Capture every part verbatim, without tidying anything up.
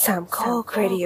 สามข้อครดิโอ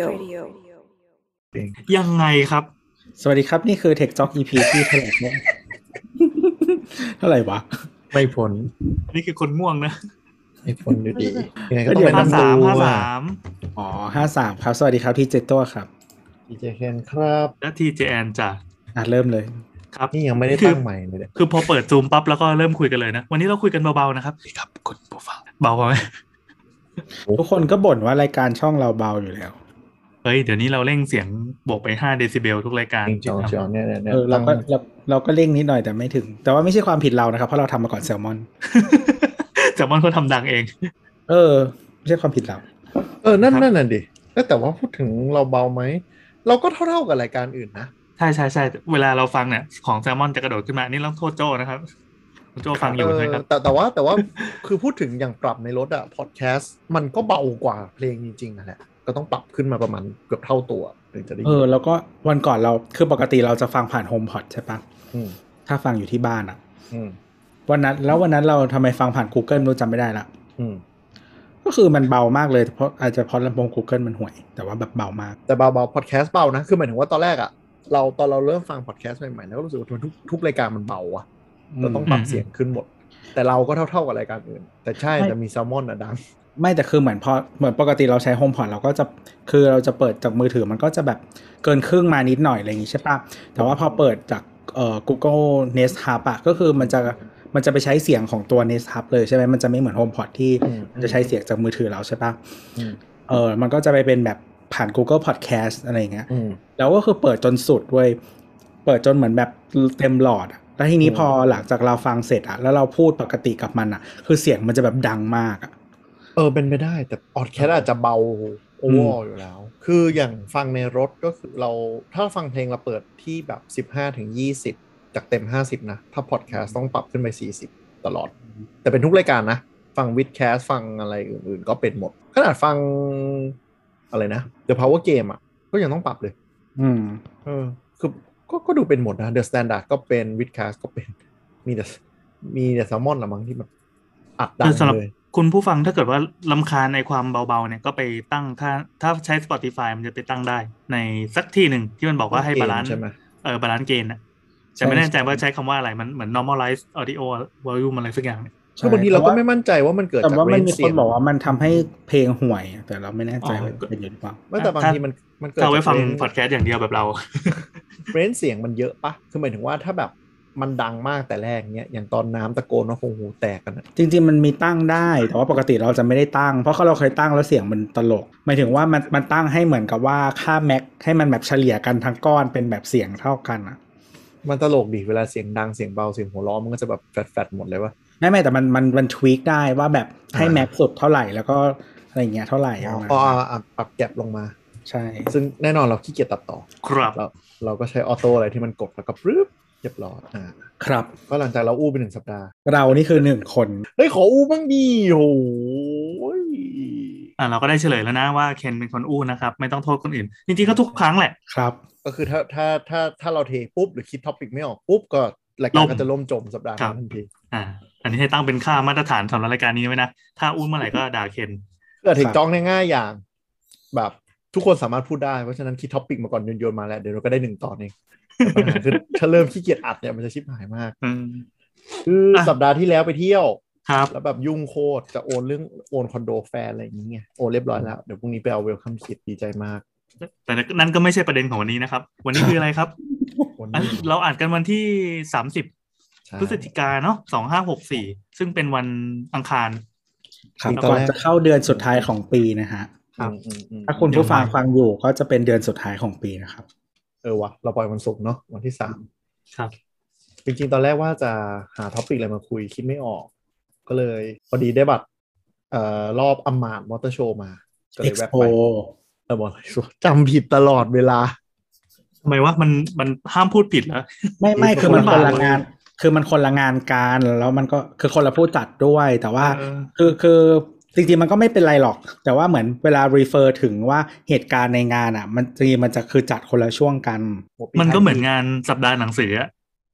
ยังไงครับสวัสดีครับนี่คือ Tech Talk อี พี ที่เท่าไหร่เนี่ยเท่าไหร่วะไม่พ้นนี่คือคนง่วงนะไม่พ้นดูดียังไงก็ต้องเป็นห้าสาม ห้าสามอ๋อห้าสามครับสวัสดีครับที่เจตัวครับที เจ เคนครับและ ที เจ แอน จ้ะอ่ะเริ่มเลยครับนี่ยังไม่ได้ตั้งใหม่เลยเนี่ยคือพอเปิด Zoom ปั๊บแล้วก็เริ่มคุยกันเลยนะวันนี้เราคุยกันเบาๆนะครับครับคุณผู้ฟังเบาไหมทุกคนก็บ่นว่ารายการช่องเราเบาอยู่แล้วเฮ้ยเดี๋ยวนี้เราเร่งเสียงบวกไปห้าเดซิเบลทุกรายการจริงๆเนี่ยเนี่ยเออเราก็เราเราก็เร่งนิดหน่อยแต่ไม่ถึงแต่ว่าไม่ใช่ความผิดเรานะครับเพราะเราทำมาก่อนแซลมอนแซลมอนเขาทำดังเองเออไม่ใช่ความผิดเราเออนั่นนั่นน่ะดิแต่ว่าพูดถึงเราเบาไหมเราก็เท่าๆกับรายการอื่นนะใช่ใช่ใช่เวลาเราฟังเนี่ยของแซลมอนจะกระโดดขึ้นมานี่ต้องโทษโจ้นะครับโจ้ฟังอยู่ใช่ไหมครับแต่แต่ว่าแต่ว่าคือพูดถึงอย่างปรับในรถอะพอดแคสต์มันก็เบากว่าเพลงจริงๆนั่นแหละก็ต้องปรับขึ้นมาประมาณเกือบเท่าตัวถึงจะได้เออแล้วก็วันก่อนเราคือปกติเราจะฟังผ่าน HomePod ใช่ปะถ้าฟังอยู่ที่บ้านอ่ะวันนั้นแล้ววันนั้นเราทำไมฟังผ่าน Google ไม่รู้จำไม่ได้ละก็คือมันเบามากเลยเพราะอาจจะเพราะลำโพง Google มันห่วยแต่ว่าแบบเบามากแต่เบาๆพอดแคสต์เบานะคือหมายถึงว่าตอนแรกอ่ะเราตอนเราเริ่มฟังพอดแคสต์ใหม่ๆแล้วก็รู้สึกว่าทุกทุกรายการมันเบาอ่ะเราต้องปรับเสียงขึ้นหมดแต่เราก็เท่าๆกับรายการอื่นแต่ใช่แต่มีแซลมอนอ่ะดังไม่แต่คือเหมือนพอเหมือนปกติเราใช้ HomePod เราก็จะคือเราจะเปิดจากมือถือมันก็จะแบบเกินครึ่งมานิดหน่อยอะไรอย่างงี้ใช่ป่ะแต่ว่าพอเปิดจากเอ่อ Google Nest Hub อ่ะก็คือมันจะมันจะไปใช้เสียงของตัว Nest Hub เลยใช่ไหมมันจะไม่เหมือน HomePod ที่มันจะใช้เสียงจากมือถือเราใช่ป่ะเออมันก็จะไปเป็นแบบผ่าน Google Podcast อะไรอย่างเงี้ยแล้วก็คือเปิดจนสุดเว้ยเปิดจนเหมือนแบบเต็มหลอดแล้วทีนี้พอหลังจากเราฟังเสร็จอ่ะแล้วเราพูดปกติกับมันอ่ะคือเสียงมันจะแบบดังมากอ่ะเออเป็นไปได้แต่พอดแคสต์อาจจะเบาโอเวอร์อยู่แล้วคืออย่างฟังในรถก็คือเราถ้าฟังเพลงเราเปิดที่แบบ สิบห้าถึงยี่สิบ จากเต็มห้าสิบนะถ้าพอดแคสต์ต้องปรับขึ้นไปสี่สิบตลอดแต่เป็นทุกรายการนะฟังวิดแคสฟังอะไรอื่นๆก็เป็นหมดขนาดฟังอะไรนะ The Power Game อ่ะก็ยังต้องปรับเลยอืมเออคือก็ก็ดูเป็นหมดนะ The Standard ก็เป็น Vidcast ก็เป็นมีแต่มีแต่ Salmon ละมั้งที่แบบอัดดังเลยคุณผู้ฟังถ้าเกิดว่ารำคาญในความเบาๆเนี่ยก็ไปตั้งถ้าถ้าใช้ Spotify มันจะไปตั้งได้ในสักที่หนึ่งที่มันบอกว่าให้บาลานซ์เออบาลานซ์เกณฑ์นะแต่ไม่แน่ใจว่าใช้คำว่าอะไรมันเหมือน normalize audio volume อะไรสักอย่างเนี่ยคือบางทีเราก็ไม่มั่นใจว่ามันเกิดจากเรนเสียงแต่ว่ามันมีคนบอกว่ามันทำให้เพลงห่วยแต่เราไม่แน่ใจว่าเป็นยังไงบ้างไม่แต่บางทีมันมันเกิดจากไว้ฟังพอดแคสต์อย่างเดียวแบบเราเรนเสียงมันเยอะปะคือหมายถึงว่าถ้าแบบมันดังมากแต่แรกเนี้ยอย่างตอนน้ำตะโกนว่าคงหูแตกกันนะจริงๆมันมีตั้งได้แต่ว่าปกติเราจะไม่ได้ตั้งเพราะเราเคยตั้งแล้วเสียงมันตลกหมายถึงว่ามันมันตั้งให้เหมือนกับว่าค่าแม็กให้มันแบบเฉลี่ยกันทั้งก้อนเป็นแบบเสียงเท่ากันอ่ะมันตลกดิเวลาเสียงดังเสียงเบาเสียงหัวเราะมันก็จะแบบแฟดๆหมดเลยวะไม่ไม่แต่มันมันมันทวีคได้ว่าแบบให้แม็กสุดเท่าไหร่แล้วก็อะไรเงี้ยเท่าไหร่อ๋อปรับแก็บลงมาใช่ซึ่งแน่นอนเราขี้เกียจตัดต่อครับเราเราก็ใช้ออโต้อะไรที่มันกดแล้วก็ปึ๊บเรียบร้อยอ่าครับก็หลังจากเราอู้ไปหนึ่งสัปดาห์เรานี่คือหนึ่งคนเฮ้ยขออู้บ้างดีโอ้ยอ่าเราก็ได้เฉลยแล้วนะว่าเคนเป็นคนอู้นะครับไม่ต้องโทษคนอื่นจริงๆก็ทุกครั้งแหละครับก็คือถ้าถ้าถ้าถ้าเราเทปุ๊บหรือคิดท็อปิกไม่ออกปุ๊บก็รายการก็จะล่มจมสัปดาห์นั้นทันทีอ่าอันนี้ให้ตั้งเป็นค่ามาตรฐานสำหรับรายการนี้ไว้นะถ้าอู้เมื่อไหร่ก็ด่าเคนเกิดถึงจ้องง่ายๆอย่างแบบทุกคนสามารถพูดได้เพราะฉะนั้นคิดท็อปิกมาก่อนโยนๆมาแล้วเดี๋ยวเราก็ได้หนึ่งตอนเองปัญหาคือถ้าเริ่มขี้เกียจอัดเนี่ยมันจะชิบหายมากคือสัปดาห์ที่แล้วไปเที่ยวแล้วแบบยุ่งโคตรจะโอนเรื่องโอนคอนโดแฟนอะไรอย่างเงี้ยโอนเรียบร้อยแล้วเดี๋ยวพรุ่งนี้ไปเอาเวลคัมคิดดีใจมากแต่นั่นก็ไม่ใช่ประเด็นของวันนี้นะครับวันนี้คืออะไรครับเราอ่านกันวันที่สามสิบพฤศจิกายนเนาะสองห้าหกสี่ซึ่งเป็นวันอังคารครับก่อนจะเข้าเดือนสุดท้ายของปีนะฮะถ้าคุณผู้ฟังฟังอยู่ก็จะเป็นเดือนสุดท้ายของปีนะครับเออวะเราปล่อยวันศุกร์เนาะวันที่สามครับจริงๆตอนแรกว่าจะหาท็อปิกอะไรมาคุยคิดไม่ออกก็เลยพอดีได้บัตรเอ่อรอบอัมมาดมอเตอร์โชว์มาก็เลยแวะไปเออบอกจำผิดตลอดเวลาทำไมวะมันมันห้ามพูดผิดเหรอไม่ไม่คือมันคนละงานคือมันคนละงานกันแล้วมันก็คือคนละผู้จัดด้วยแต่ว่าคือคือจริงๆมันก็ไม่เป็นไรหรอกแต่ว่าเหมือนเวลา refer ถึงว่าเหตุการณ์ในงานอ่ะมันจริงมันจะคือจัดคนละช่วงกันมันก็เหมือนงานสัปดาห์หนังสือ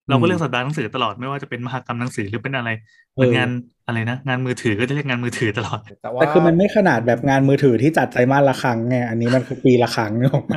เราก็เลือกสัปดาห์หนังสือตลอดไม่ว่าจะเป็นมหกรรมหนังสือหรือเป็นอะไรเหมือนงานอะไรนะงานมือถือก็จะเรียกงานมือถือตลอดแต่ว่าแต่คือมันไม่ขนาดแบบงานมือถือที่จัดไตรมาสละครั้งไงอันนี้มันคือปีละครั้งเนอะ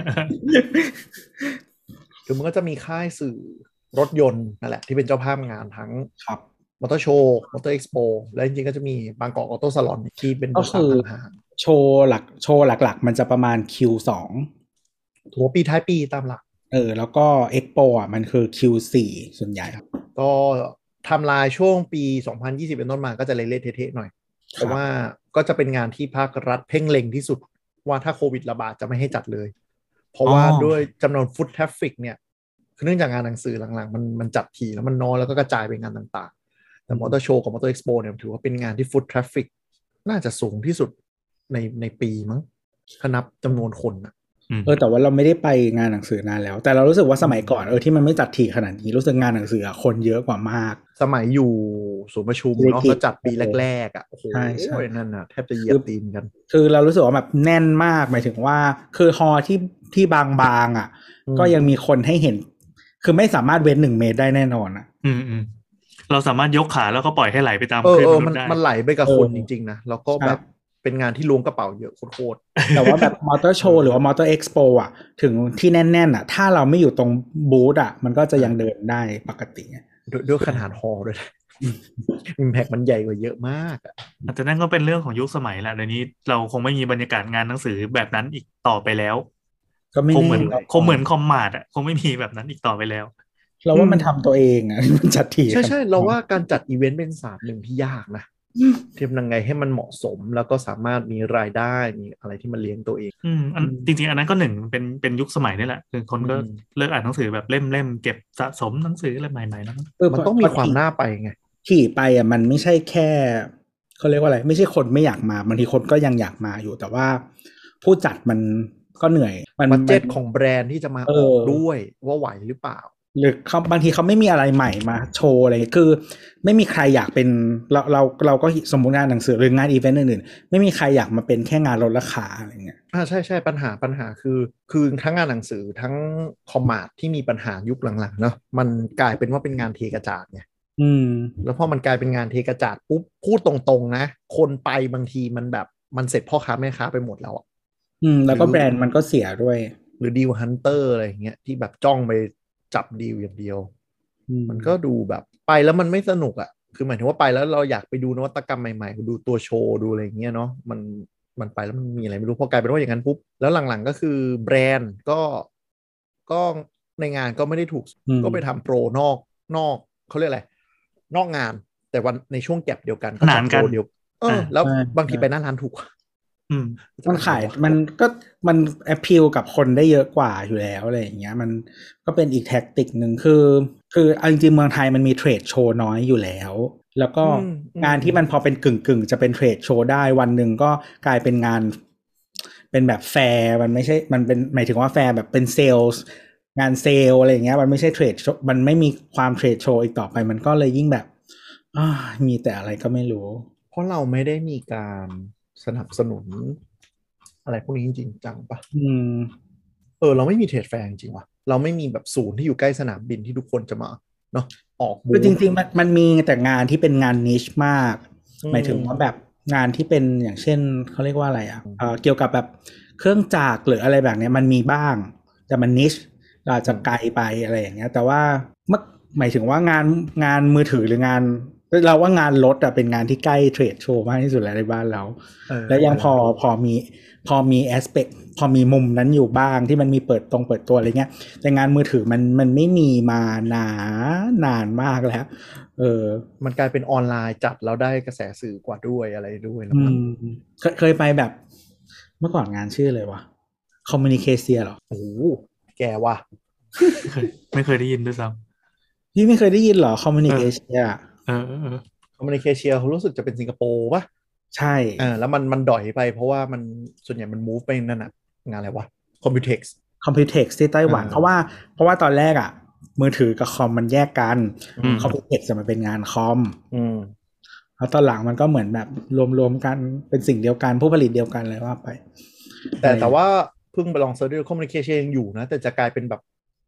คือมันก็จะมีค่ายสื่อรถยนต์นั่นแหละที่เป็นเจ้าภาพงานทั้งครับมอเตอร์โชว์มอเตอร์เอ็กซ์โปและจริงๆก็จะมีบางกอกออโต้ซาลอนที่เป็นก็คือโชว์หลักโชว์หลักๆมันจะประมาณ คิว สองหัวปีท้ายปีตามหลักเออแล้วก็เอ็กโปอ่ะมันคือ คิว สี่ ส่วนใหญ่ครับก็ไทม์ไลน์ช่วงปีสองพันยี่สิบเป็นต้นมาก็จะเละๆเทะๆหน่อยแต่ว่าก็จะเป็นงานที่ภาครัฐเพ่งเล็งที่สุดว่าถ้าโควิดระบาดจะไม่ให้จัดเลยเพราะว่าด้วยจำนวนฟุตทราฟฟิกเนี่ยคือเนื่องจากงานหนังสือหลังๆมันมันจัดทีแล้วมันน้อยแล้วก็กระจายไปงานต่างๆแต่มอเตอร์โชว์กับมอเตอร์เอ็กซ์โปเนี่ยถือว่าเป็นงานที่ฟุตทราฟฟิกน่าจะสูงที่สุดในในปีมั้งถ้านับจำนวนคนนะเออแต่ว่าเราไม่ได้ไปงานหนังสือนานแล้วแต่เรารู้สึกว่าสมัยก่อนเออที่มันไม่จัดถี่ขนาดนี้รู้สึกงานหนังสือคนเยอะกว่ามากสมัยอยู่ศูนย์ประชุมเนาะเขาจัดปีแรกๆอ่ะโอ้โหนั่นน่ะแทบจะเหยียบตีนกันคือเรารู้สึกว่าแบบแน่นมากหมายถึงว่าคือฮอที่ที่บางๆอ่ะก็ยังมีคนให้เห็นคือไม่สามารถเว้นหนึ่งเมตรได้แน่นอนอ่ะอืมอืมเราสามารถยกขาแล้วก็ปล่อยให้ไหลไปตามคลื่นมันมันไหลไปกับคนจริงๆนะแล้วก็แบบเป็นงานที่ล้วงกระเป๋าเยอะโคตรๆแต่ว่าแบบมอเตอร์โชว์หรือว่ามอเตอร์เอ็กซ์โปอ่ะถึงที่แน่นๆอ่ะถ้าเราไม่อยู่ตรงบูธอ่ะมันก็จะยังเดินได้ปกติด้วยขนาดฮอลด้วยอิมแพคมันใหญ่กว่าเยอะมากอ่ะแต่นั่นก็เป็นเรื่องของยุคสมัยแหละเดี๋ยวนี้เราคงไม่มีบรรยากาศงานหนังสือแบบนั้นอีกต่อไปแล้วก็ไม่คงเหมือนคงเหมือนคอมมาดอ่ะคงไม่มีแบบนั้นอีกต่อไปแล้วเราว่ามันทำตัวเองอ่ะมันจัดทีใช่ใช่เราว่าการจัดอีเวนต์เป็นศาสตร์หนึ่งที่ยากนะเทียบยังไงให้มันเหมาะสมแล้วก็สามารถมีรายได้มีอะไรที่มันเลี้ยงตัวเองอืมจริงๆอันนั้นก็หนึ่งเป็นเป็นยุคสมัยนี่แหละคือคนก็เลิกอ่านหนังสือแบบเล่มเล่มเก็บสะสมหนังสืออะไรใหม่ๆนะมันต้องมีความน่าไปไงขี่ไปอ่ะมันไม่ใช่แค่เขาเรียกว่าอะไรไม่ใช่คนไม่อยากมาบางทีคนก็ยังอยากมาอยู่แต่ว่าผู้จัดมันก็เหนื่อยมันบัดเจ็ตของแบรนด์ที่จะมาออกด้วยว่าไหวหรือเปล่าหรือเขาบางทีเขาไม่มีอะไรใหม่มาโชว์อะไรคือไม่มีใครอยากเป็นเราเราเราก็สมมุติงานหนังสือหรืองานอีเวนต์อื่นๆไม่มีใครอยากมาเป็นแค่งานลดราคาอะไรเงี้ยอ่าใช่ใช่ปัญหาปัญหาคือคือทั้งงานหนังสือทั้งคอมมาร์ทที่มีปัญหายุคหลังๆเนาะมันกลายเป็นว่าเป็นงานเทกระจาดไงอืมแล้วพอมันกลายเป็นงานเทกระจาดปุ๊บพูดตรงๆนะคนไปบางทีมันแบบมันเสร็จพ่อค้าแม่ค้าไปหมดแล้วอ่ะอืมแล้วก็แบรนด์มันก็เสียด้วยหรือดีลฮันเตอร์อะไรอย่างเงี้ยที่แบบจ้องไปจับดีลอย่างเดียวมันก็ดูแบบไปแล้วมันไม่สนุกอ่ะคือหมายถึงว่าไปแล้วเราอยากไปดูนวัตกรรมใหม่ๆดูตัวโชว์ดูอะไรอย่างเงี้ยเนาะมันมันไปแล้วมันมีอะไรไม่รู้พอกลายเป็นว่าอย่างนั้นปุ๊บแล้วหลังๆก็คือแบรนด์ก็ก็ในงานก็ไม่ได้ถูกก็ไปทำโปรนอกนอกเขาเรียกอะไรนอกงานแต่วันในช่วงแก็บเดียวกันก็จัดโปรเดียวเออแล้วบางทีไปหน้าร้านถูกมันขายมันก็มันแอพพิลกับคนได้เยอะกว่าอยู่แล้วอะไรอย่างเงี้ยมันก็เป็นอีกแท็กติกหนึ่งคือคือจริงๆเมืองไทยมันมีเทรดโชว์น้อยอยู่แล้วแล้วก็งานที่มันพอเป็นกึ่งกึ่งจะเป็นเทรดโชว์ได้วันหนึ่งก็กลายเป็นงานเป็นแบบแฟร์มันไม่ใช่มันเป็นหมายถึงว่าแฟร์แบบเป็นเซลส์งานเซลอะไรอย่างเงี้ยมันไม่ใช่เทรดมันไม่มีความเทรดโชว์อีกต่อไปมันก็เลยยิ่งแบบมีแต่อะไรก็ไม่รู้เพราะเราไม่ได้มีการสนับสนุนอะไรพวกนี้จริงๆจังปะอืมเออเราไม่มีเทรดแฟร์จริงวะเราไม่มีแบบศูนย์ที่อยู่ใกล้สนามบินที่ทุกคนจะมาเนาะออกบูธจริงๆมันมันมีแต่งานที่เป็นงานนิชมากหมายถึงว่าแบบงานที่เป็นอย่างเช่นเขาเรียกว่าอะไรอ่ะเอ่อเกี่ยวกับแบบเครื่องจักรหรืออะไรแบบนี้มันมีบ้างแต่มันนิชอาจจะไกลไปอะไรอย่างเงี้ยแต่ว่าเมื่อหมายถึงว่างานงานมือถือหรืองานเราว่างานรถอะเป็นงานที่ใกล้เทรดโชว์มากที่สุดแล้วในบ้านเราแล้วยังพอพอมีพอมีแอสเปคพอมีมุมนั้นอยู่บ้างที่มันมีเปิดตรงเปิดตัวอะไรเงี้ยแต่งานมือถือมันมันไม่มีมานานนานมากแล้วเออมันกลายเป็นออนไลน์จัดแล้วได้กระแสสื่อกว่าด้วยอะไรด้วยนะเคยเคยไปแบบเมื่อก่อนงานชื่ออะไรวะคอมมูนิเคเซียหรอโอ้โหแกว่ะไม่เคยได้ยินด้วยซ้ำพี่ไม่เคยได้ยินหรอคอมมูนิเคเซียเออเออคอมมูนิเคเซียเขารู้สึกจะเป็นสิงคโปร์ป่ะใช่อ่าแล้วมันมันดอยไปเพราะว่ามันส่วนใหญ่มัน move ไปนั่นน่ะงานอะไรวะ Computex Computex ที่ไต้หวันเพราะว่าเพราะว่าตอนแรกอ่ะมือถือกับคอมมันแยกกัน Computex จะมาเป็นงานคอมแล้วตอนหลังมันก็เหมือนแบบรวมๆกันเป็นสิ่งเดียวกันผู้ผลิตเดียวกันเลยว่าไปแต่แต่ว่าเพิ่งไปลองเซิร์ชดู Communication ยังอยู่นะแต่จะกลายเป็นแบบ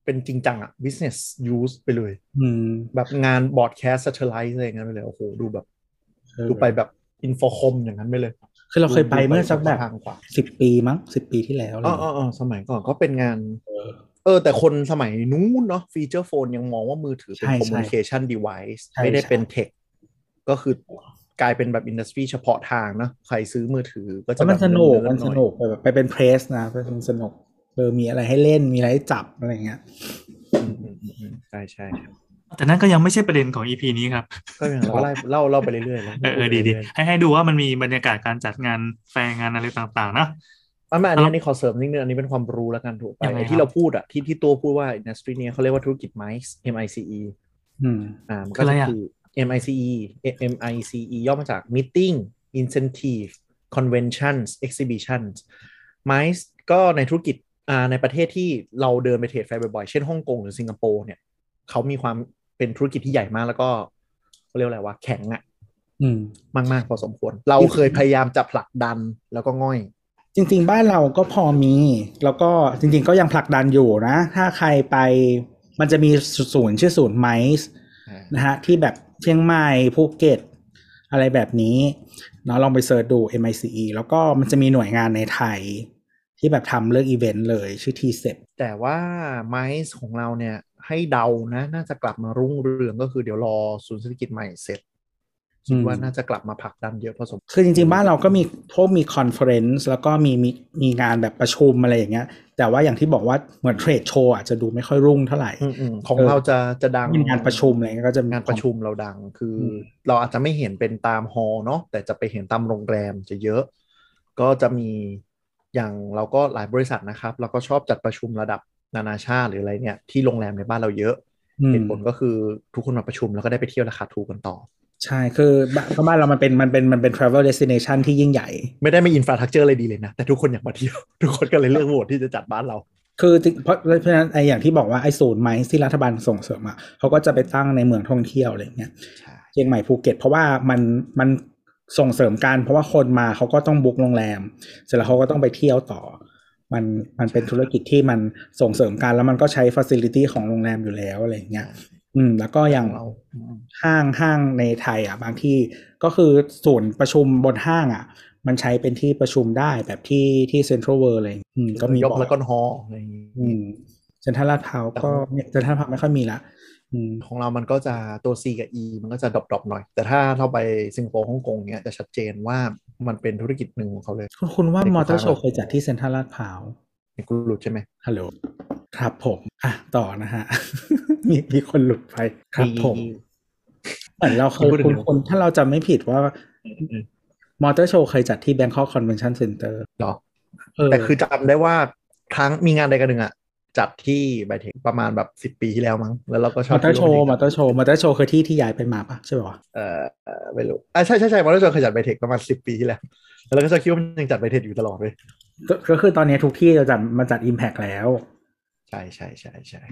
เป็นจริงจังอะ business use ไปเลยอืมแบบงาน broadcast satellite อะไรอย่างนั้นไปเลยโอ้โหดูแบบดูไปแบบอินโฟคอมอย่างนั้นไปเลยคือเราเคยไปเมื่อสักแบบสิบปีมั้งสิบปีที่แล้วเลยอ๋ออ๋อสมัยก่อนก็เป็นงานเออแต่คนสมัยนู้นเนาะฟีเจอร์โฟนยังมองว่ามือถือเป็น communication device ไม่ได้เป็นเทคก็คือกลายเป็นแบบอินดัสทรีเฉพาะทางเนาะใครซื้อมือถือก็จะมันสนุกมันสนุกแบบไปเป็นเพรสนะไปเป็นสนุกเออมีอะไรให้เล่นมีอะไรให้จับอะไรเงี้ยใช่ใช่แต่นั่นก็ยังไม่ใช่ประเด็นของ อี พี นี้ครับก็อย่างเราเล่าเล่าไปเรื่อยๆแล้วเออดีดีให้ให้ดูว่ามันมีบรรยากาศการจัดงานแฟร์งานอะไรต่างๆนะอันนี้อันนี้ขอเสริมนิดนึงอันนี้เป็นความรู้แล้วกันถูกไปที่เราพูดอะที่ที่ตัวพูดว่าอินดัสทรีนี้เขาเรียกว่าธุรกิจ ไมซ์ เอ็ม ไอ ซี อีอืมอ่ามันก็จะคือ เอ็ม ไอ ซี อี เอ็ม ไอ ซี อี ย่อมาจาก Meeting Incentive Conventions Exhibitions ไมซ์ ก็ในธุรกิจอ่าในประเทศที่เราเดินไปเทรดแฟร์บ่อยๆเช่นฮ่องกงหรือสิงคโปร์เนี่ยเขามีความเป็นธุรกิจที่ใหญ่มากแล้วก็เขาเรียกอะไรว่าแข็งอะมากมากพอสมควรเราเคยพยายามจะผลักดันแล้วก็ง่อยจริงๆบ้านเราก็พอมีแล้วก็จริงๆก็ยังผลักดันอยู่นะถ้าใครไปมันจะมีศูนย์ชื่อศูนย์ไมซ์นะฮะที่แบบเชียงใหม่ภูเก็ตอะไรแบบนี้เนาะลองไปเสิร์ชดู เอ็ม ไอ ซี อี แล้วก็มันจะมีหน่วยงานในไทยที่แบบทำเรื่องอีเวนต์เลยชื่อ ที เซปแต่ว่าไมซ์ของเราเนี่ยให้เดานะน่าจะกลับมารุ่งเรืองก็คือเดี๋ยวรอศูนย์เศรษฐกิจใหม่เสร็จคิดว่าน่าจะกลับมาผลักดันเยอะพอสมควรคือจริงๆบ้านเราก็มีพวกมีคอนเฟอเรนซ์แล้วก็มีมีมีงานแบบประชุมอะไรอย่างเงี้ยแต่ว่าอย่างที่บอกว่าเหมือนเทรดโชว์อาจจะดูไม่ค่อยรุ่งเท่าไหร่ของเราจะจะดังงานประชุมอะไรก็จะงานประชุมเราดังคือเราอาจจะไม่เห็นเป็นตามฮอลล์เนาะแต่จะไปเห็นตามโรงแรมจะเยอะก็จะมีอย่างเราก็หลายบริษัทนะครับเราก็ชอบจัดประชุมระดับนานาชาติหรืออะไรเนี่ยที่โรงแรมในบ้านเราเยอะเหตุผลก็คือทุกคนมาประชุมแล้วก็ได้ไปเที่ยวราคาถูกกันต่อใช่คือบ้านเรามันเป็นมันเป็นมันเป็น travel destination ที่ยิ่งใหญ่ไม่ได้มี infrastructure อะไรดีเลยนะแต่ทุกคนอยากมาเที่ยวทุกคนก็เลยเลือกโหวตที่จะจัดบ้านเราคือเพราะเพราะฉะนั้นไออย่างที่บอกว่าไอศูนย์ไมซ์ที่รัฐบาลส่งเสริมอ่ะเขาก็จะไปตั้งในเมืองท่องเที่ยวอะไรเงี้ยเชียงใหม่ภูเก็ตเพราะว่ามันมันส่งเสริมกันเพราะว่าคนมาเขาก็ต้องบุ๊กโรงแรมเสร็จแล้วเขาก็ต้องไปเที่ยวต่อมันมันเป็นธุรกิจที่มันส่งเสริมกันแล้วมันก็ใช้ facility ของโรงแรมอยู่แล้วอะไรเงี้ยอืมแล้วก็อย่างห้างห้างในไทยอ่ะบางที่ก็คือศูนย์ประชุมบนห้างอ่ะมันใช้เป็นที่ประชุมได้แบบที่ที่เซ็นทรัลเวิลด์อะไรอืมก็มียกแล้วก็ฮอลล์อะไรอย่างงี้อืมเซ็นทรัลลาดพร้าวก็เซ็นทรัลลาดพร้าวไม่ค่อยมีละของเรามันก็จะตัว C กับ E มันก็จะดรอปๆหน่อยแต่ถ้าเราไปสิงคโปร์ฮ่องกงเนี้ยจะชัดเจนว่ามันเป็นธุรกิจหนึ่งของเขาเลยคุณคุณว่ามอเตอร์โชว์เคยจัดที่เซ็นทรัลลาดพร้าวนี่คุณหลุดใช่ไหมฮัลโหลครับผมอ่ะต่อนะฮะ มีมีคนหลุดไปครับผมเหมือนเราเคยคุณคนถ้าเราจำไม่ผิดว่ามอเตอร์โชว์เคยจัดที่ Bangkok Convention Center หรอแต่คือจำได้ว่าครั้งมีงานใดกันหนึ่งอ่ะจัดที่ไบเทคประมาณแบบสิบปีที่แล้วมั้งแล้วเราก็ชอบมอเตอร์โชว์มอเตอร์โชว์มอเตอร์โชว์คือที่ที่ย้ายไปมาปะใช่ป่ะเออไม่รู้อ่ะใช่ใช่ใช่มอเตอร์โชว์เคยจัดไบเทคประมาณสิบปีที่แล้วแล้วเราก็จะคิดว่ามันยังจัดไบเทคอยู่ตลอดเลยก็คือตอนนี้ทุกที่จะจัดมาจัด Impact แล้วใช่ใช่ใช่ใช่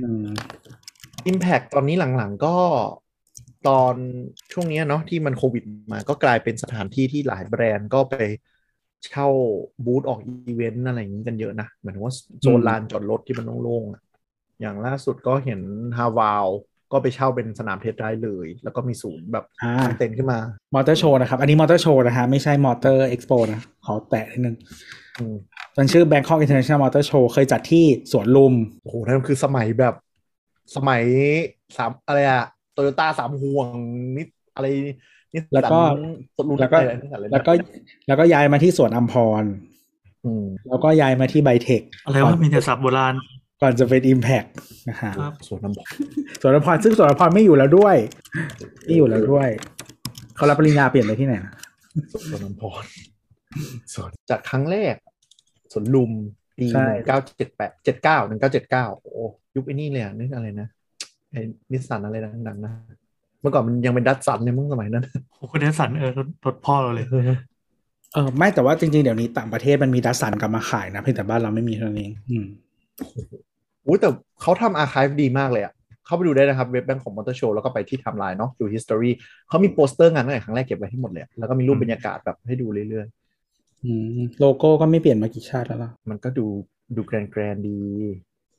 Impact ตอนนี้หลังๆก็ตอนช่วงนี้เนาะที่มันโควิดมาก็กลายเป็นสถานที่ที่หลายแบรนด์ก็ไปเช่าบูธออกอีเวนต์อะไรอย่างนี้กันเยอะนะหมายถึงว่าโซนลานจอดรถที่มันโล่งๆอย่างล่าสุดก็เห็นฮาวาวก็ไปเช่าเป็นสนามเทสได้เลยแล้วก็มีศูนย์แบบตั้งเต็นท์ขึ้นมามอเตอร์โชว์นะครับอันนี้มอเตอร์โชว์นะฮะไม่ใช่มอเตอร์เอ็กซ์โปนะขอแตะนิดนึงมันชื่อ Bangkok International Motor Show เคยจัดที่สวนลุมโอ้โหนั่นคือสมัยแบบสมัยสามอะไรอะโตโยต้าสามห่วงนิดอะไรนี่แล้วก็แล้วก็แล้วก็แล้วก็ย้ายมาที่สวนอัมพรแล้วก็ย้ายมาที่ไบเทคอะไรวะมีแต่ศัพท์โบราณก่อนจะเป็น Impact นะฮะสวนอัมพรสวนอัมพรซึ่งสวนอัมพรไม่อยู่แล้วด้วยไม่อยู่แล้วด้วยเขารับปริญญาเปลี่ยนไปที่ไหนนะสวนอัมพรสวนจากครั้งแรกสวนลุมปีหนึ่งเก้าเจ็ดแปดเจ็ดเก้าหนึ่งเก้าเจ็ดเก้าโอ้ยุคไอ้นี่เลยอ่ะนึกอะไรนะไอ้นิสสันอะไรดังๆนะเมื่อก่อนมันยังเป็นดัตสันเลยมึงสมัยนั้นโอ้คุณดัตสันเออรถพ่อเราเลยเออไม่แต่ว่าจริงๆเดี๋ยวนี้ต่างประเทศมันมีดัตสันกลับมาขายนะเพียงแต่บ้านเราไม่มีเท่านั้นเองอืมโอ้แต่เขาทำอาร์ไคฟ์ดีมากเลยอ่ะเข้าไปดูได้นะครับเว็บแบงค์ของมอเตอร์โชว์แล้วก็ไปที่ไทม์ไลน์เนาะดู history เขามีโปสเตอร์งานตั้งแต่ครั้งแรกเก็บไว้ให้หมดเลยแล้วก็มีรูปบรรยากาศแบบให้ดูเรื่อยๆอืมโลโก้ก็ไม่เปลี่ยนมากี่ชาติแล้วล่ะมันก็ดูดูแกรนๆดี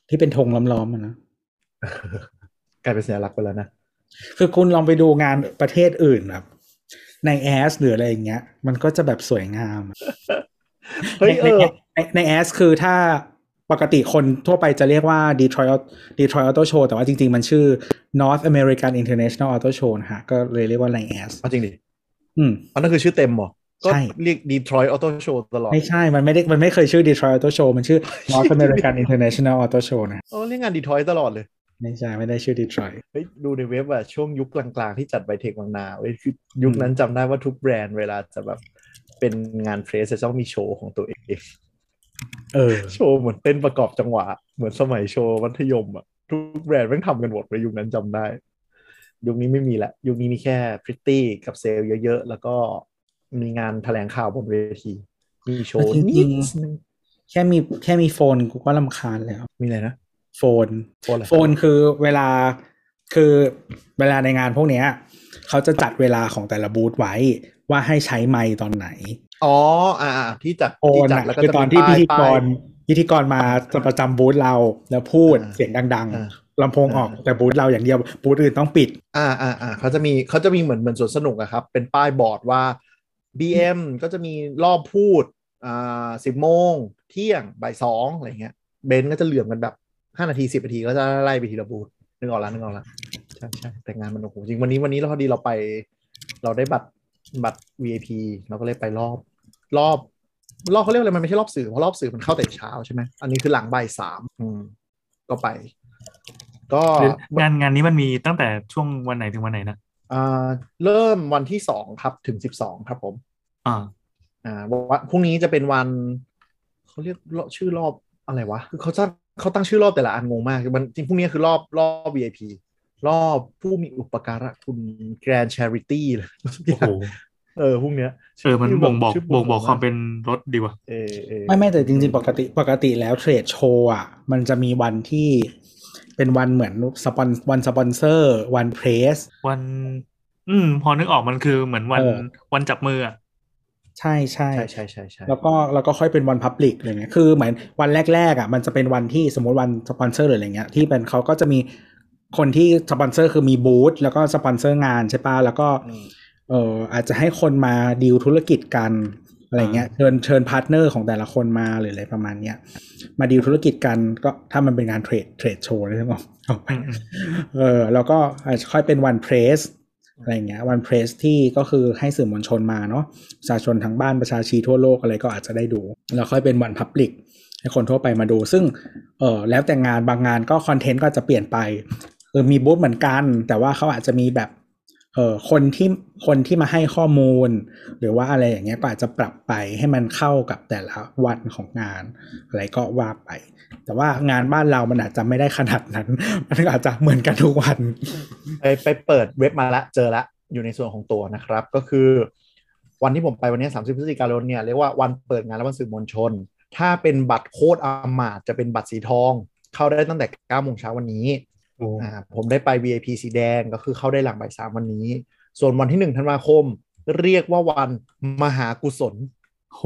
ที่เป็นธงล้อมๆมันนะกลายเป็นสัญลักษณ์ไปแล้วนะคือคุณลองไปดูงานประเทศอื่นแบบในแอสหรืออะไรอย่างเงี้ยมันก็จะแบบสวยงามเฮ้ยเออในในแอสคือถ้าปกติคนทั่วไปจะเรียกว่า Detroit Detroit Auto Show แต่ว่าจริงๆมันชื่อ North American International Auto Show นะฮะก็เลยเรียกว่าในแอสจริงดิอืมอันนั้นคือชื่อเต็มเหรอก็เรียก Detroit Auto Show ตลอดไม่ใช่มันไม่ได้มันไม่เคยชื่อ Detroit Auto Show มันชื่อ North American International Auto Show นะเออเรียกงาน Detroit ตลอดเลยไม่ใช่ไม่ได้ชื่อ Detroit เฮ้ยดูในเว็บอะช่วงยุคกลางๆที่จัดไบเทคบางนาเว้ยคือยุคนั้นจำได้ว่าทุกแบรนด์เวลาจะแบบเป็นงานเฟรชจะต้องมีโชว์ของตัวเองเออโชว์เหมือนเต้นประกอบจังหวะเหมือนสมัยโชว์มัธยมอะทุกแบรนด์แม่งทำกันหมดในยุคนั้นจำได้ยุคนี้ไม่มีละยุคนี้มีแค่พริตตี้กับเซลล์เยอะๆแล้วก็มีงานแถลงข่าวบนเวทีมีโชว์นิดนึงแค่มีแค่มีโฟนกูก็รำคาญแล้วมีอะไรนะโฟนโฟนคือเวลาคือเวลาในงานพวกเนี้ยเขาจะจัดเวลาของแต่ละบูธไว้ว่าให้ใช้ไมค์ตอนไหนอ๋ออ่าที่จัดที่จัดแล้วก็คือตอนที่พิธีกรพิธีกรมาจะประจำบูธเราแล้วพูดเสียงดังๆลำโพงออกแต่บูธเราอย่างเดียวบูธอื่นต้องปิดอ่าอ่าอ่าเขาจะมีเขาจะมีเหมือนเหมือนสวนสนุกอะครับเป็นป้ายบอร์ดว่า บี เอ็ม ก็จะมีรอบพูดอ่าสิบโมงเที่ยงบ่ายสองอะไรเงี้ยเบนซ์ก็จะเหลื่อมกันแบบห้านาทีสิบนาทีก็จะไล่ไปทีละบูธนึกออกแล้วนึกออกแล้วใช่ใช่แต่งานมันโอ้โหจริงวันนี้วันนี้เราพอดีเราไปเราได้บัตรบัตร วี ไอ พี เราก็เลยไปรอบรอบรอบเขาเรียกอะไรมันไม่ใช่รอบสื่อเพราะรอบสื่อมันเข้าแต่เช้าใช่ไหมอันนี้คือหลังบ่ายสามอืมก็ไปก็งานงานนี้มันมีตั้งแต่ช่วงวันไหนถึงวันไหนนะอ่าเริ่มวันที่สองครับถึงสิบสองครับผมอ่าอ่าวันพรุ่งนี้จะเป็นวันเขาเรียกชื่อรอบอะไรวะคือเขาจะเขาตั้งชื่อรอบแต่ละอันงงมากมันจริงพรุ่งนี้คือรอบรอบ วี ไอ พี รอบผู้มีอุปการะคุณ Grand Charity เลยโอ้โหเออพรุ่งนี้เออมันบ่งบอกบ่งบอกความเป็นรถดีว่ะเออเออไม่ไม่แต่จริงๆปกติปกติแล้วเทรดโชว์อ่ะมันจะมีวันที่เป็นวันเหมือนสปอนวันสปอนเซอร์วันเพรสวันอืมพอนึกออกมันคือเหมือนวันวันจับมืออ่ะใช่ใช่ใช่ใช่ใช่ใช่แล้วก็แล้วก็ค่อยเป็นวันพับลิกอะไรเงี้ยคือเหมือนวันแรกๆอ่ะมันจะเป็นวันที่สมมติวันสปอนเซอร์หรืออะไรเงี้ยที่เป็นเขาก็จะมีคนที่สปอนเซอร์คือมีบูธแล้วก็สปอนเซอร์งานใช่ป่ะแล้วก็เอ่ออาจจะให้คนมาดีลธุรกิจกันอะไรเงี้ยเชิญเชิญพาร์ทเนอร์ของแต่ละคนมาหรืออะไรประมาณเนี้ยมาดีลธุรกิจกันก็ถ้ามันเป็นงานเทรดเทรดโชว์ใช่ไหมเออแล้วก็อาจจะค่อยเป็นวันเพรสอะไรเงี้ยวันเพรสที่ก็คือให้สื่อมวลชนมาเนาะประชาชนทั้งบ้านประชาชีทั่วโลกอะไรก็อาจจะได้ดูแล้วค่อยเป็นวันพับลิกให้คนทั่วไปมาดูซึ่งเออแล้วแต่งานบางงานก็คอนเทนต์ก็จะเปลี่ยนไปเออมีบูธเหมือนกันแต่ว่าเขาอาจจะมีแบบเออคนที่คนที่มาให้ข้อมูลหรือว่าอะไรอย่างเงี้ยก็อาจจะปรับไปให้มันเข้ากับแต่ละวันของงานอะไรก็ว่าไปแต่ว่างานบ้านเรามันอาจจะไม่ได้ขนาดนั้นมันอาจจะเหมือนกันทุกวันไปไปเปิดเว็บมาละเจอละอยู่ในส่วนของตัวนะครับก็คือวันที่ผมไปวันนี้สามสิบพฤศจิกายนเนี่ยเรียกว่าวันเปิดงานและวันสื่อมวลชนถ้าเป็นบัตรโค้ดอามาดจะเป็นบัตรสีทองเข้าได้ตั้งแต่เก้าโมงเช้าวันนี้อ่าผมได้ไป วี ไอ พี สีแดงก็คือเข้าได้หลังบ่ายสามวันนี้ส่วนวันที่หนึ่งธันวาคมเรียกว่าวันมหากุศลโห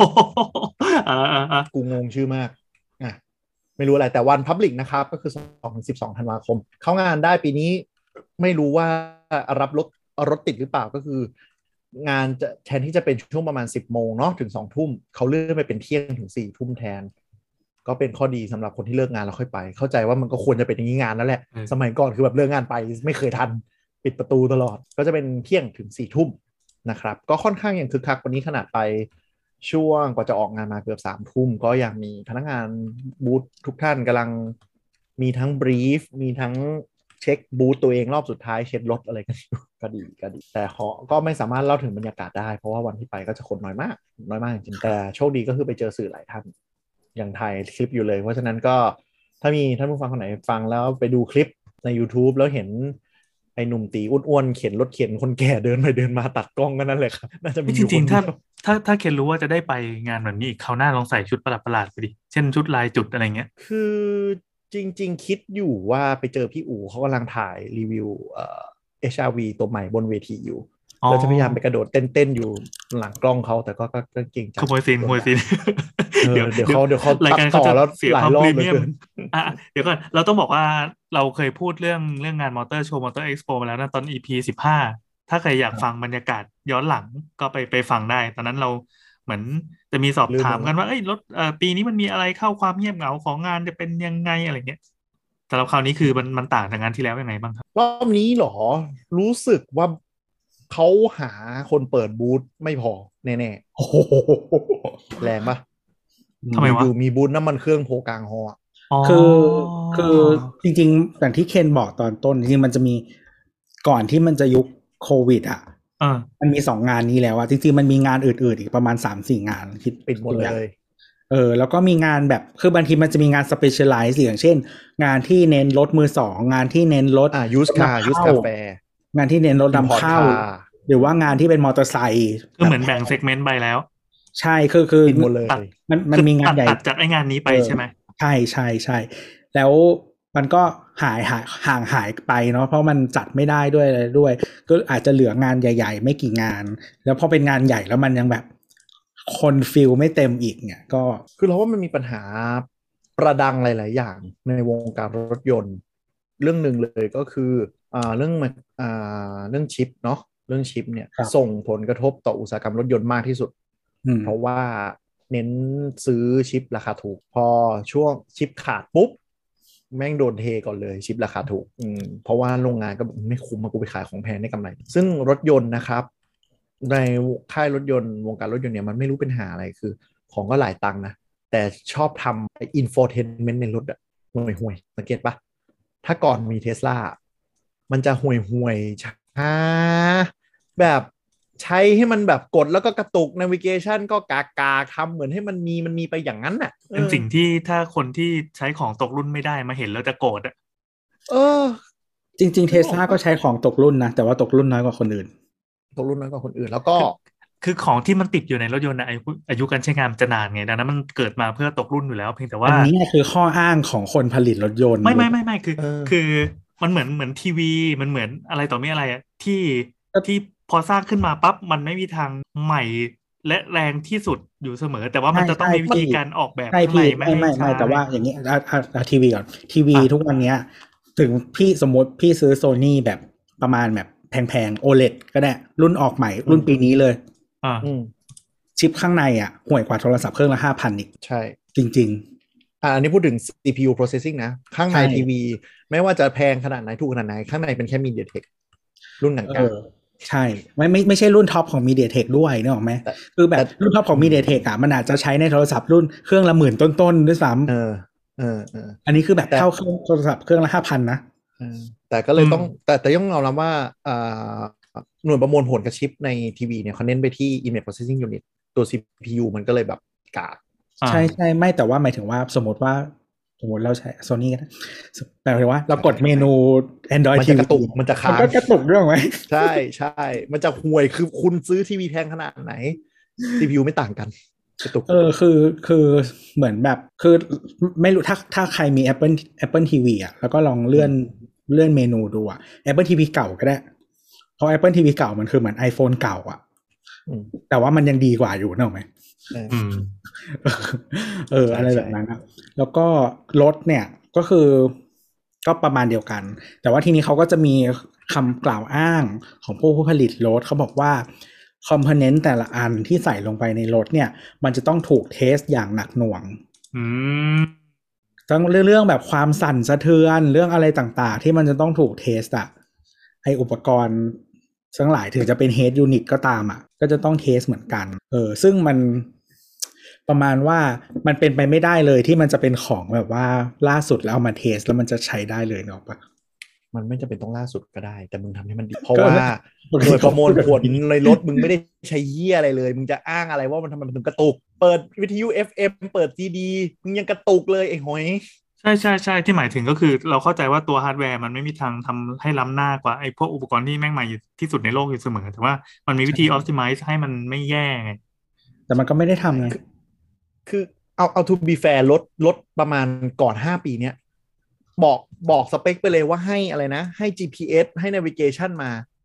กูงงชื่อมากอ่ะไม่รู้อะไรแต่วัน Public นะครับก็คือสองถึงสิบสองธันวาคมเข้างานได้ปีนี้ไม่รู้ว่ารับรถรถติดหรือเปล่าก็คืองานจะแทนที่จะเป็นช่วงประมาณสิบโมงเนาะถึงสองทุ่มเขาเลื่อนไปเป็นเที่ยงถึงสี่ทุ่มแทนก็เป็นข้อดีสำหรับคนที่เลิกงานแล้วค่อยไปเข้าใจว่ามันก็ควรจะเป็นอย่างนี้งานนั่นแหละสมัยก่อนคือแบบเลิกงานไปไม่เคยทันปิดประตูตลอดก็จะเป็นเที่ยงถึงสี่ทุ่มนะครับก็ค่อนข้างอย่างคึกคักวันนี้ขนาดไปช่วงกว่าจะออกงานมาเกือบสามทุ่มก็ยังมีพนักงานบูธทุกท่านกำลังมีทั้งบรีฟมีทั้งเช็คบูธตัวเองรอบสุดท้ายเช็ดรถอะไรกันก็ดีก็ดีแต่เขาก็ไม่สามารถเล่าถึงบรรยากาศได้เพราะว่าวันที่ไปก็จะคนน้อยมากน้อยมากจริงแต่โชคดีก็คือไปเจอสื่อหลายท่านอย่างถ่ายคลิปอยู่เลยเพราะฉะนั้นก็ถ้ามีท่านผู้ฟังคนไหนฟังแล้วไปดูคลิปใน YouTube แล้วเห็นไอ้หนุ่มตีอ้วนๆเข็นรถเข็นคนแก่เดินไปเดินมาตัดกล้องกันนั่นแหละครับน่าจะมีจริงๆถ้าถ้าถ้าเคนรู้ว่าจะได้ไปงานแบบนี้อีกคราวหน้าลองใส่ชุดประหลาดๆไปดิเช่นชุดลายจุดอะไรเงี้ยคือจริงๆคิดอยู่ว่าไปเจอพี่อู๋เขากำลังถ่ายรีวิวเอ่อ เอช อาร์ วี ตัวใหม่บนเวทีอยู่เราจะพยายามไปกระโดดเต้นๆอยู่หลังกล้องเขาแต่ก็ก็เก่งจังขโมยซีนขโมยซีนเดี๋ยวเดี๋ยวเขาเดี๋ยวเขาตัดต่อแล้วหลายรอบเลยอ่ะเดี๋ยวก่อนเราต้องบอกว่าเราเคยพูดเรื่องเรื่องงานมอเตอร์โชว์มอเตอร์เอ็กซ์โปมาแล้วนะตอน อี พี สิบห้าถ้าใครอยากฟังบรรยากาศย้อนหลังก็ไปไปฟังได้ตอนนั้นเราเหมือนจะมีสอบถามกันว่าเอ้ยรถเอ่อปีนี้มันมีอะไรเข้าความเงียบเหงาของงานจะเป็นยังไงอะไรเงี้ยแต่เราคราวนี้คือมันมันต่างจากงานที่แล้วยังไงบ้างครับรอบนี้หรอรู้สึกว่าเขาหาคนเปิดบูธไม่พอแน่ๆโอ้โหแรงปะทำไมวะอยู่มีบูธน้ำมันเครื่องโผล่กลางฮอคือคือจริงๆอย่างที่เคนบอกตอนต้นจริงๆมันจะมีก่อนที่มันจะยุคโควิดอ่ะมันมีสองงานนี้แล้วอ่ะจริงๆมันมีงานอื่นๆอีกประมาณ สามสี่ งานคิดปิดหมดเลยเออแล้วก็มีงานแบบคือบางทีมันจะมีงาน specialize อย่างเช่นงานที่เน้นรถมือสองงานที่เน้นรถอ่า used car used car fair งานที่เน้นรถนำเข้าหรือว่างานที่เป็นมอเตอร์ไซค์คือเหมือนแบ่งเซกเมนต์ไปแล้วใช่คือคือหมดเลยมันมันมีงานใหญ่ตัดจากไอ้งานนี้ไปใช่ไหมใช่ใช่ใช่แล้วมันก็หายหายห่างหายไปเนาะเพราะมันจัดไม่ได้ด้วยอะไรด้วยก็อาจจะเหลืองานใหญ่ๆไม่กี่งานแล้วพอเป็นงานใหญ่แล้วมันยังแบบคนฟิลไม่เต็มอีกเนี่ยก็คือเราว่ามันมีปัญหาประดังหลายๆอย่างในวงการรถยนต์เรื่องหนึ่งเลยก็คืออ่าเรื่องอ่าเรื่องชิปเนาะเรื่องชิปเนี่ยส่งผลกระทบต่ออุตสาหกรรมรถยนต์มากที่สุดเพราะว่าเน้นซื้อชิปราคาถูกพอช่วงชิปขาดปุ๊บแม่งโดนเทก่อนเลยชิปราคาถูกอืมเพราะว่าโรงงานก็ไม่คุ้มมากูไปขายของแพงได้กำไรซึ่งรถยนต์นะครับในค่ายรถยนต์วงการรถยนต์เนี่ยมันไม่รู้เป็นหาอะไรคือของก็หลายตังค์นะแต่ชอบทำอินโฟเทนเมนต์ในรถอะห่วยห่วยสังเกตปะถ้าก่อนมีเทสลามันจะห่วยห่วยช้าแบบใช้ให้มันแบบกดแล้วก็กระตุก navigation ก็กากาทำเหมือนให้มันมีมันมีไปอย่างนั้นน่ะเป็นสิ่งที่ถ้าคนที่ใช้ของตกรุ่นไม่ได้มาเห็นแล้วจะโกรธอ่ะเออจริงๆเทสลาก็ใช้ของตกรุ่นนะแต่ว่าตกรุ่นน้อยกว่าคนอื่นตกรุ่นน้อยกว่าคนอื่นแล้วก็คือของที่มันติดอยู่ในรถยนต์อายุอายุการใช้งานจะนานไงดังนั้นมันเกิดมาเพื่อตกรุ่นอยู่แล้วเพียงแต่ว่าอันนี้คือข้ออ้างของคนผลิตรถยนต์ไม่ไม่ไม่ไม่คือคือมันเหมือนเหมือนทีวีมันเหมือนอะไรต่อไม่อะไรอ่ะที่ที่พอสร้างขึ้นมาปั๊บมันไม่มีทางใหม่และแรงที่สุดอยู่เสมอแต่ว่ามันจะต้องมีวิธีการออกแบบข้างในไม่ไม่ไม่แต่ว่าอย่างนี้เอาทีวีก่อนทีวีทุกวันนี้ถึงพี่สมมติพี่ซื้อโซนี่แบบประมาณแบบแพงๆ โอ แอล อี ดี ก็ได้รุ่นออกใหม่รุ่นปีนี้เลยอ่าชิปข้างในอ่ะห่วยกว่าโทรศัพท์เครื่องละ ห้าพัน อีกใช่จริงๆอ่าอันนี้พูดถึง ซี พี ยู processing นะข้างในทีวีไม่ว่าจะแพงขนาดไหนถูกขนาดไหนข้างในเป็นแค่ MediaTek รุ่นกลางๆใช่ไม่ไม่ไม่ใช่รุ่นท็อปของ MediaTek ด้วยนึกออกไหมคือแบบรุ่นท็อปของ MediaTek อ่ะมันอาจจะใช้ในโทรศัพท์รุ่นเครื่องละหมื่นต้นๆด้วยซ้ำเออเออเอออันนี้คือแบบเท่าเครื่องโทรศัพท์เครื่องละ ห้าพัน นะแต่ก็เลยต้องแต่แต่ต้องยอมรับว่าอ่าหน่วยประมวลผลกระชิปในทีวีเนี่ยเขาเน้นไปที่ Image Processing Unit ตัว ซี พี ยู มันก็เลยแบบกากใช่ใช่ไม่แต่ว่าหมายถึงว่าสมมติว่าสมมติเราใช้ Sony กันแปลว่าเรากดเมนู Android มันจะกระตุกมันจะค้างมันก็กระตุกด้วยไหมใช่ใช่มันจะห่วยคือคุณซื้อทีวีแพงขนาดไหน ซี พี ยู ไม่ต่างกันกระตุกเออคือคือเหมือนแบบคือไม่รู้ถ้าถ้าใครมี Apple Apple ที วี อ่ะแล้วก็ลองเลื่อนเลื่อนเมนูดูอ่ะ Apple ที วี เก่าก็ได้เพราะ Apple ที วี เก่ามันคือเหมือน iPhone เก่าอ่ะแต่ว่ามันยังดีกว่าอยู่นึกออกไหมเอออะไรแบบนั้นครับแล้วก็รถเนี่ยก็คือก็ประมาณเดียวกันแต่ว่าทีนี้เขาก็จะมีคำกล่าวอ้างของผู้ผู้ผลิตรถเขาบอกว่าคอมโพเนนต์แต่ละอันที่ใส่ลงไปในรถเนี่ยมันจะต้องถูกเทสอย่างหนักหน่วงทั้งเรื่องแบบความสั่นสะเทือนเรื่องอะไรต่างๆที่มันจะต้องถูกเทสอะไออุปกรณ์ทั้งหลายถึงจะเป็นเฮดยูนิตก็ตามอ่ะก็จะต้องเทสเหมือนกันเออซึ่งมันประมาณว่ามันเป็นไปไม่ได้เลยที่มันจะเป็นของแบบว่าล่าสุดแล้วเอามาเทสแล้วมันจะใช้ได้เลยเนาะปะมันไม่จำเป็นต้องล่าสุดก็ได้แต่มึงทำให้มันดีเพราะว่าหน่วยประมวลผลในรถมึงไม่ได้ใช้เหี้ยอะไรเลยมึงจะอ้างอะไรว่ามันทำไมมันถึงกระตุกเปิดวิทยุ เอฟ เอ็ม เปิด ซี ดี มึงยังกระตุกเลยไอ้หอยใช่ใช่ใช่ที่หมายถึงก็คือเราเข้าใจว่าตัวฮาร์ดแวร์มันไม่มีทางทำให้ล้ำหน้ากว่าไอ้พวกอุปกรณ์ที่แม่งใหม่ที่สุดในโลกอยู่เสมอแต่ว่ามันมีวิธีออ t ติ i z e ให้มันไม่แย่ไงแต่มันก็ไม่ได้ทำไงคือเอาเอา to be fair ลดลดประมาณก่อนห้าปีเนี้ยบอกบอกสเปคไปเลยว่าให้อะไรนะให้ จี พี เอส ให้ navigation มาแต่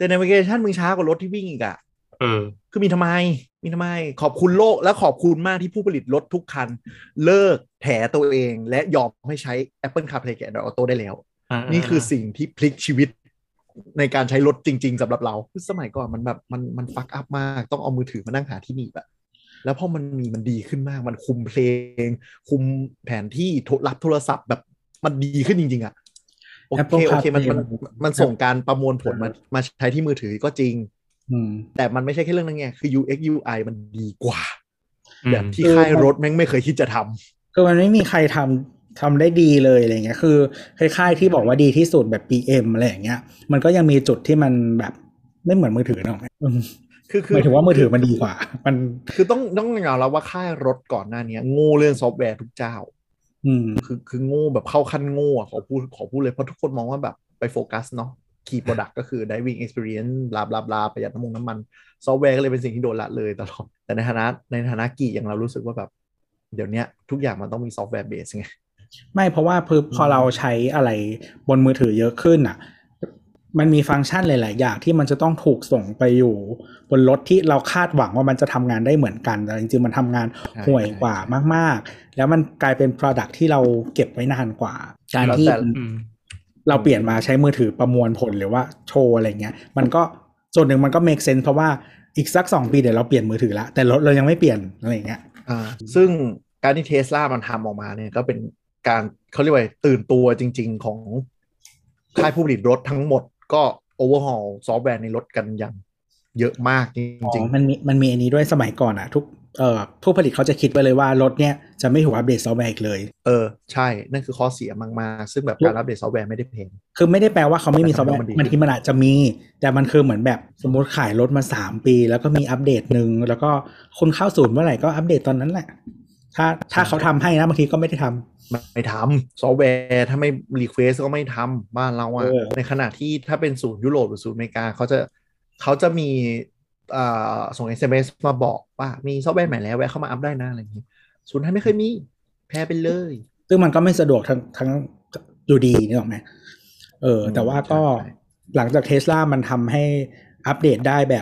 แต่ navigation มึงช้ากว่ารถที่วิ่งอีกอ่ะเออคือมีทำไมมีทำไมขอบคุณโลกและขอบคุณมากที่ผู้ผลิตรถทุกคันเลิกแถตัวเองและยอมให้ใช้ Apple CarPlay กับ Android Auto ได้แล้วนี่คือสิ่งที่พลิกชีวิตในการใช้รถจริงๆสำหรับเราสมัยก่อนมันแบบมันมันฟักอัพมากต้องเอามือถือมานั่งหาที่หนีบอะแล้วพอมันมีมันดีขึ้นมากมันคุมเพลงคุมแผนที่รับโทรศัพท์แบบมันดีขึ้นจริงๆอะโอเคโอเคมันมันมันส่งการประมวลผลมามาใช้ที่มือถือก็จริงแต่มันไม่ใช่แค่เรื่องนั้นไงคือ ยู เอ็กซ์ ยู ไอ มันดีกว่าแบบที่ค่ายรถแม่งไม่เคยคิดจะทำคือมันไม่มีใครทำทำได้ดีเลยอะไรเงี้ยคือคล้ายๆที่บอกว่าดีที่สุดแบบ ปี เอ็ม อะไรอย่างเงี้ยมันก็ยังมีจุดที่มันแบบไม่เหมือนมือถือเนาะคือคือหมายถึงว่ามือถือมันดีกว่ามันคือต้องต้องยอมรับว่าค่ายรถก่อนหน้านี้โง่เรื่องซอฟต์แวร์ทุกเจ้าอืมคือคือโง่แบบเข้าขั้นโง่ขอพูดขอพูดเลยเพราะทุกคนมองว่าแบบไปโฟกัสเนาะคีย์โปรดักต์ก็คือ driving experience บลาบลาบลาประหยัดน้ำมันน้ำมันซอฟต์แวร์ก็เลยเป็นสิ่งที่โดนละเลยตลอดแต่ในฐานะในฐานะกีอย่างเรารู้สึกว่าแบบเดี๋ยวนี้ทุกอย่างมันต้องมีซอฟต์แวร์เบสไงไม่เพราะว่าพอเราใช้อะไรบนมือถือเยอะขึ้นอ่ะมันมีฟังก์ชันหลายๆอย่างที่มันจะต้องถูกส่งไปอยู่บนรถที่เราคาดหวังว่ามันจะทำงานได้เหมือนกันแต่จริงๆมันทำงานห่วยกว่ามากๆแล้วมันกลายเป็น product ที่เราเก็บไว้นานกว่าการที่เราเปลี่ยนมาใช้มือถือประมวลผลหรือว่าโชว์อะไรเงี้ยมันก็ส่วนหนึ่งมันก็ make sense เพราะว่าอีกสักสองปีเดี๋ยวเราเปลี่ยนมือถือแล้วแต่รถเรายังไม่เปลี่ยนอะไรเงี้ยอ่าซึ่งการที่ Tesla มันทำออกมาเนี่ยก็เป็นการเขาเรียกว่าตื่นตัวจริงๆของค่ายผู้ผลิตรถทั้งหมดก็ overhaul ซอฟต์แวร์ในรถกันอย่างเยอะมากจริงๆมันมีมันมีอันนี้ด้วยสมัยก่อนอ่ะทุกเอ่อผู้ผลิตเขาจะคิดไว้เลยว่ารถเนี้ยจะไม่ถูกอัปเดตซอฟต์แวร์อีกเลยเออใช่นั่นคือข้อเสียมากๆซึ่งแบบการอัปเดตซอฟต์แวร์ไม่ได้แพงคือไม่ได้แปลว่าเขาไม่มีซอฟต์แวร์บางทีมันอาจจะมีแต่มันคือเหมือนแบบสมมติขายรถมาสามปีแล้วก็มีอัปเดตนึงแล้วก็คนเข้าศูนย์เมื่อไหร่ก็อัปเดตตอนนั้นแหละถ้าถ้าเขาทำให้นะบางทีก็ไม่ได้ทำไม่ทำซอฟต์แวร์ถ้าไม่รีเควสก็ไม่ทำบ้านเราอะในขณะที่ถ้าเป็นศูนย์ยุโรปหรือศูนย์อเมริกาเขาจะเขาจะมีอ่าส่ง เอส เอ็ม เอส มาบอกว่ามีซอฟต์แวร์ใหม่แล้วแวะเข้ามาอัพได้นะอะไรอย่างนี้ศูนย์ไทยไม่เคยมีแพ้ไปเลยซึ่งมันก็ไม่สะดวกทั้งทั้งอยู่ดีนี่หรอกไหมเออแต่ว่าก็หลังจาก Tesla มันทำให้อัปเดตได้แบบ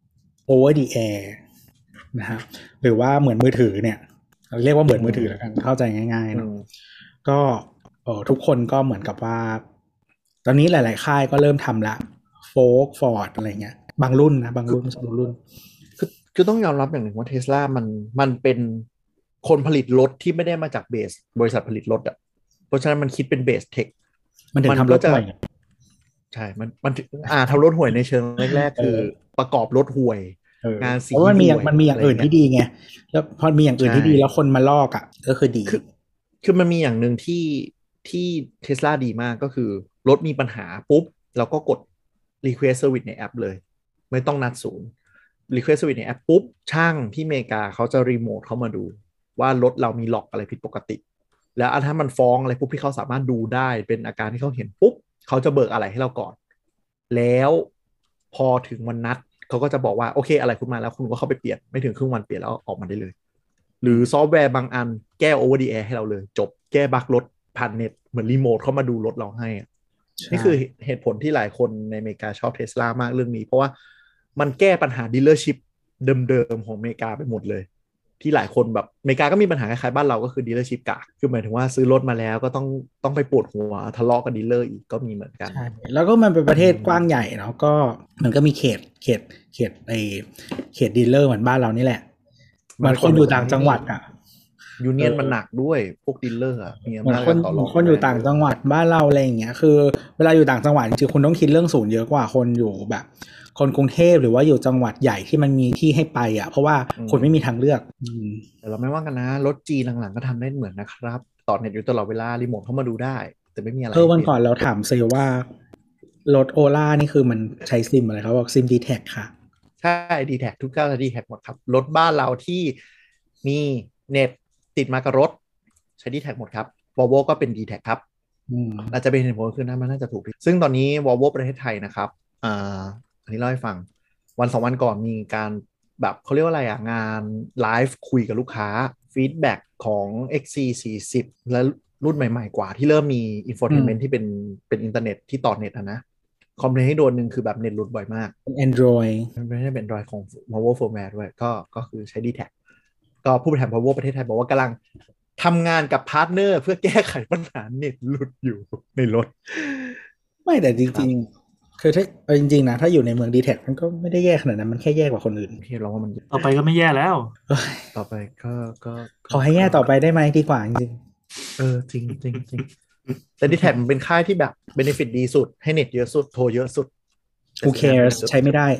over the air นะฮะหรือว่าเหมือนมือถือเนี่ยเรียกว่าเหมือนมือถือแล้วกันเข้าใจง่ายๆเนาะก็เออทุกคนก็เหมือนกับว่าตอนนี้หลายๆค่ายก็เริ่มทำละโฟล์คฟอร์ดอะไรเงี้ยบางรุ่นนะบางรุ่นไม่ใช่บางรุ่นคือคือต้องยอมรับอย่างหนึ่งว่า Tesla มันมันเป็นคนผลิตรถที่ไม่ได้มาจากเบสบริษัทผลิตรถอ่ะเพราะฉะนั้นมันคิดเป็นเบสเทคมันถึงทำรถห่วยใช่มันมันอ่าทำรถห่วยในเชิงแรกๆคือประกอบรถห่วยงานสีเพราะมันมีมันมีอย่างอื่นที่ดีไงแล้วพอมีอย่างอื่นที่ดีแล้วคนมาลอกอ่ะก็คือดีคือคือมันมีอย่างหนึ่งที่ที่ Tesla ดีมากก็คือรถมีปัญหาปุ๊บเราก็กด request service ในแอปเลยไม่ต้องนัดศูนย์ request service ในแอปปุ๊บช่างที่อเมริกาเขาจะรีโมทเข้ามาดูว่ารถเรามีล็อกอะไรผิดปกติแล้วถ้ามันฟ้องอะไรปุ๊บที่เขาสามารถดูได้เป็นอาการที่เขาเห็นปุ๊บเขาจะเบิกอะไรให้เราก่อนแล้วพอถึงวันนัดเขาก็จะบอกว่าโอเคอะไรคุณมาแล้วคุณก็เข้าไปเปลี่ยนไม่ถึงครึ่งวันเปลี่ยนแล้วออกมาได้เลยหรือซอฟต์แวร์บางอันแก้ over the air ให้เราเลยจบแก้บั๊กรถผ่านเน็ตเหมือนรีโมทเข้ามาดูรถเราให้นี่คือเหตุผลที่หลายคนในอเมริกาชอบ Tesla มากเรื่องนี้เพราะว่ามันแก้ปัญหา dealership เดิมๆของอเมริกาไปหมดเลยที่หลายคนแบบอเมริกาก็มีปัญหาคล้ายๆบ้านเราก็คือ dealership กากคือหมายถึงว่าซื้อรถมาแล้วก็ต้องต้องไปปวดหัวทะเลาะกับดีลเลอร์อีกก็มีเหมือนกันใช่แล้วก็มันเป็นประเทศกว้างใหญ่เนาะก็มันก็มีเขตเขตเขตไอเขตดีลเลอร์เหมือนบ้านเรานี่แหละมันคนอยู่ต่างจังหวัดอ่ะยูเนียนมันหนักด้วยพวกดีลเลอร์อ่ะมีอำนาจการต่อรองคนอยู่ต่างจังหวัดบ้านเราอะไรอย่างเงี้ยคือเวลาอยู่ต่างจังหวัดจริงๆคุณต้องคิดเรื่องศูนย์เยอะกว่าคนอยู่แบบคนกรุงเทพหรือว่าอยู่จังหวัดใหญ่ที่มันมีที่ให้ไปอ่ะเพราะว่าคนไม่มีทางเลือกแต่เราไม่ว่ากันนะรถจีนหลังๆก็ทำได้เหมือนนะครับต่อเน็ตอยู่ตลอดเวลารีโมทเข้ามาดูได้แต่ไม่มีอะไรเออวันก่อนเราถามเซลว่ารถโอล่านี่คือมันใช้ซิมอะไรครับบอกซิม ดี แท็ก ค่ะใช่ ดี แท็ก ทุกเจ้าใช้ ดี แท็ก หมดครับรถบ้านเราที่มีเน็ตติดมากับรถใช้ ดี แท็ก หมดครับ Volvo ก็เป็น ดี แท็ก ครับอาจจะเป็นเหตุผลคือนั้นมันน่าจะถูกซึ่งตอนนี้ Volvo ประเทศไทยนะครับอ่าอันนี้เล่าให้ฟังวันสองวันก่อนมีการแบบเขาเรียกว่าอะไรอ่ะงานไลฟ์คุยกับลูกค้าฟีดแบ็กของ เอ็กซ์ ซี สี่สิบ และรุ่นใหม่ๆกว่าที่เริ่มมีอินโฟเทนเมนต์ที่เป็นเป็นอินเทอร์เน็ตที่ต่อเน็ตนะคอมเพลนให้โดนหนึ่งคือแบบเน็ตหลุดบ่อยมากเป็น Android มันไม่ใช่เป็น Android ของ Power Firmware ด้วยก็ก็คือใช้ ดี แท็ก ก็ผู้บริหาร Power ประเทศไทยบอกว่ากำลังทำงานกับพาร์ทเนอร์เพื่อแก้ไขปัญหาเน็ตหลุดอยู่ในรถไม่แต่จริงๆคือถ้าจริงๆนะถ้าอยู่ในเมือง ดี แท็ก มันก็ไม่ได้แย่ขนาดนั้นมันแค่แย่กว่าคนอื่นที่เราว่ามันต่อไปก็ไม่แย่แล้วต่อไปก็ก็ขอให้แย่ต่อไปได้ไหมดีกว่าจริงๆเออจริงจริงจริงแต่ ดี แท็ก มันเป็นค่ายที่แบบ benefit ดีสุดให้เน็ตเยอะสุดโทรเยอะสุด Who cares ใช้ไม่ได้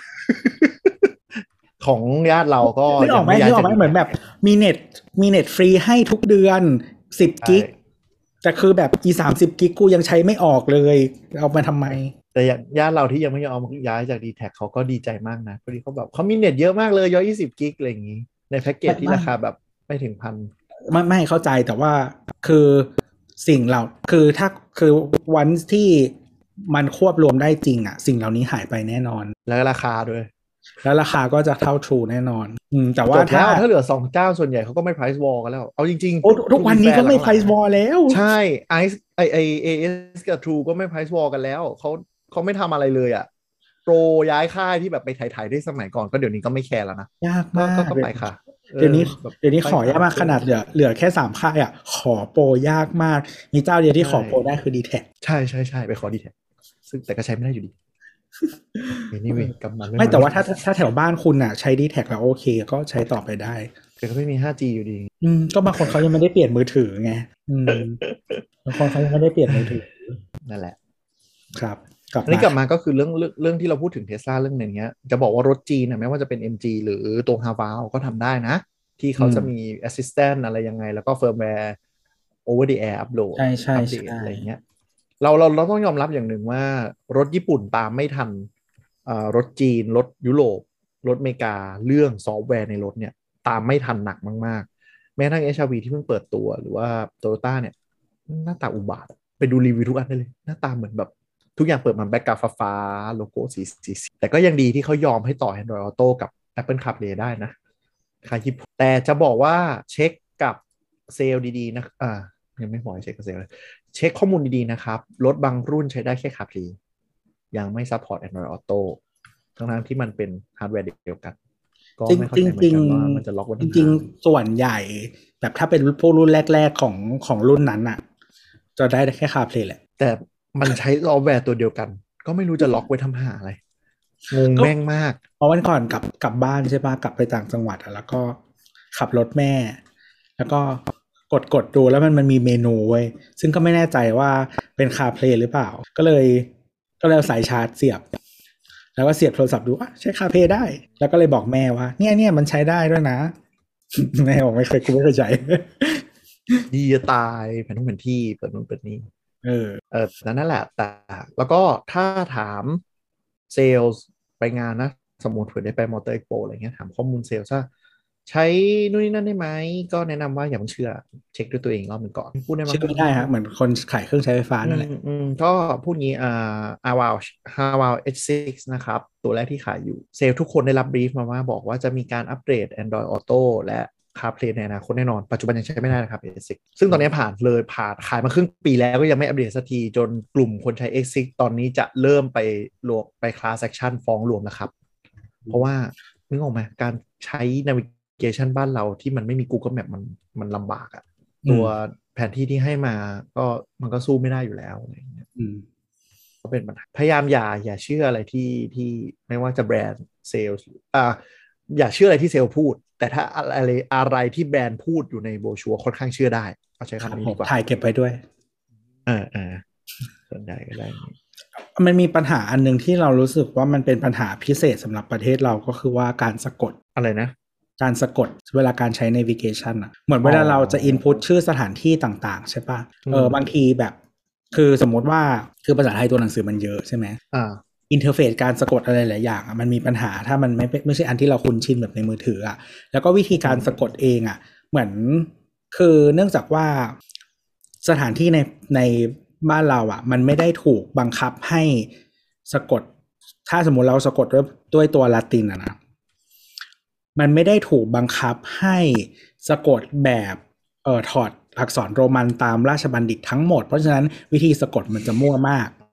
ของญาติเราก็นึกออกไหมนึกออกไหมเหมือนแบบมีเน็ตมีเน็ตฟรีให้ทุกเดือนสิบกิกแต่คือแบบอีสามสิบกิกกูยังใช้ไม่ออกเลยเอามาทำไมแต่ญาติเราที่ยังไม่ยอมย้ายจาก ดี แท็ก เขาก็ดีใจมากนะพอดีเขาแบบเขามีเน็ตเยอะมากเลยย้อยยี่สิบกิกอะไรอย่างงี้ในแพ็กเกจที่ราคาแบบไม่ถึงพันไม่ไม่เข้าใจแต่ว่าคือสิ่งเราคือถ้าคือวันที่มันควบรวมได้จริงอ่ะสิ่งเหล่านี้หายไปแน่นอนแล้วราคาด้วยแล้วราคาก็จะเท่า True แน่นอนอืมแต่ว่าถ้าถ้าเหลือสองเจ้าส่วนใหญ่เขาก็ไม่ price war กันแล้วเอาจริงๆทุกวันนี้ก็ไม่ price war แล้วใช่ Ice ไอไอ เอ เอส กับ True ก็ไม่ price war กันแล้วเขาเขาไม่ทำอะไรเลยอ่ะโปรย้ายค่ายที่แบบไปถ่ายๆได้สมัยก่อนก็เดี๋ยวนี้ก็ไม่แคร์แล้วนะยากมากก็ไปค่ะเดี๋ยวนี้เดี๋ยวนี้ขอยากมากขนาดเหลือเหลือแค่สามค่ายอ่ะขอโปรยากมากมีเจ้าเดียวที่ขอโปรได้คือ ดี แท็กใช่ใช่ใช่ไปขอ ดี แท็ก ซึ่งแต่ก็ใช้ไม่ได้อยู่ดีนี่เว้ยกำมันไม่แต่ว่าถ้าถ้าแถวบ้านคุณอ่ะใช้ ดี แท็ก แล้วโอเคก็ใช้ต่อไปได้แต่ก็ไม่มี ห้าจี อยู่ดีอืมก็บางคนเขายังไม่ได้เปลี่ยนมือถือไงอืมบางคนเขายังไม่ได้เปลี่ยนมือถือนั่นแหละครับอันนี้กลับมาก็คือเรื่องเรื่องเรื่องที่เราพูดถึง Tesla เรื่องอย่างเงี้ยจะบอกว่ารถจีนนะไม่ว่าจะเป็น เอ็ม จี หรือตัว Haval ก็ทำได้นะที่เขาจะมี assistant อะไรยังไงแล้วก็ firmware over the air upload อัปเดตอะไรเงี้ยเราเราเราต้องยอมรับอย่างหนึ่งว่ารถญี่ปุ่นตามไม่ทันรถจีนรถยุโรปรถอเมริกาเรื่องซอฟต์แวร์ในรถเนี่ยตามไม่ทันหนักมากๆแม้ทั้ง เอช อาร์ วี ที่เพิ่งเปิดตัวหรือว่า Toyota เนี่ยหน้าตาอุบาทไปดูรีวิวทุกอันได้เลยหน้าตาเหมือนแบบทุกอย่างเปิดมาแบ็กกราวด์ฟ้าๆโลโก้สีสีแต่ก็ยังดีที่เขายอมให้ต่อ Android Auto กับ Apple CarPlay ได้นะใครที่แต่จะบอกว่าเช็คกับเซลล์ดีๆนะอ่ายังไม่พอเช็คกับเซลล์เลยเช็คข้อมูลดีๆนะครับรถบางรุ่นใช้ได้แค่ CarPlay ยังไม่ซัพพอร์ต Android Auto ทั้งๆที่มันเป็นฮาร์ดแวร์เดียวกันก็ไม่เข้าใจเหมือนกันว่ามันจะล็อกไว้จริงๆส่วนใหญ่แบบถ้าเป็นพวกรุ่นแรกๆของของรุ่นนั้นอ่ะจะได้แค่ CarPlay แหละแต่มันใช้ซอฟต์แวร์ตัวเดียวกันก็ไม่รู้จะล็อกไว้ทำหาอะไรงงแม่งมากเพราะวันก่อนกลับกลับบ้านใช่ปะกลับไปต่างจังหวัดแล้วก็ขับรถแม่แล้วก็กดกดดูแล้วมันมันมีเมนูไว้ซึ่งก็ไม่แน่ใจว่าเป็น CarPlay หรือเปล่าก็เลยก็เลยเอาสายชาร์จเสียบแล้วก็เสียบโทรศัพท์ดูอ่ะใช้ CarPlay ได้แล้วก็เลยบอกแม่ว่าเนี่ยเนี่ยมันใช้ได้ด้วยนะแม่บอกไม่เคยกูไม่เคยใช้ดีจะตายแผนทุกแผนที่เปิดนู่นเปิดนี่เออเออนั่นแหละแต่แล้วก็ถ้าถามเซลล์ไปงานนะสมมติเผื่อได้ไปมอเตอร์เอ็กโปอะไรเงี้ยถามข้อมูลเซลล์ว่าใช้นู่นนี่นั่นได้ไหมก็แนะนำว่าอย่าเพิ่งเชื่อเช็คด้วยตัวเองรอบหนึ่งก่อนพูดได้ไหมเช็คไม่ได้ฮะเหมือนคนขายเครื่องใช้ไฟฟ้านั่นแหละอืมก็พูดงี้อ่า Haval Haval เอช ซิกซ์ นะครับตัวแรกที่ขายอยู่เซลล์ทุกคนได้รับบรีฟมาว่าบอกว่าจะมีการอัปเกรด Android Auto และ CarPlay ในอนาคตแน่นอนปัจจุบันยังใช้ไม่ได้นะครับ เอ ซิกซ์ ซึ่งตอนนี้ผ่านเลยผ่านขายมาครึ่งปีแล้วก็ยังไม่อัปเดตสักทีจนกลุ่มคนใช้ เอ ซิกซ์ ตอนนี้จะเริ่มไปรวมไป class action ฟ้องรวมแล้วครับเพราะว่านึกออกไหมการใช้ navigation บ้านเราที่มันไม่มี Google Map มันมันลำบากอะตัวแผนที่ที่ให้มาก็มันก็สู้ไม่ได้อยู่แล้วอะไรอย่างเงี้ยก็เป็นปัญหาพยายามอย่าอย่าเชื่ออะไรที่ที่ไม่ว่าจะแบรนด์เซลล์อ่าอย่าเชื่ออะไรที่เซลล์พูดแต่ถ้าอะไรอะไรที่แบรนด์พูดอยู่ในโบรชัวร์ค่อนข้างเชื่อได้เอาใช้คำนี้ดีกว่าถ่ายเก็บไว้ด้วยเออเออส่วนใหญ่ก็ได้มันมีปัญหาอันนึงที่เรารู้สึกว่ามันเป็นปัญหาพิเศษสำหรับประเทศเราก็คือว่าการสะกดอะไรนะการสะกดเวลาการใช้ navigation อ่ะเหมือนเวลาเราจะ input ชื่อสถานที่ต่างๆใช่ป่ะเออบางทีแบบคือสมมติว่าคือภาษาไทยตัวหนังสือมันเยอะใช่ไหมอ่าอินเทอร์เฟซการสะกดอะไรหลายอย่างอ่ะมันมีปัญหาถ้ามันไม่ไม่ใช่อันที่เราคุ้นชินแบบในมือถืออ่ะแล้วก็วิธีการสะกดเองอ่ะเหมือนคือเนื่องจากว่าสถานที่ในในบ้านเราอ่ะมันไม่ได้ถูกบังคับให้สะกดถ้าสมมุติเราสะกดด้วยด้วยตัวละตินอ่ะนะมันไม่ได้ถูกบังคับให้สะกดแบบเอ่อถอดอักษรโรมันตามราชบัณฑิตทั้งหมดเพราะฉะนั้นวิธีสะกดมันจะมั่วมาก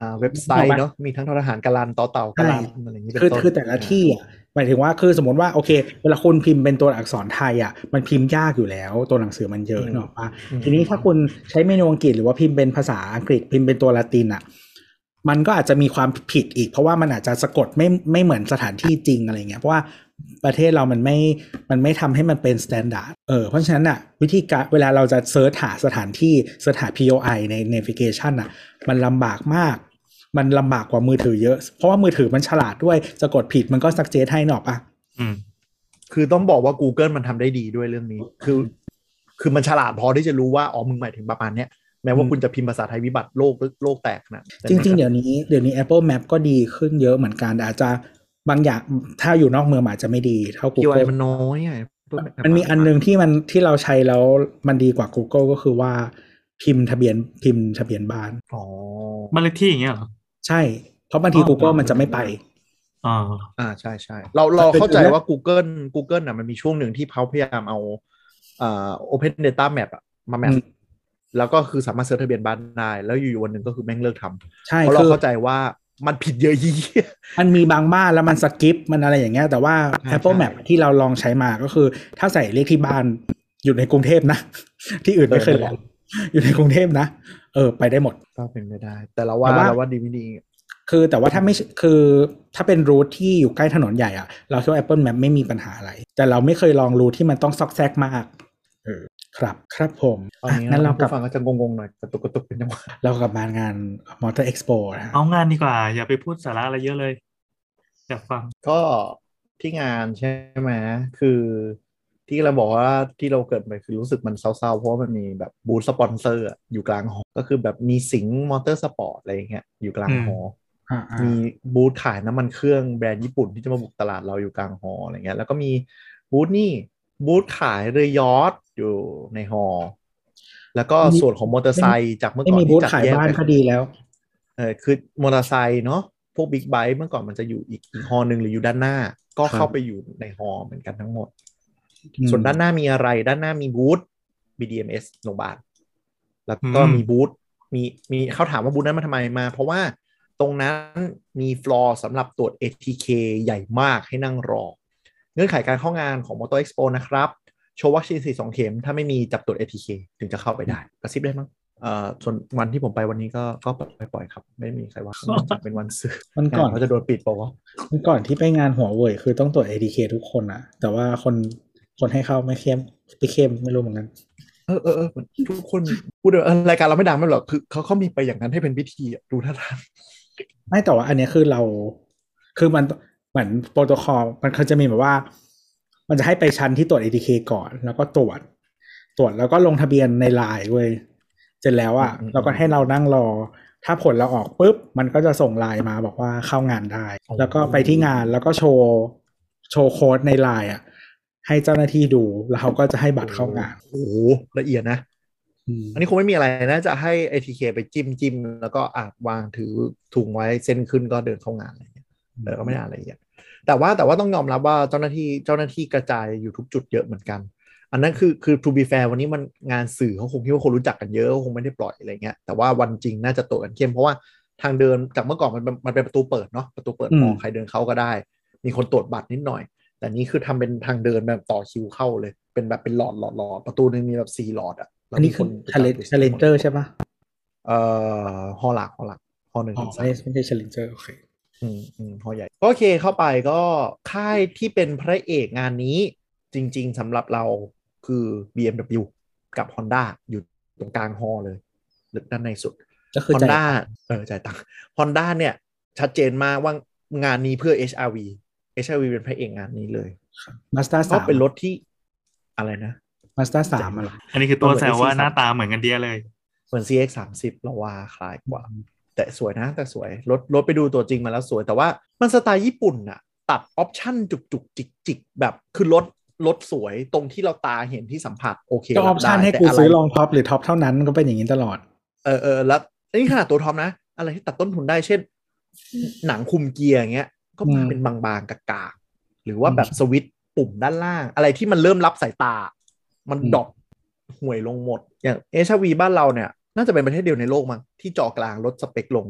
าเว็บไซต์เนาะมีทั้งททหารกาลันต่อเต่ากาลันอะไรอย่างนี้เป็นต้นคือแต่ละที่อ่ะหมายถึงว่าคือสมมติว่าโอเคเวลาคุณพิมพ์เป็นตัวอักษรไทยอ่ะมันพิมพ์ยากอยู่แล้วตัวหนังสือมันเยอะเนาะป่ะทีนี้ถ้าคุณใช้เมนูอังกฤษหรือว่าพิมพ์เป็นภาษาอังกฤษพิมพ์เป็นตัวละตินอ่ะมันก็อาจจะมีความผิดอีกเพราะว่ามันอาจจะสะกดไม่ไม่เหมือนสถานที่จริงอะไรเงี้ยเพราะว่าประเทศเรามันไม่มันไม่ทำให้มันเป็นสแตนดาร์ดเออเพราะฉะนั้นอ่ะวิธีการเวลาเราจะเซิร์ชหาสถานที่เซิร์ชหา พี โอ ไอ ใน navigation อ่ะมันลำบากมากมันลำบากกว่ามือถือเยอะเพราะว่ามือถือมันฉลาดด้วยจะกดผิดมันก็ซักเจสให้หนอกป่ะอืมคือต้องบอกว่า Google มันทำได้ดีด้วยเรื่องนี้คือคือมันฉลาดพอที่จะรู้ว่าอ๋อมึงหมายถึงประมาณเนี้ยแม้ว่าคุณจะพิมพ์ภาษาไทยวิบัติโลกโลกแตกนะจริงๆเดี๋ยวนี้เดี๋ยวนี้ Apple Map ก็ดีขึ้นเยอะเหมือนกันแต่อาจจะบางอย่างถ้าอยู่นอกเมืองอาจจะไม่ดีเท่า Google มันน้อยอ่ะมันมีอันนึงที่มันที่เราใช้แล้วมันดีกว่า Google ก็คือว่าพิมพ์ทะเบียนพิมพ์ทะเบียนบ้านอ๋อบ้านเลขที่อย่างเงี้ยเหรอใช่เพราะบางที Google มันจะไม่ไปอ่าอ่าใช่ใช่เราเราเข้าใจว่า Google Google น่ะมันมีช่วงหนึ่งที่เขาพยายามเอาอ่า Open Data Map อ่ะมาแมปแล้วก็คือสามารถเซิร์ชทะเบียนบ้านได้แล้วอยู่ๆวันหนึ่งก็คือแม่งเลิกทำเพราะเราเข้าใจว่ามันผิดเยอะยี่มันมีบางบ้านแล้วมันสกิปมันอะไรอย่างเงี้ยแต่ว่า Apple Map ที่เราลองใช้มาก็คือถ้าใส่เลขที่บ้านอยู่ในกรุงเทพนะที่อื่นไม่เคยลองอยู่ในกรุงเทพนะเออไปได้หมดก็เป็นไม่ได้แต่เราว่าเราว่าดีไม่ดีคือแต่ว่าถ้าไม่คือถ้าเป็นรูทที่อยู่ใกล้ถนนใหญ่อะเราคิดว่า Apple Map ไม่มีปัญหาอะไรแต่เราไม่เคยลองรูทที่มันต้องซอกแซกมากเออครับครับผมตอนนี้งั้นเรากลับฟังก็จะงงๆหน่อยกระตุกกระตุกเป็นจังหวะเรากลับมางาน Motor Expo นะเอางานดีกว่าอย่าไปพูดสาระอะไรเยอะเลยอยากฟังก็ที่งานใช่ไหมคือที่เราบอกว่าที่เราเกิดไปคือรู้สึกมันเศร้าๆเพราะมันมีแบบบูธสปอนเซอร์อยู่กลางหอก็คือแบบมีสิงห์มอเตอร์สปอร์ตอะไรอย่างเงี้ยอยู่กลางหอมีบูธขายน้ำมันเครื่องแบรนด์ญี่ปุ่นที่จะมาบุกตลาดเราอยู่กลางหออะไรเงี้ยแล้วก็มีบูธนี่บูธขายเรือยอทอยู่ในหอแล้วก็ส่วนของมอเตอร์ไซค์จากเมื่อก่อนที่จัดแยกไปก็ดีแล้วเออคือมอเตอร์ไซค์เนาะพวกบิ๊กไบค์เมื่อก่อนมันจะอยู่อีกอีกฮอหนึ่งหรืออยู่ด้านหน้าก็เข้าไปอยู่ในฮอเหมือนกันทั้งหมดส่วนด้านหน้ามีอะไรด้านหน้ามีบูธ บี ดี เอ็ม เอส โรงพยาบาลแล้วก็มีบูธมีมีเขาถามว่าบูธนั้นมาทำไมมาเพราะว่าตรงนั้นมีฟลอร์สำหรับตรวจ เอ ที เค ใหญ่มากให้นั่งรอเงื่อนไขการเข้างานของ Motor Expo นะครับโชว์วัคซีนสี่สองเข็มถ้าไม่มีจับตรวจ เอ ที เค ถึงจะเข้าไปได้กระซิบได้มั้งเอ่อส่วนวันที่ผมไปวันนี้ก็ก็ปล่อยๆครับไม่มีใครว่าเป็นวันซื้อมันก่อนเขาจะโดนปิดเปล่าวะมันก่อนที่ไปงานหัวเว่ยคือต้องตรวจ เอ ที เค ทุกคนอะแต่ว่าคนคนให้เข้าไม่เข้มไม่เข้มไม่รู้เหมือนกันเออเออเออทุกคนพูดเออรายการเราไม่ดังไม่หรอกคือเขาเขามีไปอย่างนั้นให้เป็นพิธีอ่ะดูท่าทางไม่แต่ว่าอันนี้คือเราคือมันเหมือนโปรโตคอลมันเขาจะมีแบบว่ามันจะให้ไปชั้นที่ตรวจ เอ ที เค ก่อนแล้วก็ตรวจตรวจแล้วก็ลงทะเบียนในไลน์เว้ยเสร็จแล้วอ่ะเราก็ให้เรานั่งรอถ้าผลเราออกปุ๊บมันก็จะส่งไลน์มาบอกว่าเข้างานได้แล้วก็ไปที่งานแล้วก็โชว์โชว์โค้ดในไลน์อ่ะให้เจ้าหน้าที่ดูแล้วเขาก็จะให้บัตรเข้างานโอ้โหละเอียดนะอันนี้คงไม่มีอะไรนะจะให้ เอ ที เค ไปจิ้มจิ้มแล้วก็อ่ะวางถือถุงไว้เส้นขึ้นก็เดินเข้างานอะไรอย่างเงี้ยเออก็ไม่ได้อะไรอย่างเงี้ยแต่ว่าแต่ว่าต้องยอมรับว่าเจ้าหน้าที่เจ้าหน้าที่กระจายอยู่ทุกจุดเยอะเหมือนกันอันนั้นคือคือ to be fair วันนี้มันงานสื่อเขาคงคิดว่าคนรู้จักกันเยอะคงไม่ได้ปล่อยอะไรเงี้ยแต่ว่าวันจริงน่าจะตรวจกันเข้มเพราะว่าทางเดินจากเมื่อก่อนมันมันเป็นประตูเปิดเนาะประตูเปิดมองใครเดินเข้าก็ได้มีคนตรวจบัตรนิดหน่อยแต่นี้คือทำเป็นทางเดินแบบต่อคิวเข้าเลยเป็นแบบเป็นหลอดหลอดหลอดประตูนึงมีแบบสี่หลอดอ่ะอันนี้คือชาเลนเจอร์ใช่ปะเอ่อฮอลล์หลักฮอลล์หลักฮอลล์หนึ่งถึงสามไม่ใช่ชาเลนเจอร์โอเคอืมอืมฮอลล์ใหญ่โอเคเข้าไปก็ค่ายที่เป็นพระเอกงานนี้จริงๆสำหรับเราคือ บี เอ็ม ดับเบิลยู กับ Honda อยู่ตรงกลางฮอลล์เลยหรือด้านในสุด Honda เออจ่ายตังค์ Honda เนี่ยชัดเจนมากว่างานนี้เพื่อ เอช อาร์ วี เอช อาร์ วี เป็นพระเอกงานนี้เลย Mazda สามก็เป็นรถที่อะไรนะ Mazda สามอ่ะอันนี้คือตัวแซวว่าหน้าตาเหมือนกันเดียเลยเหมือน ซี เอ็กซ์ สามสิบ เราว่าคล้ายกว่าแต่สวยนะแต่สวยรถรถไปดูตัวจริงมาแล้วสวยแต่ว่ามันสไตล์ญี่ปุ่นอะตัดออปชั่นจุกๆจิกๆแบบคือรถรถสวยตรงที่เราตาเห็นที่สัมผัสโอเคก็ออปชั่นให้กูซื้อรองท็อปหรือท็อปเท่านั้นก็เป็นอย่างนี้ตลอดเออเออแล้วนี่ขนาดตัวท็อปนะอะไรที่ตัดต้นทุนได้เช่นหนังคุมเกียร์อย่างเงี้ยก็มาเป็นบางๆกากๆหรือว่าแบบสวิตช์ปุ่มด้านล่างอะไรที่มันเริ่มรับสายตามันดรอปห่วยลงหมดอย่าง เอช อาร์ วี บ้านเราเนี่ยน่าจะเป็นประเทศเดียวในโลกมั้งที่จอกลางลดสเปคลง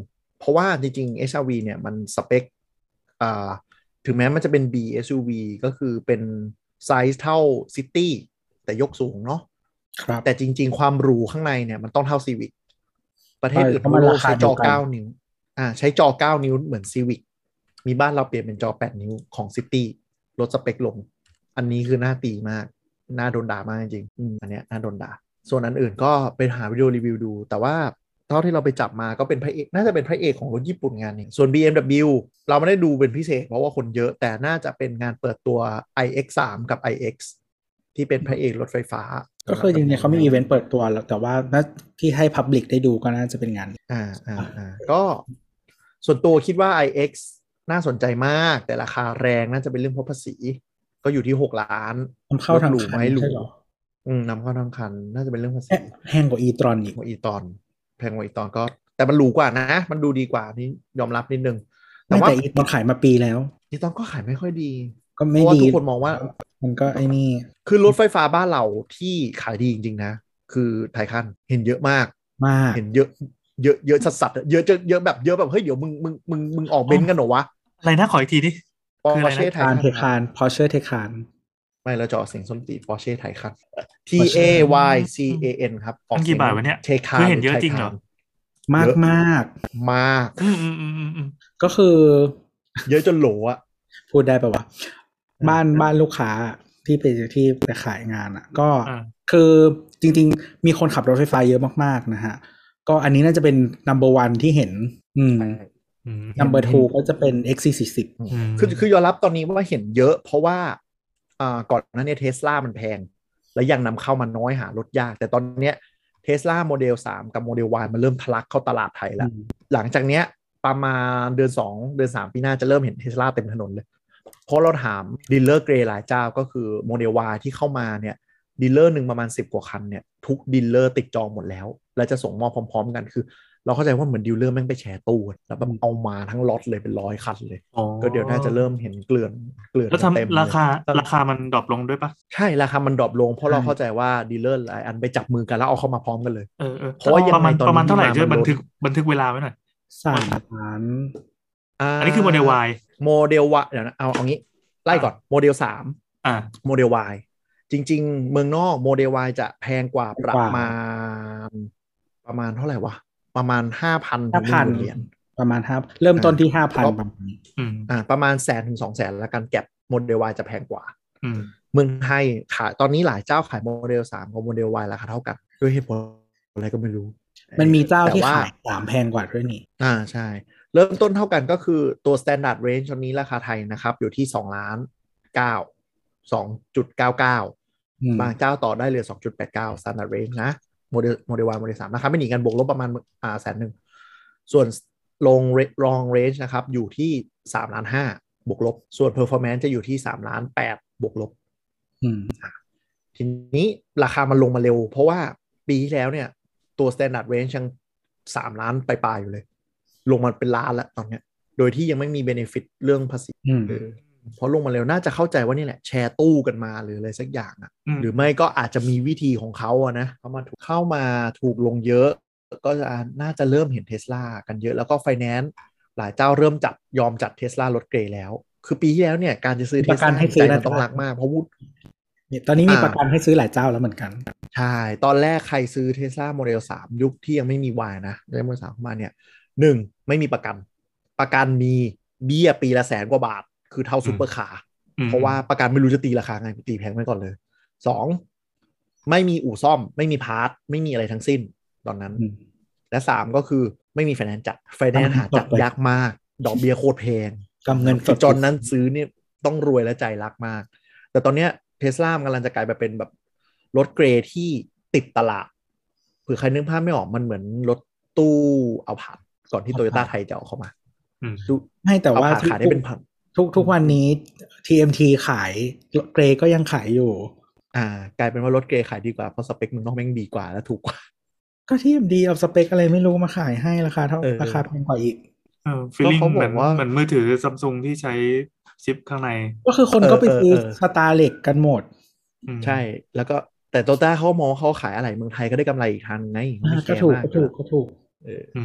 เพราะว่าจริงๆ เอช อาร์ วี เนี่ยมันสเปคอ่าถึงแม้มันจะเป็น B เอส ยู วี ก็คือเป็นไซส์เท่า City แต่ยกสูงเนาะครับแต่จริงๆความหรูข้างในเนี่ยมันต้องเท่า Civic ประเทศอื่นทั่วโลกใช้จอเก้านิ้วอ่าใช้จอเก้านิ้วเหมือน Civic มีบ้านเราเปลี่ยนเป็นจอแปดนิ้วของ City ลดสเปคลงอันนี้คือหน้าตีมากน่าโดนด่ามากจริงๆ อ, อันเนี้ยน่าโดนด่าส่วนอันอื่นก็ไปหาวิดีโอรีวิวดูแต่ว่าเท่าที่เราไปจับมาก็เป็นพระเอกน่าจะเป็นพระเอกของรถญี่ปุ่นงานนี้ส่วน บี เอ็ม ดับเบิลยู เราไม่ได้ดูเป็นพิเศษเพราะว่าคนเยอะแต่น่าจะเป็นงานเปิดตัว ไอ เอ็กซ์ สาม กับ ไอ เอ็กซ์ ที่เป็นพระเอกรถไฟฟ้าก็คือจริงๆเขามีอีเวนต์เปิดตัวแล้วแต่ว่าที่ให้ Public ได้ดูก็น่าจะเป็นงานอ่าอ่าอ่าก็ส่วนตัวคิดว่า ไอ เอ็กซ์ น่าสนใจมากแต่ราคาแรงน่าจะเป็นเรื่องเพราะภาษีก็อยู่ที่หกล้านนำเข้าทางคันใช่หรออืมนำเข้าทางคันน่าจะเป็นเรื่องภาษีแพงกว่า e-tron อีกกว่า e-tron แพงกว่า e-tron ก็แต่มันหรูกว่านะมันดูดีกว่านี่ยอมรับนิดนึงแต่ว่า e-tron ขายมาปีแล้ว e-tron ก็ขายไม่ค่อยดีก็ไม่ดีทุกคนมองว่ามันก็ไอ้นี่คือรถไฟฟ้าบ้านเราที่ขายดีจริงๆนะคือไทคันเห็นเยอะมากมากเห็นเยอะเยอะเยอะสัสๆเยอะเยอะแบบเยอะแบบเฮ้ยเดี๋ยวมึงมึงมึงมึงออกเบนซ์กันเหรอวะอะไรนะขออีกทีดิคืออะไรนะไทคันไทคัน Porsche Taycan ไม่เราจะออกเสียงส้นตีน Porsche Taycan T A Y C A N ครับออกกี่บาทวะเนี่ยคือเห็นเยอะจริงเหรอมากมากมากก็คือเยอะจนโหลอะพูดได้ป่าววะบ้านบ้านลูกค้าที่ไปที่ไปขายงานอ่ะก็คือจริงๆมีคนขับรถไฟฟ้าเยอะมากๆนะฮะก็อันนี้น่าจะเป็น number one ที่เห็นอืม number two ก็จะเป็น เอ็กซ์ ซี สี่สิบคือคือยอมรับตอนนี้ว่าเห็นเยอะเพราะว่าอ่าก่อนหน้านี้ Tesla มันแพงและยังนำเข้ามาน้อยหารถยากแต่ตอนเนี้ย Tesla Model สามกับ Model Y มันเริ่มทะลักเข้าตลาดไทยแล้วหลังจากเนี้ยประมาณเดือนสองเดือนสามปีหน้าจะเริ่มเห็น Tesla เต็มถนนเลยเพราะเราถามดีลเลอร์เกรย์หลายเจ้าก็คือ Model Y ที่เข้ามาเนี่ยดีลเลอร์หนึ่งประมาณสิบกว่าคันเนี่ยทุกดีลเลอร์ติดจองหมดแล้วและจะส่งมอบพร้อมๆกันคือเราเข้าใจว่าเหมือนดีลเลอร์แม่งไปแชร์ตู้แล้วแบบเอามาทั้งล็อตเลยเป็นร้อยคันเลยก็เดี๋ยวน่าจะเริ่มเห็นเกลื่อนเกลื่อนแล้วทำราคาราคามันดรอปลงด้วยปะใช่ราคามันดรอปลงเพราะเราเข้าใจว่าดีลเลอร์หลายอันไปจับมือกันแล้วเอาเข้ามาพร้อมกันเลยเออเพราะว่าประมาณประมาณเท่าไหร่ช่วยบันทึกบันทึกเวลาไว้หน่อยสามล้านอันนี้คือโมเดล Y โมเดล Y เดี๋ยวนะเอาเอางี้ไล่ก่อนโมเดลสามอ่าโมเดล Y จริงๆเมืองนอกโมเดล Y จะแพงกว่าประมาณประมาณเท่าไหร่วะประมาณ ห้าพัน ถึง หนึ่งหมื่น เหรียญประมาณห้าเริ่มต้นที่ ห้าพัน ประมาณนี้อ่าประมาณแสนถึง สองแสน แล้วกันแก็บโมเดล Y จะแพงกว่าอืมเมืองไทยขายตอนนี้หลายเจ้าขายโมเดลสามกับโมเดล Y ราคาเท่ากันด้วยเหตุผลอะไรก็ไม่รู้มันมีเจ้าที่ขายสามแพงกว่าด้วยนี่อ่าใช่เริ่มต้นเท่ากันก็คือตัว standard range ตอนนี้ราคาไทยนะครับอยู่ที่สองล้านเก้า สองจุดเก้าเก้า บางเจ้าต่อได้เหลือ สองจุดแปดเก้า standard range นะโมเดลโมเดล Y โมเดลสามนะครับไม่หนีกันบวกลบประมาณอ่าแสนหนึ่งส่วนลง long range นะครับอยู่ที่สามล้านห้าบวกลบส่วน performance จะอยู่ที่สามล้านแปดบวกลบอืมทีนี้ราคามันลงมาเร็วเพราะว่าปีที่แล้วเนี่ยตัว standard range ยังสามล้านปลายๆอยู่เลยลงมาเป็นล้านแล้วตอนเนี้ยโดยที่ยังไม่มี benefit เรื่องภาษีเพราะลงมาเร็วน่าจะเข้าใจว่านี่แหละแชร์ตู้กันมาหรืออะไรสักอย่างอ่ะหรือไม่ก็อาจจะมีวิธีของเขาอะนะเขามาถูกเข้ามาถูกลงเยอะก็จะน่าจะเริ่มเห็น Tesla กันเยอะแล้วก็ Finance หลายเจ้าเริ่มจัดยอมจัด Tesla รถเกรย์แล้วคือปีที่แล้วเนี่ยการจะซื้อ Tesla ให้ซื้อต้องรักมากเพราะวุฒิตอนนี้มีประกันให้ซื้อหลายเจ้าแล้วเหมือนกันใช่ตอนแรกใครซื้อ Tesla Model สามยุคที่ยังไม่มี Y นะได้ Model สามเข้ามาเนี่ยหนึ่งไม่มีประกันประกันมีเบี้ยปีละแสนกว่าบาทคือเท่าซุปเปอร์คาร์เพราะว่าประกันไม่รู้จะตีราคาไงตีแพงไว้ก่อนเลยสองไม่มีอู่ซ่อมไม่มีพาร์ทไม่มีอะไรทั้งสิ้นตอนนั้นและสามก็คือไม่มีไฟแนนซ์จัดไฟแนนซ์หาจัดยากมากดอกเบี้ยโคตรแพงกำเงินจนนั้นซื้อเนี่ยต้องรวยและใจรักมากแต่ตอนเนี้ยเทสลามันกำลังจะกลายไปเป็นแบบรถเกรย์ที่ติดตลาดเผื่อใครนึกภาพไม่ออกมันเหมือนรถตู้เอาผ่านก่อนที่โตโยต้าไทยจะเอาเข้ามาไม่แต่ว่าขายได้เป็นพันทุกทุกวันนี้ ที เอ็ม ที ขายเกรย์ก็ยังขายอยู่อ่ากลายเป็นว่ารถเกรย์ขายดีกว่าเพราะสเปคมันต้องแม่งดีกว่าและถูกกว่าก็ ที เอ็ม ที เอาสเปคอะไรไม่รู้มาขายให้ราคาเท่าราคาแพงกว่าอีกเออฟีลลิ่งเหมือนเหมือนมือถือ Samsung ที่ใช้ชิปข้างในก็คือคนก็ไปซื้อ Starlink กันหมดใช่แล้วก็แต่โตต้าเขามองเขาขายอะไรเมืองไทยก็ได้กำไรอีกทางไงก็ถูกก็ถูกก็ถูกเออ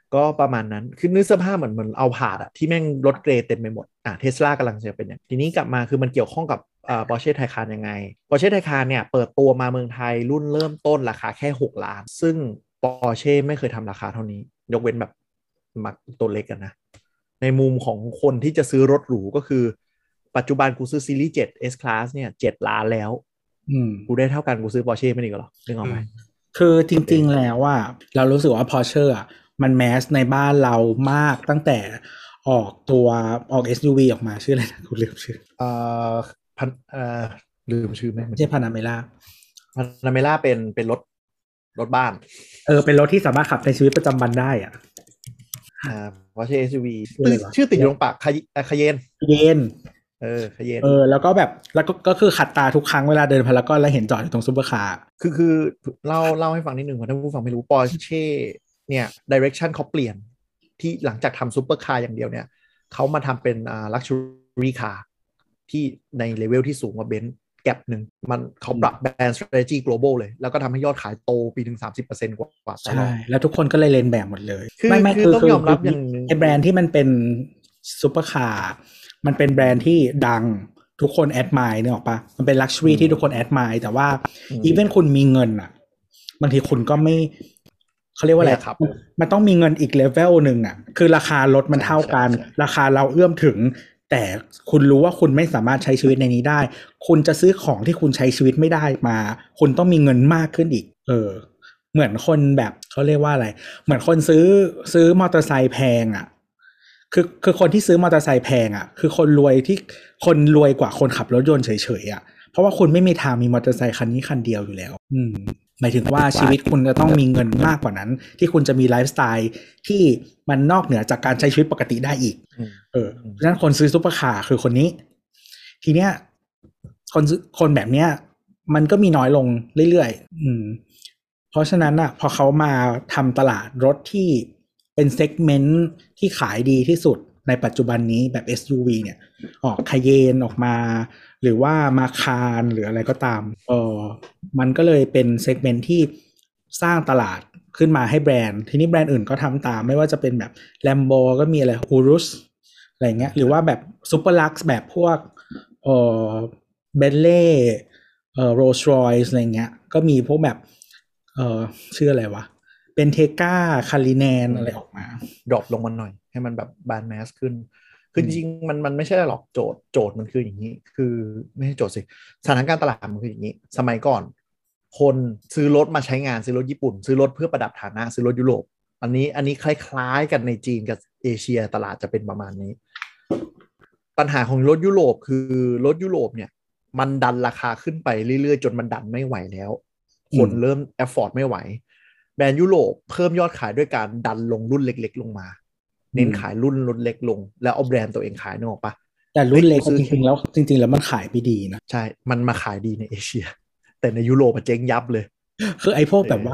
ก็ประมาณนั้นคือนึกสภาพเหมือนเหมือนเอาผาดอะที่แม่งรถเกรดเต็มไปหมดอ่ะเทสลากำลังจะเป็นอย่างทีนี้กลับมาคือมันเกี่ยวข้องกับอ่า Porsche Taycan ยังไง Porsche Taycan เนี่ยเปิดตัวมาเมืองไทยรุ่นเริ่มต้นราคาแค่หกล้านซึ่ง Porsche ไม่เคยทำราคาเท่านี้ยกเว้นแบบมักตัวเล็กกันนะในมุมของคนที่จะซื้อรถหรูก็คือปัจจุบันกูซื้อซีรีส์เจ็ด S Class เนี่ยเจ็ดล้านแล้วอืมกูได้เท่ากันกูซื้อ Porsche ไม่ดีกว่าหรอนึกออกไหมคือจริงๆแล้วว่าเรารู้สึกว่า Porsche อ่ะมันแมสในบ้านเรามากตั้งแต่ออกตัวออก เอส ยู วี ออกมาชื่ออะไรนะกูลืมชื่อเอ่อพันเอ่อลืมชื่อไหมไม่ใช่พานาเมล่าพานาเมล่าเป็นเป็นรถรถบ้านเออเป็นรถที่สามารถขับในชีวิตประจำวันได้อ่ะอ่า Porsche เอส ยู วี ชื่อติดอยู่ตรงปากคาเยนเยนเออคาเยนเออแล้วก็แบบแล้วก็ก็คือขัดตาทุกครั้งเวลาเดินพารากอนแล้วเห็นจอดอยู่ตรงซุปเปอร์คาร์คือคือเล่าเล่าให้ฟังนิดนึงเพราะถ้าผู้ฟังไม่รู้ Porsche เนี่ย direction เขาเปลี่ยนที่หลังจากทำซุปเปอร์คาร์อย่างเดียวเนี่ยเขามาทำเป็นอ่า luxury car ที่ในเลเวลที่สูงกว่าเบนซ์แกลบหนึ่งมันเขาปรับแบรนด์ strategy global เลยแล้วก็ทำให้ยอดขายโตปีถึง สามสิบเปอร์เซ็นต์ กว่าใช่แล้วทุกคนก็เลยเรียนแบบหมดเลยไม่ไม่คือต้องยอมรับอย่างนึงไอ้แบรนด์ที่มันเป็นซุปเปอร์คาร์มันเป็นแบรนด์ที่ดังทุกคนแอดมายเนี่ยหรอปะมันเป็นลักชัวรี่ที่ทุกคนแอดมายแต่ว่าอีเวนคุณมีเงินอ่ะบางทีคุณก็ไม่เขาเรียกว่าอะไรครับมันต้องมีเงินอีกเลเวลหนึ่งอ่ะคือราคารถมันเท่ากันราคาเราเอื้อมถึงแต่คุณรู้ว่าคุณไม่สามารถใช้ชีวิตในนี้ได้คุณจะซื้อของที่คุณใช้ชีวิตไม่ได้มาคุณต้องมีเงินมากขึ้นอีกเออเหมือนคนแบบเขาเรียกว่าอะไรเหมือนคนซื้อซื้อมอเตอร์ไซค์แพงอ่ะคือคือคนที่ซื้อมอเตอร์ไซค์แพงอ่ะคือคนรวยที่คนรวยกว่าคนขับรถยนต์เฉยๆอ่ะเพราะว่าคุณไม่มีทางมีมอเตอร์ไซค์คันนี้คันเดียวอยู่แล้วอืมหมายถึงว่าชีวิตคุณจะต้องมีเงินมากกว่านั้นที่คุณจะมีไลฟ์สไตล์ที่มันนอกเหนือจากการใช้ชีวิตปกติได้อีกเออเพราะฉะนั้นคนซื้อซุปเปอร์คาร์คือคนนี้ทีเนี้ยคนคนแบบเนี้ยมันก็มีน้อยลงเรื่อยๆอืมเพราะฉะนั้นอ่ะพอเขามาทำตลาดรถที่เป็นเซกเมนต์ที่ขายดีที่สุดในปัจจุบันนี้แบบ เอส ยู วี เนี่ยออกคาเยนออกมาหรือว่ามาคารหรืออะไรก็ตามเออมันก็เลยเป็นเซกเมนต์ที่สร้างตลาดขึ้นมาให้แบรนด์ทีนี้แบรนด์อื่นก็ทำตามไม่ว่าจะเป็นแบบ Lambo ก็มีอะไร Urus อะไรเงี้ยหรือว่าแบบ Super Lux แบบพวกเอ่อ Bentley เอ่อ Rolls Royce อะไรเงี้ยก็มีพวกแบบเอ่อชื่ออะไรวะเป็นเทกาคาริแนนอะไรออกมาดรอปลงมาหน่อยให้มันแบบบานแมสขึ้นคือจริงๆมันมันไม่ใช่หรอกโจทย์โจทย์มันคืออย่างนี้คือไม่ใช่โจทย์สิสถานการณ์ตลาดมันคืออย่างนี้สมัยก่อนคนซื้อรถมาใช้งานซื้อรถญี่ปุ่นซื้อรถเพื่อประดับฐานะซื้อรถยุโรปอันนี้อันนี้คล้ายๆกันในจีนกับเอเชียตลาดจะเป็นประมาณนี้ปัญหาของรถยุโรปคือรถยุโรปเนี่ยมันดันราคาขึ้นไปเรื่อยๆจนมันดันไม่ไหวแล้วคนเริ่มแอฟฟอร์ดไม่ไหวแบรนด์ยุโรปเพิ่มยอดขายด้วยการดันลงรุ่นเล็กๆลงมาเน้นขายรุ่นรุ่นเล็กลงแล้วเอาแบรนด์ตัวเองขายนึกออกปะแต่รุ่นเล็กจริงๆแล้วจริงๆแล้วมันขายไม่ดีนะใช่มันมาขายดีในเอเชียแต่ในยุโรปเจ๊งยับเลยคือไอ้พวกแบบว่า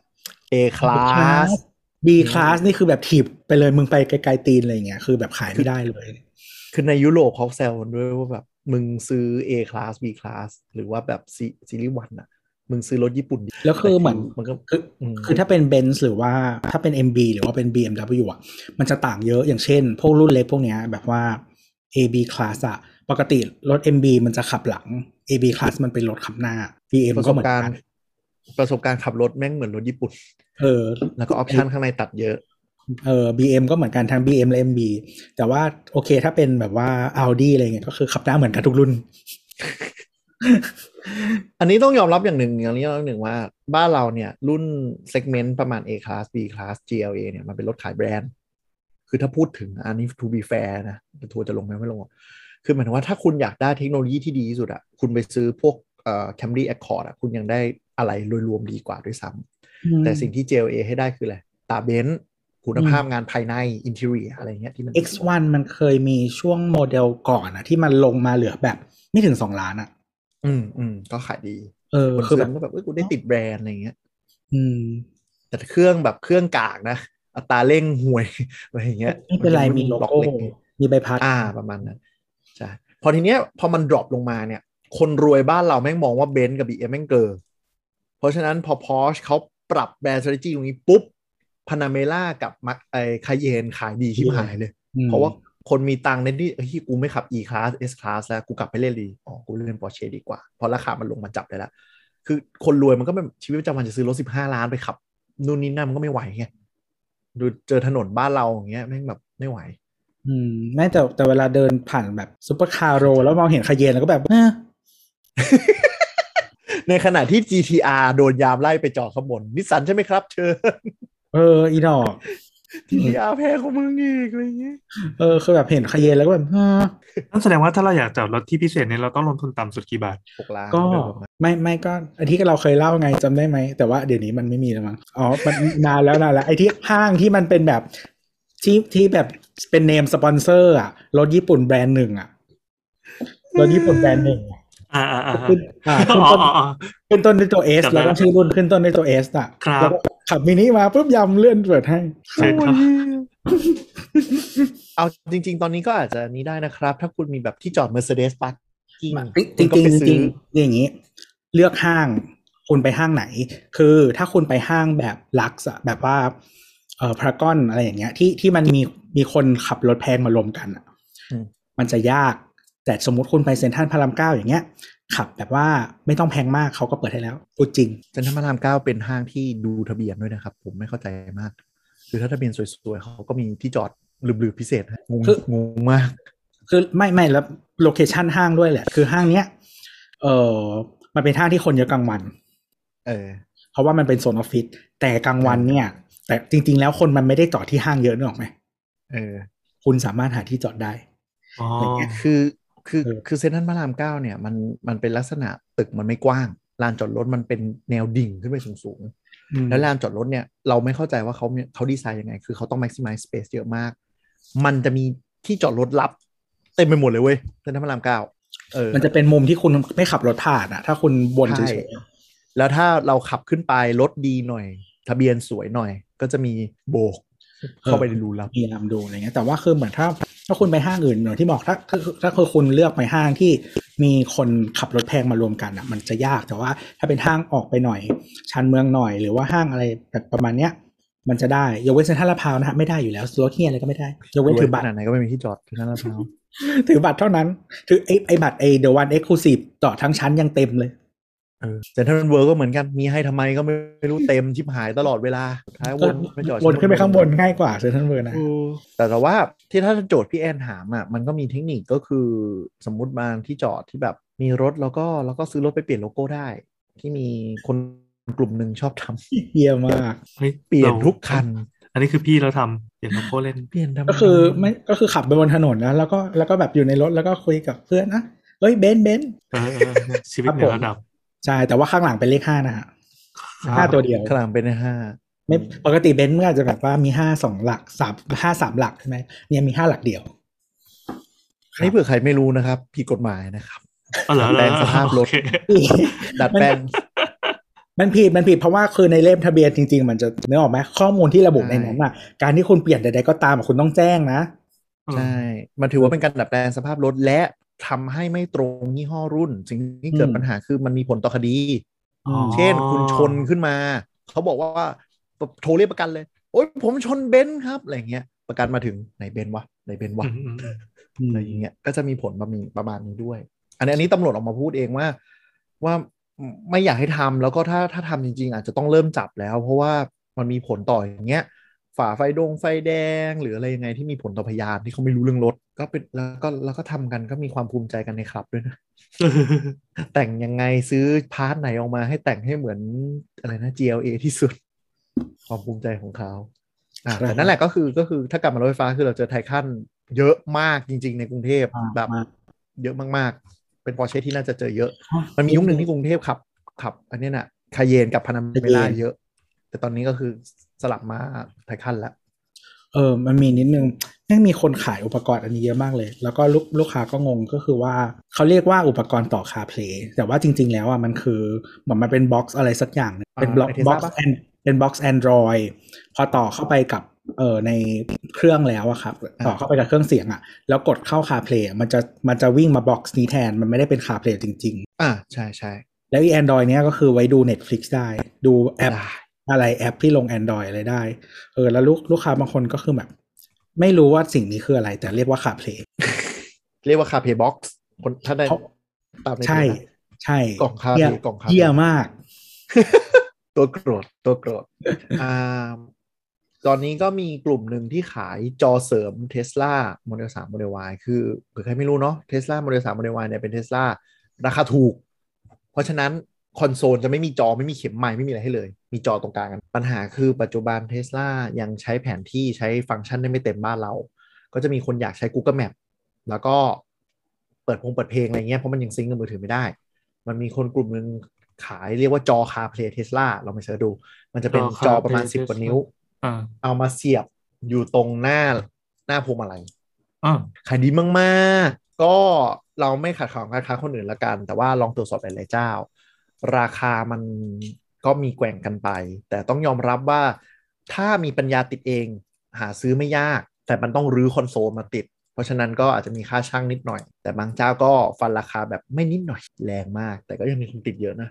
A class B class นี่คือแบบถีบไปเลยมึงไปไกลๆตีนอะไรเงี้ยคือแบบขายไม่ได้เลยคือในยุโรปเขาแซวด้วยว่าแบบมึงซื้อ A class B class หรือว่าแบบซีรีส์วันอะมึงซื้อรถญี่ปุ่นแล้วคือเหมือนมันก็คือคือถ้าเป็น Benz หรือว่าถ้าเป็น เอ็ม บี หรือว่าเป็น บี เอ็ม ดับเบิลยู อ่ะมันจะต่างเยอะอย่างเช่นพวกรุ่นเล็กพวกเนี้ยแบบว่า เอ บี class อ่ะปกติรถ เอ็ม บี มันจะขับหลัง เอ บี class มันเป็นรถขับหน้า บี เอ็ม ก็เหมือนกันประสบการณ์ขับรถแม่งเหมือนรถญี่ปุ่นเออแล้วก็ออปชั่นข้างในตัดเยอะเออ บี เอ็ม ก็เหมือนกันทั้ง บี เอ็ม และ เอ็ม บี แต่ว่าโอเคถ้าเป็นแบบว่า Audi อะไรเงี้ยก็คือขับหน้าเหมือนกันทุกรุ่นอันนี้ต้องยอมรับอย่างหนึ่งอย่างนี้อย่างหนึ่งว่าบ้านเราเนี่ยรุ่นเซกเมนต์ประมาณ A class B class จี แอล เอ เนี่ยมันเป็นรถขายแบรนด์คือถ้าพูดถึงอันนี้ to be fair นะทัวร์จะลงไหมไม่ลงคือหมายถึงว่าถ้าคุณอยากได้เทคโนโลยีที่ดีที่สุดอะคุณไปซื้อพวกเอ่อ Camry Accord อะคุณยังได้อะไรโดยรวมดีกว่าด้วยซ้ำแต่สิ่งที่ จี แอล เอ ให้ได้คืออะไรตาเบนซ์คุณภาพงานภายใน interior อะไรเงี้ยที่มันเอ็กซ์ วัน มันเคยมีช่วงโมเดลก่อนอะที่มันลงมาเหลือแบบไม่ถึงสองล้านอะอืมอืมก็ขายดีเออคือแบบก็แบบเออกูได้ติดแบรนด์อะไรเงี้ยอืมแต่เครื่องแบบเครื่องกากนะอัตราเร่งห่วยอะไรเงี้ยไม่เป็นไรมีโลโก้มีใบพัดอ่าประมาณนั้นใช่พอทีเนี้ยพอมันดรอปลงมาเนี่ยคนรวยบ้านเราแม่งมองว่าเบนซ์กับ บี เอ็ม แม่งเกอเพราะฉะนั้นพอ Porsche เขาปรับแบรนด์ strategy ตรงนี้ปุ๊บพานาเมล่ากับมักไอคาเยนขายดีชิบหายเลยเพราะว่าคนมีตังค์เน้นที่เฮ้ยกูไม่ขับ E class S class แล้วกูกลับไปเล่นดีอ๋อกูเล่น Porsche ดีกว่าเพราะราคามันลงมาจับได้แล้วคือคนรวยมันก็แบบชีวิตประจำวันจะซื้อรถสิบห้าล้านไปขับนู่นนี่นั่นมันก็ไม่ไหวไงดูเจอถนนบ้านเราอย่างเงี้ยแม่งแบบไม่ไหวอืมแม้แต่แต่เวลาเดินผ่านแบบซุปเปอร์คาร์โรแล้วมองเห็นคาเยนแล้วก็แบบในขณะที่ จี ที อาร์ โดนยามไล่ไปจอดข้างบนนิสสันใช่ไหมครับเชิญเอออีดอกจี ที อาร์ แพงของมึงอีกอะไรเงี้ยเออคือแบบเห็นคาเยนแล้วก็แบบนั่นแสดงว่าถ้าเราอยากจอดรถที่พิเศษเนี่ยเราต้องลงทุนต่ำสุดกี่บาทหกล้านก็ไม่ไม่ก็อันที่เราเคยเล่าไงจำได้ไหมแต่ว่าเดี๋ยวนี้มันไม่มีแล้วมั้งอ๋อมันนานแล้วนานแล้วไอ้ที่ห้างที่มันเป็นแบบที่ที่แบบเป็นเนมสปอนเซอร์อ่ะรถญี่ปุ่นแบรนด์หนึ่งอ่ะรถญี่ปุ่นแบรนด์หนึ่งอ่าอ่าอ่าขึ้นอ่าขึ้นต้นขึ้นต้นด้วยตัว S แล้วก็ชื่อรุ่นขึ้นต้นด้วยตัว S อ่ะแล้วก็ขับมินิมาปุ๊บยำเลื่อนเปิดให้ใช่ครับเอาจริงๆตอนนี้ก็อาจจะนี้ได้นะครับถ้าคุณมีแบบที่จอด Mercedes Parking จริงจริงจริงอย่างนี้เลือกห้างคุณไปห้างไหนคือถ้าคุณไปห้างแบบลักซ์อะแบบว่าเอ่อพารากอนอะไรอย่างเงี้ยที่ที่มันมีมีคนขับรถแพงมารวมกันอ่ะมันจะยากแต่สมมุติคุณไปเซ็นทรัลพระรามเก้าอย่างเงี้ยขับแบบว่าไม่ต้องแพงมากเขาก็เปิดให้แล้วพูดจริงเซ็นทรัลพระรามเก้าเป็นห้างที่ดูทะเบียนด้วยนะครับผมไม่เข้าใจมากคือถ้าทะเบียนสวยๆเขาก็มีที่จอดลืบๆพิเศษงงงงมากคือไม่ไม่แล้วโลเคชั่นห้างด้วยแหละคือห้างเนี้ยเออมันเป็นห้างที่คนเยอะกลางวันเออเพราะว่ามันเป็นโซนออฟฟิศแต่กลางวันเนี่ยแต่จริงๆแล้วคนมันไม่ได้จอดที่ห้างเยอะนึกออกไหมเออคุณสามารถหาที่จอดได้อะไรเงี้ยคือคือคือเซ็นทรัลพระรามเก้าเนี่ยมันมันเป็นลักษณะตึกมันไม่กว้างลานจอดรถมันเป็นแนวดิ่งขึ้นไปสูงๆแล้วลานจอดรถเนี่ยเราไม่เข้าใจว่าเขาเขาดีไซน์ยังไงคือเขาต้อง maximize space เยอะมากมันจะมีที่จอดรถลับเต็มไปหมดเลยเว้ยเซ็นทรัลพระรามเก้าเออมันจะเป็นมุมที่คุณไม่ขับรถผ่านอ่ะถ้าคุณบนเฉยๆแล้วถ้าเราขับขึ้นไปรถดีหน่อยทะเบียนสวยหน่อยก็จะมีโบกเข้าไปในรูลับพยายามดูอะไรเงี้ยแต่ว่าคือเหมือนถ้าถ้าคุณไปห้างอื่นเหมือนที่บอกถ้าถ้าถ้าคือคุณเลือกไปห้างที่มีคนขับรถแพงมารวมกันอ่ะมันจะยากแต่ว่าถ้าเป็นห้างออกไปหน่อยชานเมืองหน่อยหรือว่าห้างอะไรแบบประมาณเนี้ยมันจะได้ยกเว้นเซ็นทรัลลาดพร้าวนะฮะไม่ได้อยู่แล้วรถเฮียอะไรก็ไม่ได้ยกเว้นถือบัตรไหนก็ไม่มีที่จอดเซ็นทรัลลาดพร้าวถือบัตรเท่านั้นถือไอ้ไอ้บัตรไอ้ The One Exclusive ต่อทั้งชั้นยังเต็มเลยเออเซ็นทรัลเวิลด์ก็เหมือนกันมีให้ทำไมก็ไม่รู้เต็มชิบหายตลอดเวลาท้ายวนไม่จอดวนขึ้นไปข้างบนง่ายกว่าเซ็นทรัลเวิลด์นะแต่แต่ว่าที่ถ้าโจทย์พี่แอนถามอ่ะมันก็มีเทคนิคก็คือสมมุติบางที่จอดที่แบบมีรถแล้วก็แล้วก็ซื้อรถไปเปลี่ยนโลโก้ได้ที่มีคนกลุ่มหนึ่งชอบทำเยี่ยมมากเปลี่ยนทุกคันอันนี้คือพี่เราทำเปลี่ยนโลโก้เล่นเปลี่ยนทำก็คือไม่ก็คือขับไปบนถนนนะแล้วก็แล้วก็แบบอยู่ในรถแล้วก็คุยกับเพื่อนนะเฮ้ยเบนซ์เบนซ์ชีวิตเหนือระดับใช่แต่ว่าข้างหลังเป็นเลขห้านะฮะห้าตัวเดียวข้างหลังเป็นห้าไม่ปกติเบนซ์มันอาจจะแบบว่ามีห้าสองหลักสามห้าสามหลักใช่ไหมเนี่ยมีห้าหลักเดียวนี่เผื่อใครไม่รู้นะครับผิดกฎหมายนะครับดัดแปลงสภาพรถดัดแปลงมันผิดมันผิดเพราะว่าคือในเล่มทะเบียนจริงๆมันจะเนื้อออกไหมข้อมูลที่ระบุในนั้นอ่ะการที่คุณเปลี่ยนใดๆก็ตามคุณต้องแจ้งนะใช่มันถือว่าเป็นการดัดแปลงสภาพรถและทำให้ไม่ตรงยี่ห้อรุ่นสิ่งที่เกิดปัญหาคือมันมีผลต่อคดีเช่นคุณชนขึ้นมาเขาบอกว่าโทรเรียกประกันเลยโอ๊ยผมชนเบนซ์ครับอะไรเงี้ยประกันมาถึงไหนเบนซ์วะไหนเบนซ์วะอะไรอย่างเงี้ยก็จะมีผลประมาณประมาณนี้ด้วยอันนี้อันนี้ตำรวจออกมาพูดเองว่าว่าไม่อยากให้ทำแล้วก็ถ้าถ้าทำจริงๆอาจจะต้องเริ่มจับแล้วเพราะว่ามันมีผลต่ออย่างเงี้ยฝ่าไฟดงไฟแดงหรืออะไรยังไงที่มีผลต่อพยานที่เขาไม่รู้เรื่องรถก็เป็นแล้วก็แล้วก็ทำกันก็มีความภูมิใจกันในคลับด้วยนะ แต่งยังไงซื้อพาร์ทไหนออกมาให้แต่งให้เหมือนอะไรนะ จี แอล เอ ที่สุดความภูมิใจของเขาอ่าแต่นั่นแหละก็คือก็คือถ้ากลับมารถไฟฟ้าคือเราเจอไททันเยอะมากจริงๆในกรุงเทพแบบเยอะมากๆเป็น Porsche ที่น่าจะเจอเยอะมันมียุคหนึ่งที่กรุงเทพขับขับอันนี้น่ะคาเยนกับพานาเมล่าเยอะแต่ตอนนี้ก็คือสลับมาไททันแล้วเออมันมีนิดนึงยังมีคนขายอุปกรณ์อันนี้เยอะมากเลยแล้วก็ลูกลูกค้าก็งงก็คือว่าเขาเรียกว่าอุปกรณ์ต่อ CarPlay แต่ว่าจริงๆแล้วอ่ะมันคือเหมือนมันเป็นบ็อกซ์อะไรสักอย่างเป็นบ็อกซ์บ็อกซ์เป็นบ็อกซ์ Android พอต่อเข้าไปกับเออในเครื่องแล้วอะครับต่อเข้าไปกับเครื่องเสียงอะแล้วกดเข้า CarPlay มันจะมันจะวิ่งมาบ็อกซ์นี้แทนมันไม่ได้เป็น CarPlay จริงๆอ่าใช่ใช่แล้วอี Android เนี้ยก็คือไว้ดู Netflix ได้ดูแอปอะไรแอปที่ลง Android อะไรได้เออแล้วลูกลูกค้าบางคนก็คือแบบไม่รู้ว่าสิ่งนี้คืออะไรแต่เรียกว่า CarPlay เรียกว่า CarPlay Box คนถ้าได้ตามในใช่เพจนะใช่กล่อง CarPlay กล่องเยี่ย CarPlay มากตัวโกรธตัวโกรธอ่าตอนนี้ก็มีกลุ่มหนึ่งที่ขายจอเสริม Tesla Model สาม Model Y คือเผื่อใครไม่รู้เนาะ Tesla Model สาม Model Y เนี่ยเป็น Tesla ราคาถูกเพราะฉะนั้นคอนโซลจะไม่มีจอไม่มีเข็มไมค์ไม่มีอะไรให้เลยมีจอตรงกลางกันปัญหาคือปัจจุบัน Tesla ยังใช้แผนที่ใช้ฟังก์ชันได้ไม่เต็มบ้านเราก็จะมีคนอยากใช้ Google Map แล้วก็เปิดพงเปิดเพลงอะไรเงี้ยเพราะมันยังซิงก์กับมือถือไม่ได้มันมีคนกลุ่มหนึ่งขายเรียกว่าจอ CarPlay Tesla เราไปเสิร์ชดูมันจะเป็นจอประมาณสิบกว่านิ้วเอามาเสียบอยู่ตรงหน้าหน้าพวงมาลัยขายดีมากๆก็เราไม่ขัดขวางการค้าคนอื่นละกันแต่ว่าลองตรวจสอบหลายๆเจ้าราคามันก็มีแกว่งกันไปแต่ต้องยอมรับว่าถ้ามีปัญญาติดเองหาซื้อไม่ยากแต่มันต้องรื้อคอนโซลมาติดเพราะฉะนั้นก็อาจจะมีค่าช่างนิดหน่อยแต่บางเจ้าก็ฟันราคาแบบไม่นิดหน่อยแรงมากแต่ก็ยังมีคนติดเยอะนะ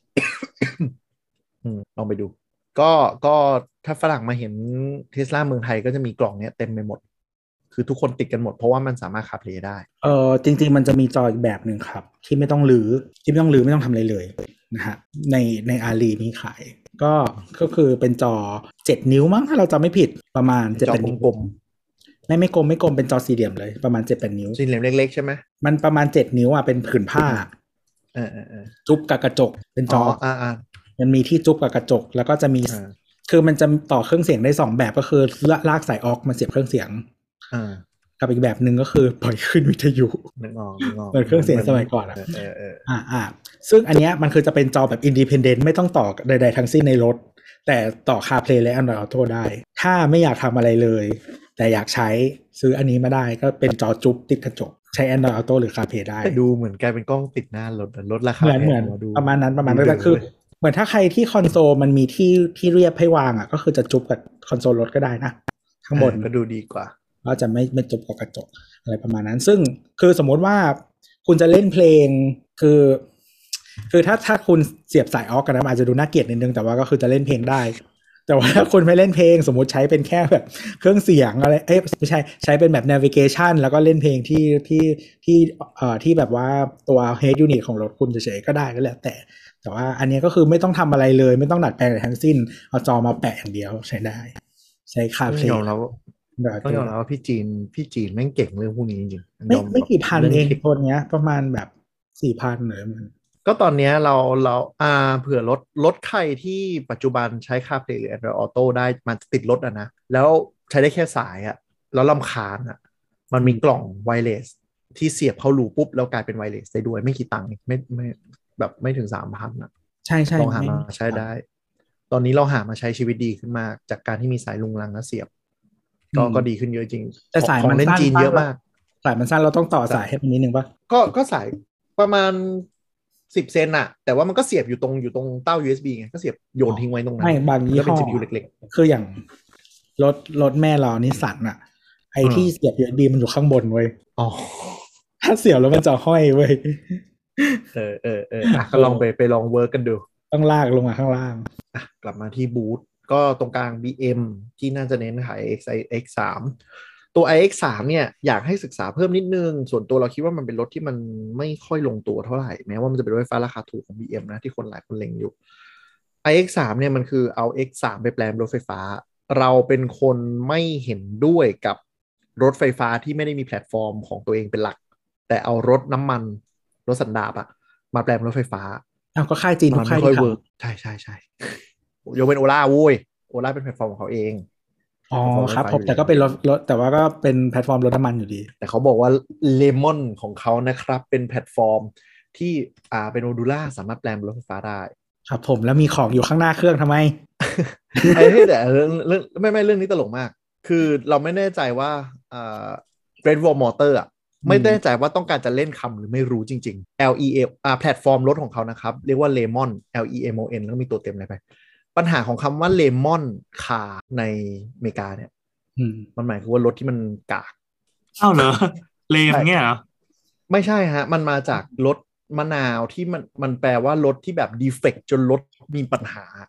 ลองไปดูก็ก็ถ้าฝรั่งมาเห็นเทสลาเมืองไทยก็จะมีกล่องเนี้ยเต็มไปหมดคือทุกคนติดกันหมดเพราะว่ามันสามารถคาเพลย์ได้เออจริงๆมันจะมีจออีกแบบหนึ่งครับที่ไม่ต้องรื้อที่ไม่ต้องรื้อไม่ต้องทำอะไรเลยนะฮะในในอาลีมีขายก็ก็คือเป็นจอเจ็ดนิ้วมั้งถ้าเราจำไม่ผิดประมาณเจ็ดเป็นกลมๆไม่ไม่กลมไม่กลมเป็นจอสี่เหลี่ยมเลยประมาณเจ็ดเป็นนิ้วสี่เหลี่ยมเล็กๆใช่ไหมมันประมาณเจ็ดนิ้วอ่ะเป็นผืนผ้าเออเออเออจุ๊บกับกระจกเป็นจออ่าอ่ามันมีที่จุ๊บกับกระจกแล้วก็จะมีคือมันจะต่อเครื่องเสียงได้สองแบบก็คือลากสายออกมาเสียบเครื่องเสียงอ่ากับอีกแบบหนึ่งก็คือปล่อยขึ้นวิทยุนึกออกนึกออกเหมือนเครื่องเสียงสมัยก่อนอ่ะเออเอออ่าอ่าซึ่งอันเนี้ยมันคือจะเป็นจอแบบอินดิเพนเดนต์ไม่ต้องต่อใดๆทั้งสิ้นในรถแต่ต่อ CarPlay และ Android Auto ได้ถ้าไม่อยากทำอะไรเลยแต่อยากใช้ซื้ออันนี้มาได้ก็เป็นจอจุ๊บติดกระจกใช้ Android Auto หรือ CarPlay ได้แต่ดูเหมือนกลายเป็นกล้องติดหน้ารถลดราคาเหมือนเหมือนประมาณนั้นประมาณนั้นแต่คือเหมือนถ้าใครที่คอนโซลมันมีที่ที่เรียบให้วางอ่ะก็คือจะจุ๊บกับคอนโซลรถก็ได้นะข้างบนก็ดูดีกว่าก็จะไม่ไม่จุ๊บกับกระจกอะไรประมาณนั้นซึ่งคือสมมติว่าคุณจะเล่นเพลงคือคือถ้าถ้าคุณเสียบสายออกกันนะอาจจะดูน่าเกลียดนิดนึงแต่ว่าก็คือจะเล่นเพลงได้แต่ว่าถ้าคุณไม่เล่นเพลงสมมุติใช้เป็นแค่แบบเครื่องเสียงอะไรเอ้ยไม่ใช่ใช้เป็นแบบ navigation แล้วก็เล่นเพลงที่ที่ที่เอ่อที่แบบว่าตัว head unit ของรถคุณเฉยๆก็ได้ก็แล้วแต่แต่ว่าอันนี้ก็คือไม่ต้องทำอะไรเลยไม่ต้องดัดแปลงอะไรทั้งสิ้นเอาจอมาแปะอย่างเดียวใช้ได้ใช้ CarPlay ต้องยอมรับต้องยอมรับว่าพี่จีนพี่จีนแม่งเก่งเรื่องพวกนี้จริงๆไม่ไม่กี่พันเองคนเนี้ยประมาณแบบสี่พันหรือมันก็ตอนนี้เราเราอ่าเผื่อรถรถใครที่ปัจจุบันใช้ CarPlay หรือ Android Auto ได้มันติดรถอ่ะนะแล้วใช้ได้แค่สายอ่ะแล้วรำคาญอ่ะมันมีกล่องไวเลสที่เสียบเข้ารูปุ๊บแล้วกลายเป็นไวเลสได้ด้วยไม่กี่ตังค์ไม่ไม่แบบไม่ถึงสามพันอ่ะใช่ใช่ลองหามาใช้ได้ตอนนี้เราหามาใช้ชีวิตดีขึ้นมากจากการที่มีสายลุงลังและเสียบก็ก็ดีขึ้นเยอะจริงแต่สายมันเล่นจีนเยอะมากสายมันสั้นเราต้องต่อสายให้มันนิดนึงป่ะก็ก็สายประมาณสิบเซนอะแต่ว่ามันก็เสียบอยู่ตรงอยู่ตรงเต้า ยู เอส บี ไงก็เสียบโยนทิ้งไว้ตรงนั้นไม่บางยี่ห้อเป็น ซี พี ยู เล็กๆคืออย่างรถรถแม่เรานิสสันอะไอที่เสียบ ยู เอส บี มันอยู่ข้างบนเว้ยอ๋อถ้าเสียบแล้วมันจะห้อยเว้ยเออเออเอออ่ะก็ลองไปไปลองเวิร์กกันดูต้องลากลงมาข้างล่างอ่ะกลับมาที่บูธก็ตรงกลาง บี เอ็ม ที่น่าจะเน้นขาย ไอ เอ็กซ์ สาม ตัว ไอ เอ็กซ์ สาม เนี่ยอยากให้ศึกษาเพิ่มนิดนึงส่วนตัวเราคิดว่ามันเป็นรถที่มันไม่ค่อยลงตัวเท่าไหร่แม้ว่ามันจะเป็นรถไฟฟ้าราคาถูกของ บี เอ็ม นะที่คนหลายคนเล็งอยู่ ไอ เอ็กซ์ สาม เนี่ยมันคือเอา เอ็กซ์ สาม ไปแปลงรถไฟฟ้าเราเป็นคนไม่เห็นด้วยกับรถไฟฟ้าที่ไม่ได้มีแพลตฟอร์มของตัวเองเป็นหลักแต่เอารถน้ำมันรถสันดาปอะมาแปลงรถไฟฟ้าอ้าวก็ค่ายจีนทุกค่ายที่ทำใช่ใช่ใช่ยกเป็นโอล่าวุ้ยโอล่าเป็นแพลตฟอร์มของเขาเองอ๋อครับผมแต่ก็เป็นรถรถแต่ว่าก็เป็นแพลตฟอร์มรถน้ำมันอยู่ดีแต่เขาบอกว่าเลมอนของเขานะครับเป็นแพลตฟอร์มที่อ่าเป็นโมดูล่าสามารถแปลงเป็นรถไฟฟ้าได้ครับผมแล้วมีของอยู่ข้างหน้าเครื่องทำไมไอ้แต่เรื่องเรื่องไม่ไม่เรื่องนี้ตลกมากคือเราไม่แน่ใจว่าอ่า Great Wall Motor อ่ะไม่แน่ใจว่าต้องการจะเล่นคำหรือไม่รู้จริงๆ L E M อ่าแพลตฟอร์มรถของเขานะครับเรียกว่า Lemon L E M O N แล้วมีตัวเต็มอะไรไปปัญหาของคำว่า Lemon Car ในอเมริกาเนี่ยมันหมายคือว่ารถที่มันกากอ้าวเหรอเลมเงี้ยเหรอไม่ใช่ฮะมันมาจากรถมะนาวที่มันมันแปลว่ารถที่แบบดีเฟกต์จนรถมีปัญหา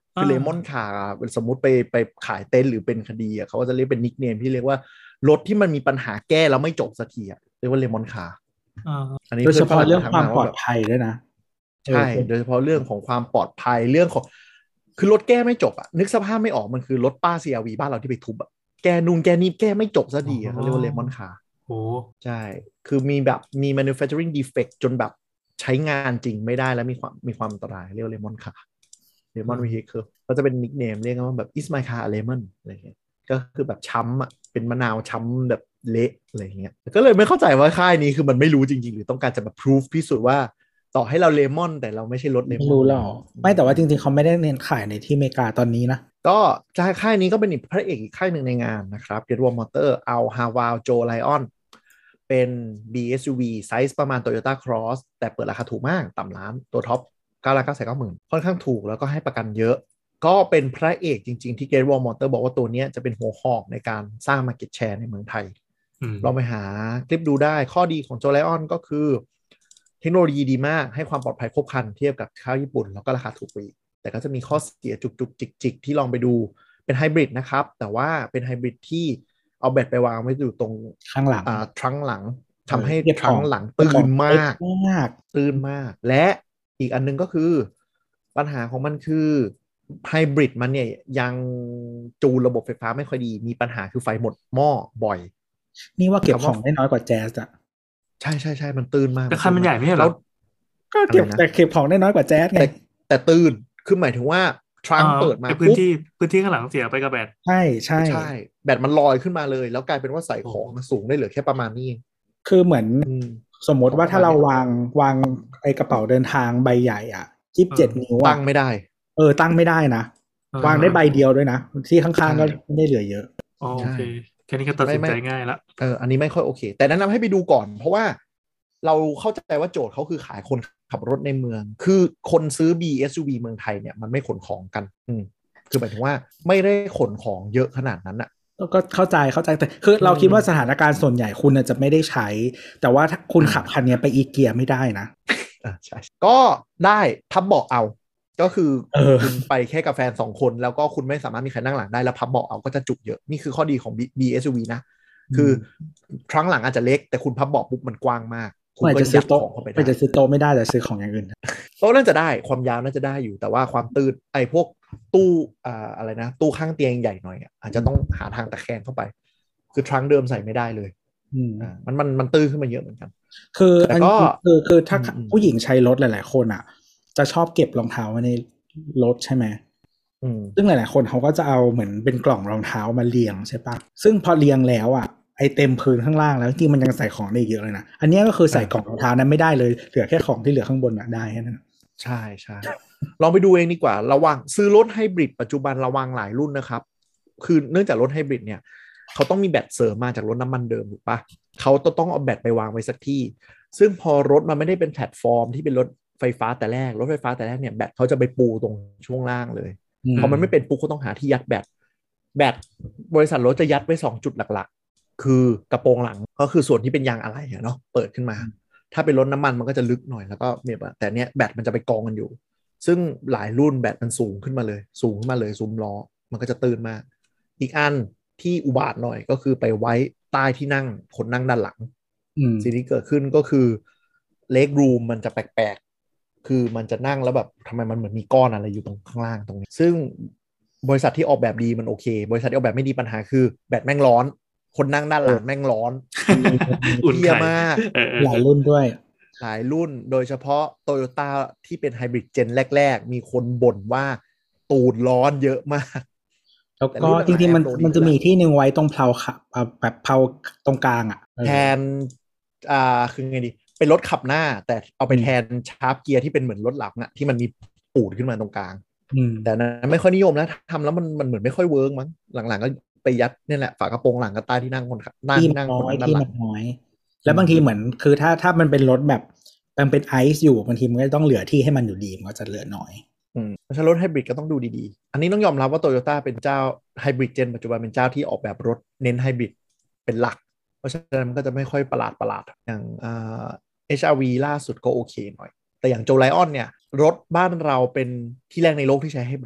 คือเลมอนคาร์สมมุติไปไปขายเต็นท์หรือเป็นคดีอ่ะเขาก็จะเรียกเป็นนิคเนมที่เรียกว่ารถที่มันมีปัญหาแก้แล้วไม่จบสักทีอ่ะเรียกว่าเลมอนคาร์อันนี้โดยเฉพาะเรื่องความปลอดภัยด้วยนะใช่โดยเฉพาะเรื่องของความปลอดภัยเรื่องของคือรถแก้ไม่จบอ่ะนึกสภาพไม่ออกมันคือรถป้า ซี อาร์ วี บ้านเราที่ไปทุบอ่ะแกนูนแกนี่แก้ไม่จบสักทีเขาเรียกว่าเลมอนคาร์โอ้ใช่คือมีแบบมี manufacturing defect จนแบบใช้งานจริงไม่ได้แล้วมีความมีความอันตรายเรียกว่าเลมอนคาร์เลมอนวีฮิเคิลก็จะเป็นนิคเนมเรียกว่าแบบ is my car a lemon อะไรเงี้ยก็คือแบบช้ำอ่ะเป็นมะนาวช้ำแบบเละอะไรเงี้ยก็เลยไม่เข้าใจว่าค่ายนี้คือมันไม่รู้จริงๆหรือต้องการจะแบบ proof พิสูจน์ว่าต่อให้เราเลมอนแต่เราไม่ใช่รถเลมอนไม่รู้หรอกไม่แต่ว่าจริงๆเขาไม่ได้เน้นขายในที่อเมริกาตอนนี้นะก็ค่ายนี้ก็เป็นอีกพระเอกอีกค่ายหนึ่งในงานนะครับ Great Wall Motor เอา Haval Joe Lion เป็น บี เอส ยู วี ไซส์ประมาณ Toyota Cross แต่เปิดราคาถูกมากต่ำล้านตัวท็อปเก้าล้านเก้าแสนเก้าหมื่นค่อนข้างถูกแล้วก็ให้ประกันเยอะก็เป็นพระเอกจริงๆที่ Great Wall Motor บอกว่าตัวนี้จะเป็นหัวหอกในการสร้าง Market Share ในเมืองไทยลองไปหาคลิปดูได้ข้อดีของ Joe Lion ก็คือเทคโนโลยีดีมากให้ความปลอดภัยครบครันเทียบกับข้าวญี่ปุ่นแล้วก็ราคาถูกกว่าแต่ก็จะมีข้อเสียจุกๆจิกๆที่ลองไปดูเป็นไฮบริดนะครับแต่ว่าเป็นไฮบริดที่เอาแบตไปวางไว้อยู่ตรงข้างหลังอ่าทรังหลังทำให้ทรังหลังตื่นมากตื่นมากและอีกอันนึงก็คือปัญหาของมันคือไฮบริดมันเนี่ยยังจูนระบบไฟฟ้าไม่ค่อยดีมีปัญหาคือไฟหมดหม้อบ่อยนี่ว่าเก็บของได้น้อยกว่าแจ๊สอะใช่ใช่ใช่มันตื่นมากแต่คันมันใหญ่ไม่ใช่หรอก็เก็บแต่เก็บของได้น้อยกว่าแจ๊สไงแต่ตื่นคือหมายถึงว่าทรังเปิดมาพื้นที่พื้นที่ข้างหลังเสียไปกับแบตใช่ใช่ใช่แบตมันลอยขึ้นมาเลยแล้วกลายเป็นว่าใส่ของสูงได้เหลือแค่ประมาณนี้คือเหมือนสมมติว่าถ้าเราวางวางไอกระเป๋าเดินทางใบใหญ่อ่ะยี่สิบเจ็ดนิ้วตั้งไม่ได้เออตั้งไม่ได้นะวางได้ใบเดียวด้วยนะที่ข้างๆก็ไม่ได้เหลือเยอะโอเคแค่นี้ก็ตัดสินใจง่ายละเอออันนี้ไม่ค่อยโอเคแต่แนะนำให้ไปดูก่อนเพราะว่าเราเข้าใจว่าโจทย์เขาคือขายคนขับรถในเมืองคือคนซื้อ บี เอส ยู วี เมืองไทยเนี่ยมันไม่ขนของกันอืมคือหมายถึงว่าไม่ได้ขนของเยอะขนาดนั้นอ่ะก็เข้าใจเข้าใจแต่คือเราคิดว่าสถานการณ์ส่วนใหญ่คุณจะไม่ได้ใช้แต่ว่าถ้าคุณขับคันนี้ไปอีเกียไม่ได้นะอ่าใช่ก็ได้พับเบาะเอาก็คือคุณไปแค่กับแฟนสองคนแล้วก็คุณไม่สามารถมีใครนั่งหลังได้แล้วพับเบาะเอาก็จะจุเยอะนี่คือข้อดีของ บี เอส ยู วี นะคือครั้งหลังอาจจะเล็กแต่คุณพับเบาะปุ๊บมันกว้างมากคุณก็ยัดของเข้าไปได้ไม่จะซื้อโต๊ะไม่ได้แต่ซื้อของอย่างอื่นโต๊ะน่าจะได้ความยาวน่าจะได้อยู่แต่ว่าความตื้นไอ้พวกตู้อ่าอะไรนะตู้ข้างเตียงใหญ่หน่อยอาจจะต้องหาทางตะแคงเข้าไปคือทรังเดิมใส่ไม่ได้เลยอ่ามันมันมันตื้นขึ้นมาเยอะเหมือนกันคืออันนี้คือคือถ้าผู้หญิงใช้รถหลายๆคนอ่ะจะชอบเก็บรองเท้าไว้ในรถใช่ไหมซึ่งหลายๆคนเขาก็จะเอาเหมือนเป็นกล่องรองเท้ามาเรียงใช่ปะซึ่งพอเรียงแล้วอ่ะไอเต็มพื้นข้างล่างแล้วจริงมันยังใส่ของได้เยอะเลยนะอันนี้ก็คือใส่กล่องรองเท้านั้นไม่ได้เลยเหลือแค่ของที่เหลือข้างบนน่ะได้แค่นั้นใช่ใช่ลองไปดูเองดีกว่าระวังซื้อรถไฮบริดปัจจุบันระวังหลายรุ่นนะครับคือเนื่องจากรถไฮบริดเนี่ยเขาต้องมีแบตเสริมมาจากรถน้ำมันเดิมถูกปะเขาต้องเอาแบตไปวางไว้สักที่ซึ่งพอรถมันไม่ได้เป็นแพลตฟอร์มที่เป็นรถไฟฟ้าแต่แรกรถไฟฟ้าแต่แรกเนี่ยแบตเขาจะไปปูตรงช่วงล่างเลยพอมันไม่เป็นปุ๊บเขาต้องหาที่ยัดแบตแบตบริษัทรถจะยัดไว้สองจุดหลักๆคือกระโปรงหลังก็คือส่วนที่เป็นยางอะไหล่เนาะเปิดขึ้นมาถ้าเป็นรถน้ำมันมันก็จะลึกหน่อยแล้วก็เนี่ยแต่เนี้ยแบตมันจะไปกองกันอยู่ซึ่งหลายรุ่นแบตมันสูงขึ้นมาเลยสูงขึ้นมาเลยซุ้มล้อมันก็จะตื่นมากอีกอันที่อุบาทหน่อยก็คือไปไว้ใต้ที่นั่งคนนั่งด้านหลังสิ่งที่เกิดขึ้นก็คือเลกรูมมันจะแปลกๆคือมันจะนั่งแล้วแบบทำไมมันเหมือนมีก้อนอะไรอยู่ตรงข้างล่างตรงนี้ซึ่งบริษัทที่ออกแบบดีมันโอเคบริษัทที่ออกแบบไม่ดีปัญหาคือแบตแม่งร้อนคนนั่งด้านหลังแม่งร้อนอุ่นเยี่ยมากหลายรุ่นด้วยหลายรุ่นโดยเฉพาะ Toyota ที่เป็นไฮบริดเจนแรกๆมีคนบ่นว่าตูดร้อนเยอะมากแล้วก็จริงๆมันมันจะมีที่นึงไว้ตรงเพลาขับแบบเพลาตรงกลางอ่ะแทนอ่าคือไงดีเป็นรถขับหน้าแต่เอาไปแทนชาร์ปเกียร์ที่เป็นเหมือนรถหลังอ่ะที่มันมีปูดขึ้นมาตรงกลางแต่นั้นไม่ค่อยนิยมนะทำแล้วมันมันเหมือนไม่ค่อยเวิร์กมั้งหลังๆก็ไปยัดนี่แหละฝากระโปรงหลังกับใต้ที่นั่งคนนั่งนั่งคนนั่งหลังน้อยแล้วบางทีเหมือนคือถ้าถ้ามันเป็นรถแบบมันเป็นไอซ์อยู่บางทีมันก็ต้องเหลือที่ให้มันอยู่ดีมันก็จะเหลือน้อยอืมเพราะฉะนั้นรถไฮบริดก็ต้องดูดีๆอันนี้ต้องยอมรับว่า Toyota เป็นเจ้าไฮบริดเจนปัจจุบันเป็นเจ้าที่ออกแบบรถเน้นไฮบริดเป็นหลักเพราะฉะนั้นมันก็จะไม่ค่อยประหลาดประหลาดอย่างอ่า เอช อาร์ วี ล่าสุดก็โอเคหน่อยแต่อย่างโจไลออนเนี่ยรถบ้านเราเป็นที่แรกในโลกที่ใช้ไฮบริด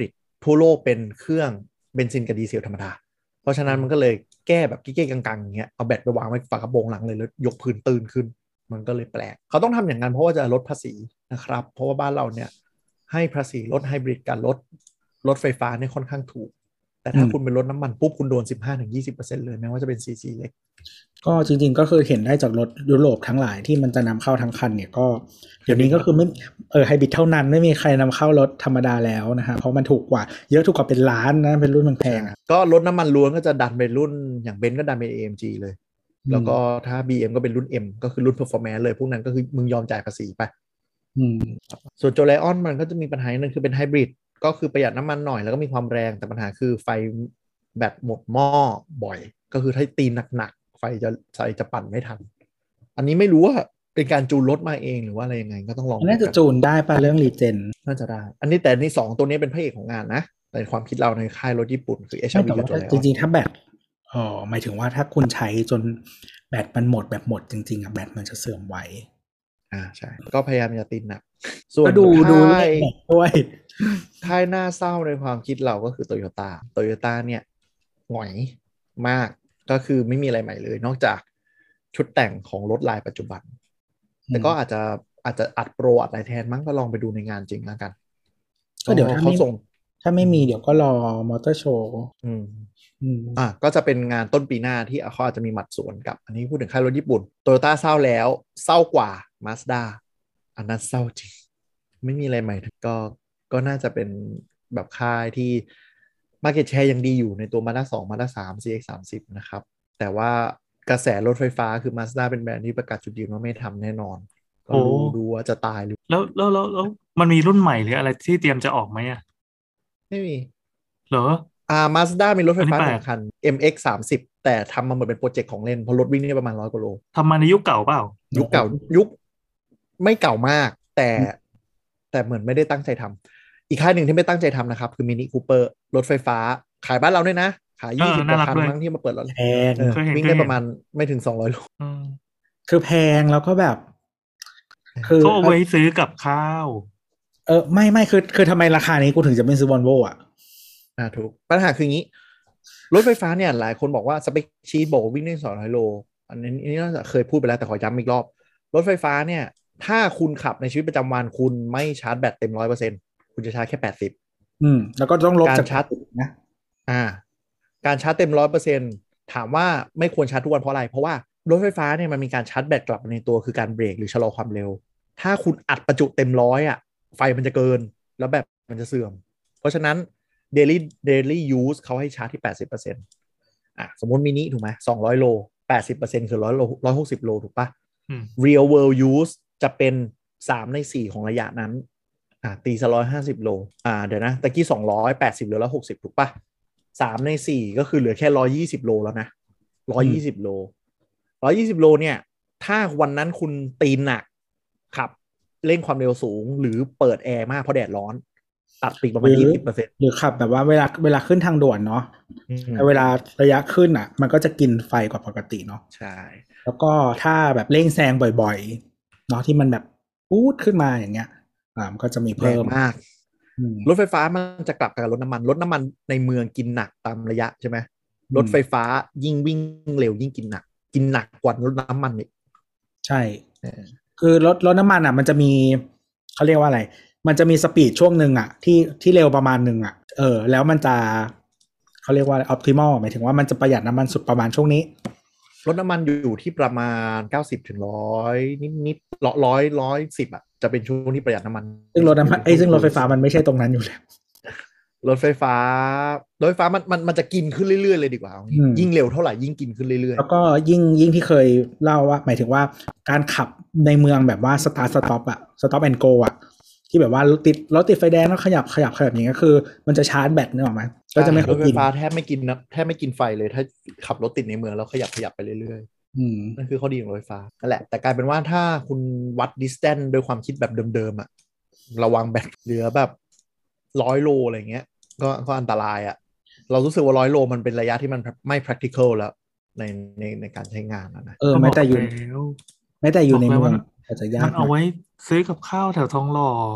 ทั่วโลกเป็นเครื่องเบนซินกับดีเซลธรรมดาเพราะฉะนั้นมันก็เลยแก้แบบกิ๊กๆกังๆอย่างเงี้ยเอาแบตไปวางไว้ฝากระโปรงหลังเลยแล้วยกพื้นตื่นขึ้นมันก็เลยแปลกเขาต้องทำอย่างนั้นเพราะว่าจะลดภาษีนะครับเพราะว่าบ้านเราเนี่ยให้ภาษีรถไฮบริดกับรถรถไฟฟ้าเนี่ยค่อนข้างถูกแต่ถ้าคุณเป็นรถน้ำมันปุ๊บคุณโดน สิบห้าถึงยี่สิบเปอร์เซ็นต์ เลยแม้ว่าจะเป็นซีซีเล็กก็จริงๆก็คือเห็นได้จากรถยุโรปทั้งหลายที่มันจะนำเข้าทั้งคันเนี่ยก็เดี๋ยวนี้ก็คือไม่เออไฮบริดเท่านั้นไม่มีใครนำเข้ารถธรรมดาแล้วนะฮะเพราะมันถูกกว่าเยอะถูกกว่าเป็นล้านนะเป็นรุ่นแพงๆก็รถน้ำมันล้วนก็จะดันเป็นรุ่นอย่างเบนซ์ก็ดันเป็น เอ เอ็ม จี เลยแล้วก็ถ้า บี เอ็ม ก็เป็นรุ่น M ก็คือรุ่น performance เลยพวกนั้นก็คือมึงยอมจ่ายภาษีไปส่วนโจไลออนมันก็จะมีปัญหาหนึ่งคือเป็นไฮบริดก็คือประหยัดน้ำมันหน่อยแล้วก็มีความแรงแต่ปัญหาคือไฟแบตหมดหม้อบ่อยก็คือถ้าตีหนักๆไฟจะไฟจะปั่นไม่ทันอันนี้ไม่รู้ว่าเป็นการจูนรถมาเองหรือว่าอะไรยังไงก็ต้องลองน่าจะจูนได้ป่ะเรื่องรีเจนน่าจะได้อันนี้แต่นี่สองตัวนี้เป็นพระเอกของงานนะในความคิดเราในค่ายรถญี่ปุ่นคือ เอช อาร์ วี กับโจไลออนจริงๆถ้าแบตอ๋อหมายถึงว่าถ้าคุณใช้จนแบตมันหมดแบบหมดจริงๆอ่ะแบตมันจะเสื่อมไวอ่าใช่ก็พยายามจะตินหนักส่วนดูดูด้วยค่ายหน้าเศร้าในความคิดเราก็คือโตโยต้าโตโยต้าเนี่ยหงอยมากก็คือไม่มีอะไรใหม่เลยนอกจากชุดแต่งของรถลายปัจจุบันแต่ก็อาจจะอาจจะอัดโปรอัดอะไรแทนมั้งก็ลองไปดูในงานจริงแล้วกันก็เดี๋ยวถ้าไม่ถ้าไม่มีเดี๋ยวก็รอมอเตอร์โชว์อืมอ่ะก็จะเป็นงานต้นปีหน้าที่เขาอาจจะมีหมัดสวนกับอันนี้พูดถึงค่ายรถญี่ปุ่นโตโยต้าเศร้าแล้วเศร้ากว่า Mazda อันนั้นเศร้าจริงไม่มีอะไรใหม่ก็ก็น่าจะเป็นแบบค่ายที่ market share ยังดีอยู่ในตัว Mazda สอง Mazda สาม ซี เอ็กซ์ สามสิบ นะครับแต่ว่ากระแสรถไฟฟ้าคือ Mazda เป็นแบรนด์ที่ประกาศจุดยืนว่าไม่ทำแน่นอนก็ดูดูว่าจะตายหรือแล้วแล้วแล้วแล้วมันมีรุ่นใหม่หรืออะไรที่เตรียมจะออกไหมอ่ะไม่มีเหรออ่า Mazda มีรถไฟฟ้าหนึ่งคัน เอ็ม เอ็กซ์ สามสิบ แต่ทำมาเหมือนเป็นโปรเจกต์ของเล่นเพราะรถวิ่งได้ประมาณร้อยกว่าโลทำมาในยุคเก่าเปล่ายุคเก่ายุคไม่เก่ามากแต่แต่เหมือนไม่ได้ตั้งใจทำอีกค่ายหนึ่งที่ไม่ตั้งใจทำนะครับคือ Mini Cooper รถไฟฟ้าขายบ้านเราด้วยนะขายยี่สิบกว่าคันมั้งที่มาเปิดแล้วแพงวิ่งได้ประมาณไม่ถึงสองร้อยโลคือแพงแล้วก็แบบคือเขาเอาไว้ซื้อกับข้าวเออไม่ไม่คือคือทำไมราคานี้กูถึงจะไม่ซื้อวอลโว่อ่ะอ่าถูกปัญหาคืออย่างนี้รถไฟฟ้าเนี่ยหลายคนบอกว่าสเปคชีทบอกวิ่งได้สองร้อยโลอันนี้นี่น่าจะเคยพูดไปแล้วแต่ขอย้ำอีกรอบรถไฟฟ้าเนี่ยถ้าคุณขับในชีวิตประจำวันคุณไม่ชาร์จแบตเต็มร้อยเปอร์เซ็นต์คุณจะชาร์จแค่แปดสิบอืมแล้วก็ต้องลบการชาร์จนะอ่าการชาร์จเต็มร้อยเปอร์เซ็นต์ถามว่าไม่ควรชาร์จทุกวันเพราะอะไรเพราะว่ารถไฟฟ้าเนี่ยมันมีการชาร์จแบตกลับในตัวคือการเบรกหรือชะลอความเร็วถ้าคุณอัดประจุเต็มร้อยอ่ะไฟมันจะเกินแล้วแบบมันจะเสื่อมเพราะฉะนั้น daily daily use เขาให้ชาร์จที่ แปดสิบเปอร์เซ็นต์ อ่ะสมมติมินิถูกไหมสองร้อยโล แปดสิบเปอร์เซ็นต์ คือหนึ่งร้อยโลหนึ่งร้อยหกสิบโลถูกปะ real world use จะเป็นสามในสี่ของระยะนั้นอ่ะตีซะหนึ่งร้อยห้าสิบโลอ่าเดี๋ยวนะตะกี้สองร้อยแปดสิบเหลือหนึ่งร้อยหกสิบถูกปะสามในสี่ก็คือเหลือแค่หนึ่งร้อยยี่สิบโลแล้วนะหนึ่งร้อยยี่สิบโลหนึ่งร้อยยี่สิบโลเนี่ยถ้าวันนั้นคุณตีนหนักขับเร่งความเร็วสูงหรือเปิดแอร์มากเพราะแดดร้อนตัดปีกประมาณ ยี่สิบเปอร์เซ็นต์หรือขับแบบว่าเวลาเวลาขึ้นทางด่วนเนาะเวลาระยะขึ้นอ่ะมันก็จะกินไฟกว่าปกติเนาะใช่แล้วก็ถ้าแบบเร่งแซงบ่อยๆเนาะที่มันแบบปู๊ดขึ้นมาอย่างเงี้ยอ่ามันก็จะมีเพิ่มมากรถไฟฟ้ามันจะกลับกับรถน้ำมันรถน้ำมันในเมืองกินหนักตามระยะใช่ไหมรถไฟฟ้ายิ่งวิ่งเร็วยิ่งกินหนักกินหนักกว่ารถน้ำมันอีกใช่คือรถรถน้ำมันอ่ะมันจะมีเขาเรียกว่าอะไรมันจะมีสปีดช่วงหนึ่งอ่ะที่ที่เร็วประมาณหนึ่งอ่ะเออแล้วมันจะเขาเรียกว่าออพติมอลหมายถึงว่ามันจะประหยัดน้ำมันสุดประมาณช่วงนี้รถน้ำมันอยู่ที่ประมาณเก้าสิบถึงหนึ่งร้อยนิดนิดร้อยร้อยร้อยสิบอ่ะจะเป็นช่วงที่ประหยัดน้ำมันซึ่งรถน้ำมันไอ้ซึ่งรถไฟฟ้ามันไม่ใช่ตรงนั้นอยู่แล้วรถไฟฟ้ารถไฟฟ้ามันมันมันจะกินขึ้นเรื่อยๆเลยดีกว่ายิ่งเร็วเท่าไหร่ยิ่งกินขึ้นเรื่อยๆแล้วก็ยิ่งยิ่งที่เคยเล่าว่าหมายถึงว่าการขับในเมืองแบบว่าสตาร์ทสต็อปอะสต็อปแอนด์โกอะที่แบบว่ารถติดรถติดไฟแดงแล้วขยับขยับขยับอย่างเงี้ยคือมันจะชาร์จแบตนึกออกไหมก็จะไม่รถไฟฟ้าแทบไม่กินนะแทบไม่กินไฟเลยถ้าขับรถติดในเมืองแล้วขยับขยับไปเรื่อยๆนั่นคือข้อดีของรถไฟฟ้านั่นแหละแต่กลายเป็นว่าถ้าคุณวัด distance โดยความคิดแบบเดิมๆอะระวังแบตเหลือแบบร้อยโลอะไรเงี้ยก็ก็อันตรายอะเรารู้สึกว่าร้อยโลมันเป็นระยะที่มันไม่ practical แล้วในในในการใช้งานนะเออไม่แต่อยู่ไม่แต่อยู่ในเมืองอาจจะยากมันเอาไว้ซื้อกับข้าวแถวทองหล่อ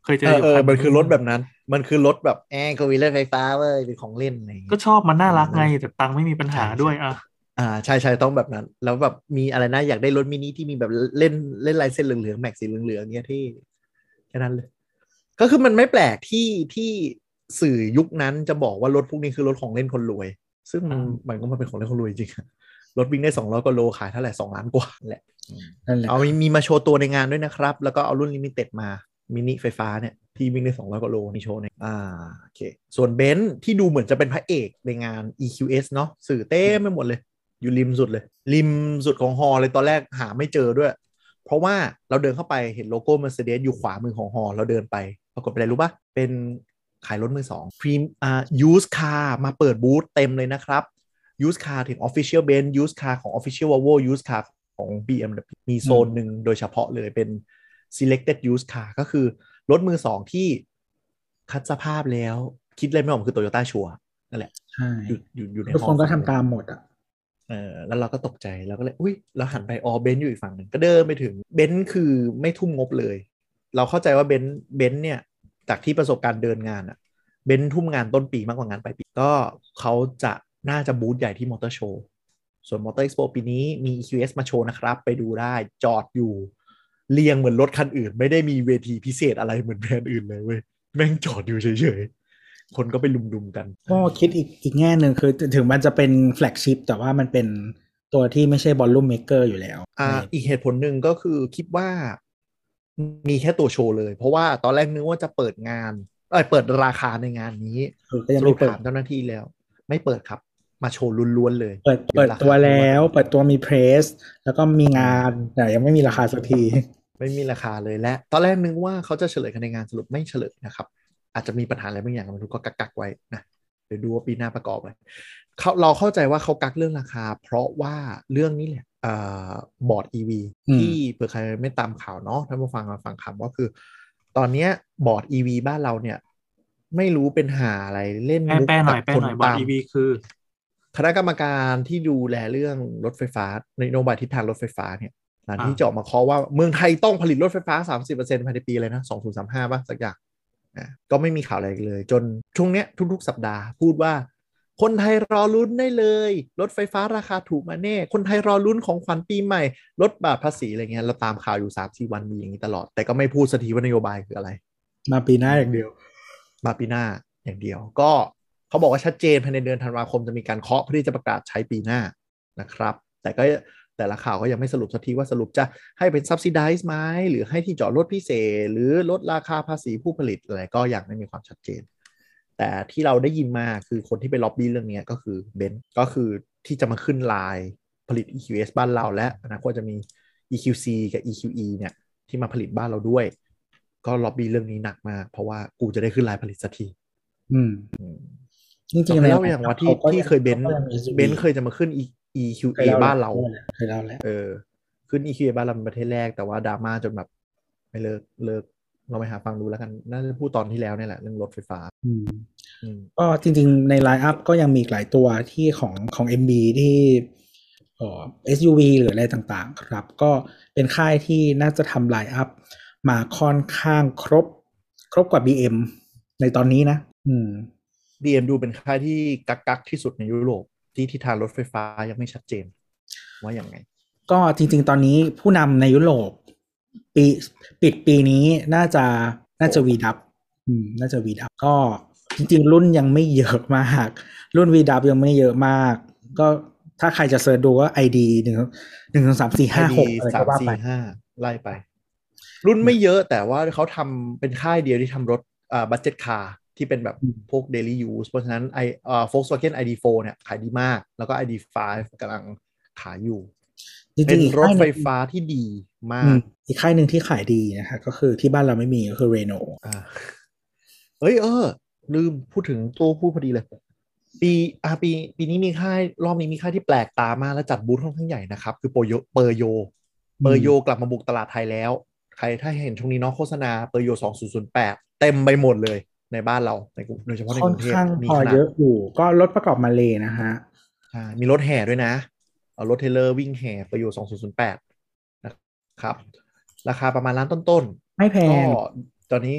เคยเจเออออยู่เออคันมันคือรถแบบนั้น มันคือรถแบบแอร์ก็มีรถไฟฟ้าเว้ยเป็นของเล่นอะไรอย่างก็เงี้ยชอบมันน่ารักไงเออแต่ตังค์ไม่มีปัญหาใช่ด้วยอ่ะๆ อ่า ใช่ ๆ ต้องแบบนั้น แล้วแบบมีอะไรนะ อยากได้รถมินิที่มีแบบเล่น เล่นลายเส้นเหลือง ๆ แม็กสีเหลือง ๆ เงี้ย เท่ แค่นั้นเลย ก็คือมันไม่แปลกที่ ที่สื่อยุคนั้นจะบอกว่ารถพวกนี้คือรถของเล่นคนรวย ซึ่งอืมมันก็มาเป็นของเล่นคนรวยจริง ๆ รถวิ่งได้ สองร้อย กว่าโล ขายเท่าไหร่ สอง ล้านกว่าแหละ อืมนั่นแหละเอามี มีมาโชว์ตัวในงานด้วยนะครับ แล้วก็เอารุ่นลิมิเต็ดมา มินิไฟฟ้าเนี่ยที่วิ่งได้ สองร้อย กว่าโลมีโชว์ใน อ่า โอเค ส่วนเบนซ์ที่ดูเหมือนจะเป็นพระเอกในงาน อี คิว เอส เนาะ สื่อเต็มไปหมดเลย อยู่ริมสุดเลย ริมสุดของฮอลล์เลย ตอนแรกหาไม่เจอด้วย เพราะว่าเราเดินเข้าไปเห็นโลโก้ Mercedes อยู่ขวามือของฮอลล์ เราเดินไป ปรากฏเป็นอะไรรู้เปล่า? เป็นขายรถมือสอง พรี อ่า Used Car มาเปิดบูธเต็มเลยนะครับ Used Car ถึง Official Benz Used Car ของ Official Volvo Used Car ของ บี เอ็ม ดับเบิลยู มีโซนหนึ่งโดยเฉพาะเลยเป็น Selected Used Car ก็คือรถมือสองที่คัดสภาพแล้วคิดเลยไม่ออกคือ Toyota Shaw นั่นแหละใช่อยู่ อยู่ อยู่ในทุกฮคอลนล์ก็ฝั่งทำนู้นตามหมดอะเออ แล้วเราก็ตกใจ เราก็เลย อุ๊ย เราหันไปอ๋อ เบนซ์อยู่อีกฝั่งหนึ่ง ก็เดินไปถึง เบนซ์คือไม่ทุ่มงบเลย เราเข้าใจว่าเบนซ์ เบนซ์เนี่ย จากที่ประสบการณ์เดินงานอะ เบนซ์ทุ่มงานต้นปีมากกว่างานปลายปี ก็เขาจะน่าจะบูธใหญ่ที่มอเตอร์โชว์ ส่วน Motor Expo ปีนี้มี อี คิว เอส มาโชว์นะครับ ไปดูได้ จอดอยู่เรียงเหมือนรถคันอื่น ไม่ได้มีเวทีพิเศษอะไรเหมือนแบรนด์อื่นเลยเว้ย แม่งจอดอยู่เฉย ๆ คนก็ไปลุม ๆ กันก็คิดอีก อีกแง่หนึ่งคือ ถึงมันจะเป็นแฟลกชิปแต่ว่ามันเป็นตัวที่ไม่ใช่ Volume Maker อยู่แล้วอ่า อีกเหตุผลหนึ่งก็คือคิดว่ามีแค่ตัวโชว์เลย เพราะว่าตอนแรกนึกว่าจะเปิดงาน เอ้ย เปิดราคาในงานนี้คือก็ยังสไม่รุปเปิดถามเจ้าหน้าที่แล้ว ไม่เปิดครับ มาโชว์ล้วน ๆ เลยเปิด เปิดตัวแล้ว เปิดตัวมีเพรส แล้วก็มีงาน แต่ยังไม่มีราคาสักทีไม่มีราคาเลยและ ตอนแรกนึกว่าเขาจะเฉลยกันในงาน สรุปไม่เฉลยนะครับ อาจจะมีปัญหาอะไรบางอย่างไม่รู้ก็กัก ๆ ไว้นะ เดี๋ยวดูว่าปีหน้าประกอบอะไร เขา เราเข้าใจว่าเขากักเรื่องราคา เพราะว่าเรื่องนี้แหละอ่าบอร์ด อี วีอืมที่เผื่อใครไม่ตามข่าวเนาะ ท่านผู้ฟังมาฟังข่าวก็คือ ตอนเนี้ยบอร์ด อี วี บ้านเราเนี่ย ไม่รู้เป็นห่าอะไรเล่นมุกแปล ๆ หน่กัอยบแปลคนหน่อย บอร์ดตามอี วี คือคณะกรรมการที่ดูแลเรื่องรถไฟฟ้านโยบายทิศทางรถไฟฟ้าเนี่ยหลังที่จะออกมาเคาะว่าเมืองไทยต้องผลิตรถไฟฟ้า สามสิบเปอร์เซ็นต์ ภายในปีอะไรนะ สองพันสามสิบห้า ป่ะสักอย่างอ่ะก็ไม่มีข่าวอะไรเลย จนช่วงเนี้ยทุกๆสัปดาห์พูดว่าคนไทยรอลุ้นได้เลยรถไฟฟ้าราคาถูกมาแน่คนไทยรอลุ้นของขวัญปีใหม่ลดบาทภาษีอะไรเงี้ยเราตามข่าวอยู่ สามสี่ วันมีอย่างนี้ตลอดแต่ก็ไม่พูดสักทีว่านโยบายคืออะไรมาปีหน้าอย่างเดียวมาปีหน้าอย่างเดียวก็เขาบอกว่าชัดเจนภายในเดือนธันวาคมจะมีการเคาะเพื่อที่จะประกาศใช้ปีหน้านะครับแต่ก็แต่ละข่าวก็ยังไม่สรุปสักทีว่าสรุปจะให้เป็น subsidize ไหมหรือให้ที่จอดรถพิเศษหรือลดราคาภาษีผู้ผลิตอะไรก็ยังไม่มีความชัดเจนแต่ที่เราได้ยินมาคือคนที่ไปล็อบบี้เรื่องนี้ก็คือเบนซ์ก็คือที่จะมาขึ้นไลน์ผลิต อี คิว เอส บ้านเราและอนาคตจะมี อี คิว ซี กับ อี คิว อี เนี่ยที่มาผลิตบ้านเราด้วยก็ล็อบบี้เรื่องนี้หนักมากเพราะว่ากูจะได้ขึ้นไลน์ผลิตสักทีอืมจริงๆเล่าอย่างว่าที่ที่เคยเบนซ์เบนซ์เคยจะมาขึ้น อี คิว เอ บ้านเราเคยเล่าแล้วเออขึ้น อี คิว เอ บ้านเราเป็นประเทศแรกแต่ว่าดราม่าจนแบบไม่เลิกเลิกเราไปหาฟังดูแล้วกันน่าจะพูดตอนที่แล้วเนี่ยแหละเรื่องรถไฟฟ้าอืมก็จริงๆในไลน์อัพก็ยังมีหลายตัวที่ของของ เอ็ม บี ที่เอ่อ เอส ยู วี หรืออะไรต่างๆครับก็เป็นค่ายที่น่าจะทำไลน์อัพมาค่อนข้างครบครบกว่า บี เอ็ม ในตอนนี้นะอืมบี เอ็ม ดูเป็นค่ายที่กักๆที่สุดในยุโรปที่ทิศทางรถไฟฟ้ายังไม่ชัดเจนว่าอย่างไงก็จริงๆตอนนี้ผู้นำในยุโรปปีปิดปีนี้น่าจะน่าจะ วี ดับ อืมน่าจะ วี ดับ ก็จริงๆรุ่นยังไม่เยอะมากรุ่น วี ดับ ยังไม่เยอะมากก็ถ้าใครจะเสิร์ชดูก็ ไอ ดี หนึ่ง หนึ่ง สอง สาม สี่ ห้า หกอะไรก็ว่าไปห้าไล่ไปรุ่นไม่เยอะแต่ว่าเขาทำเป็นค่ายเดียวที่ทำรถอ่าบัดเจ็ตคาร์ที่เป็นแบบพวก daily use เพราะฉะนั้นไอเอ่อ Volkswagen ไอ ดี โฟร์ เนี่ยขายดีมากแล้วก็ ไอ ดี ไฟว์ กำลังขายอยู่เป็นรถไฟฟ้าที่ดีมากอีกค่ายหนึ่งที่ขายดีนะคะก็คือที่บ้านเราไม่มีก็คือ Renault อ่าเอ้ยเออลืมพูดถึงตัวพูดพอดีเลยปีอ่าปีปีนี้มีค่ายรอบนี้มีค่ายที่แปลกตามากและจัดบูธค่อนข้างใหญ่นะครับคือโปโยเปอร์โยเปอร์โยกลับมาบุกตลาดไทยแล้วใครถ้าเห็นช่วงนี้เนาะโฆษณาเปอร์โยสองพันแปดเต็มไปหมดเลยในบ้านเราในโดยเฉพาะในกรุงเทพมีขนาดเยอะอยู่ก็รถประกอบมาเลยนะฮะใช่มีรถแห่ด้วยนะเอารถเทเลอร์วิ่งแห่เปอร์โยสองพันแปดนะครับราคาประมาณล้านต้นๆไม่แพงก็ตอนนี้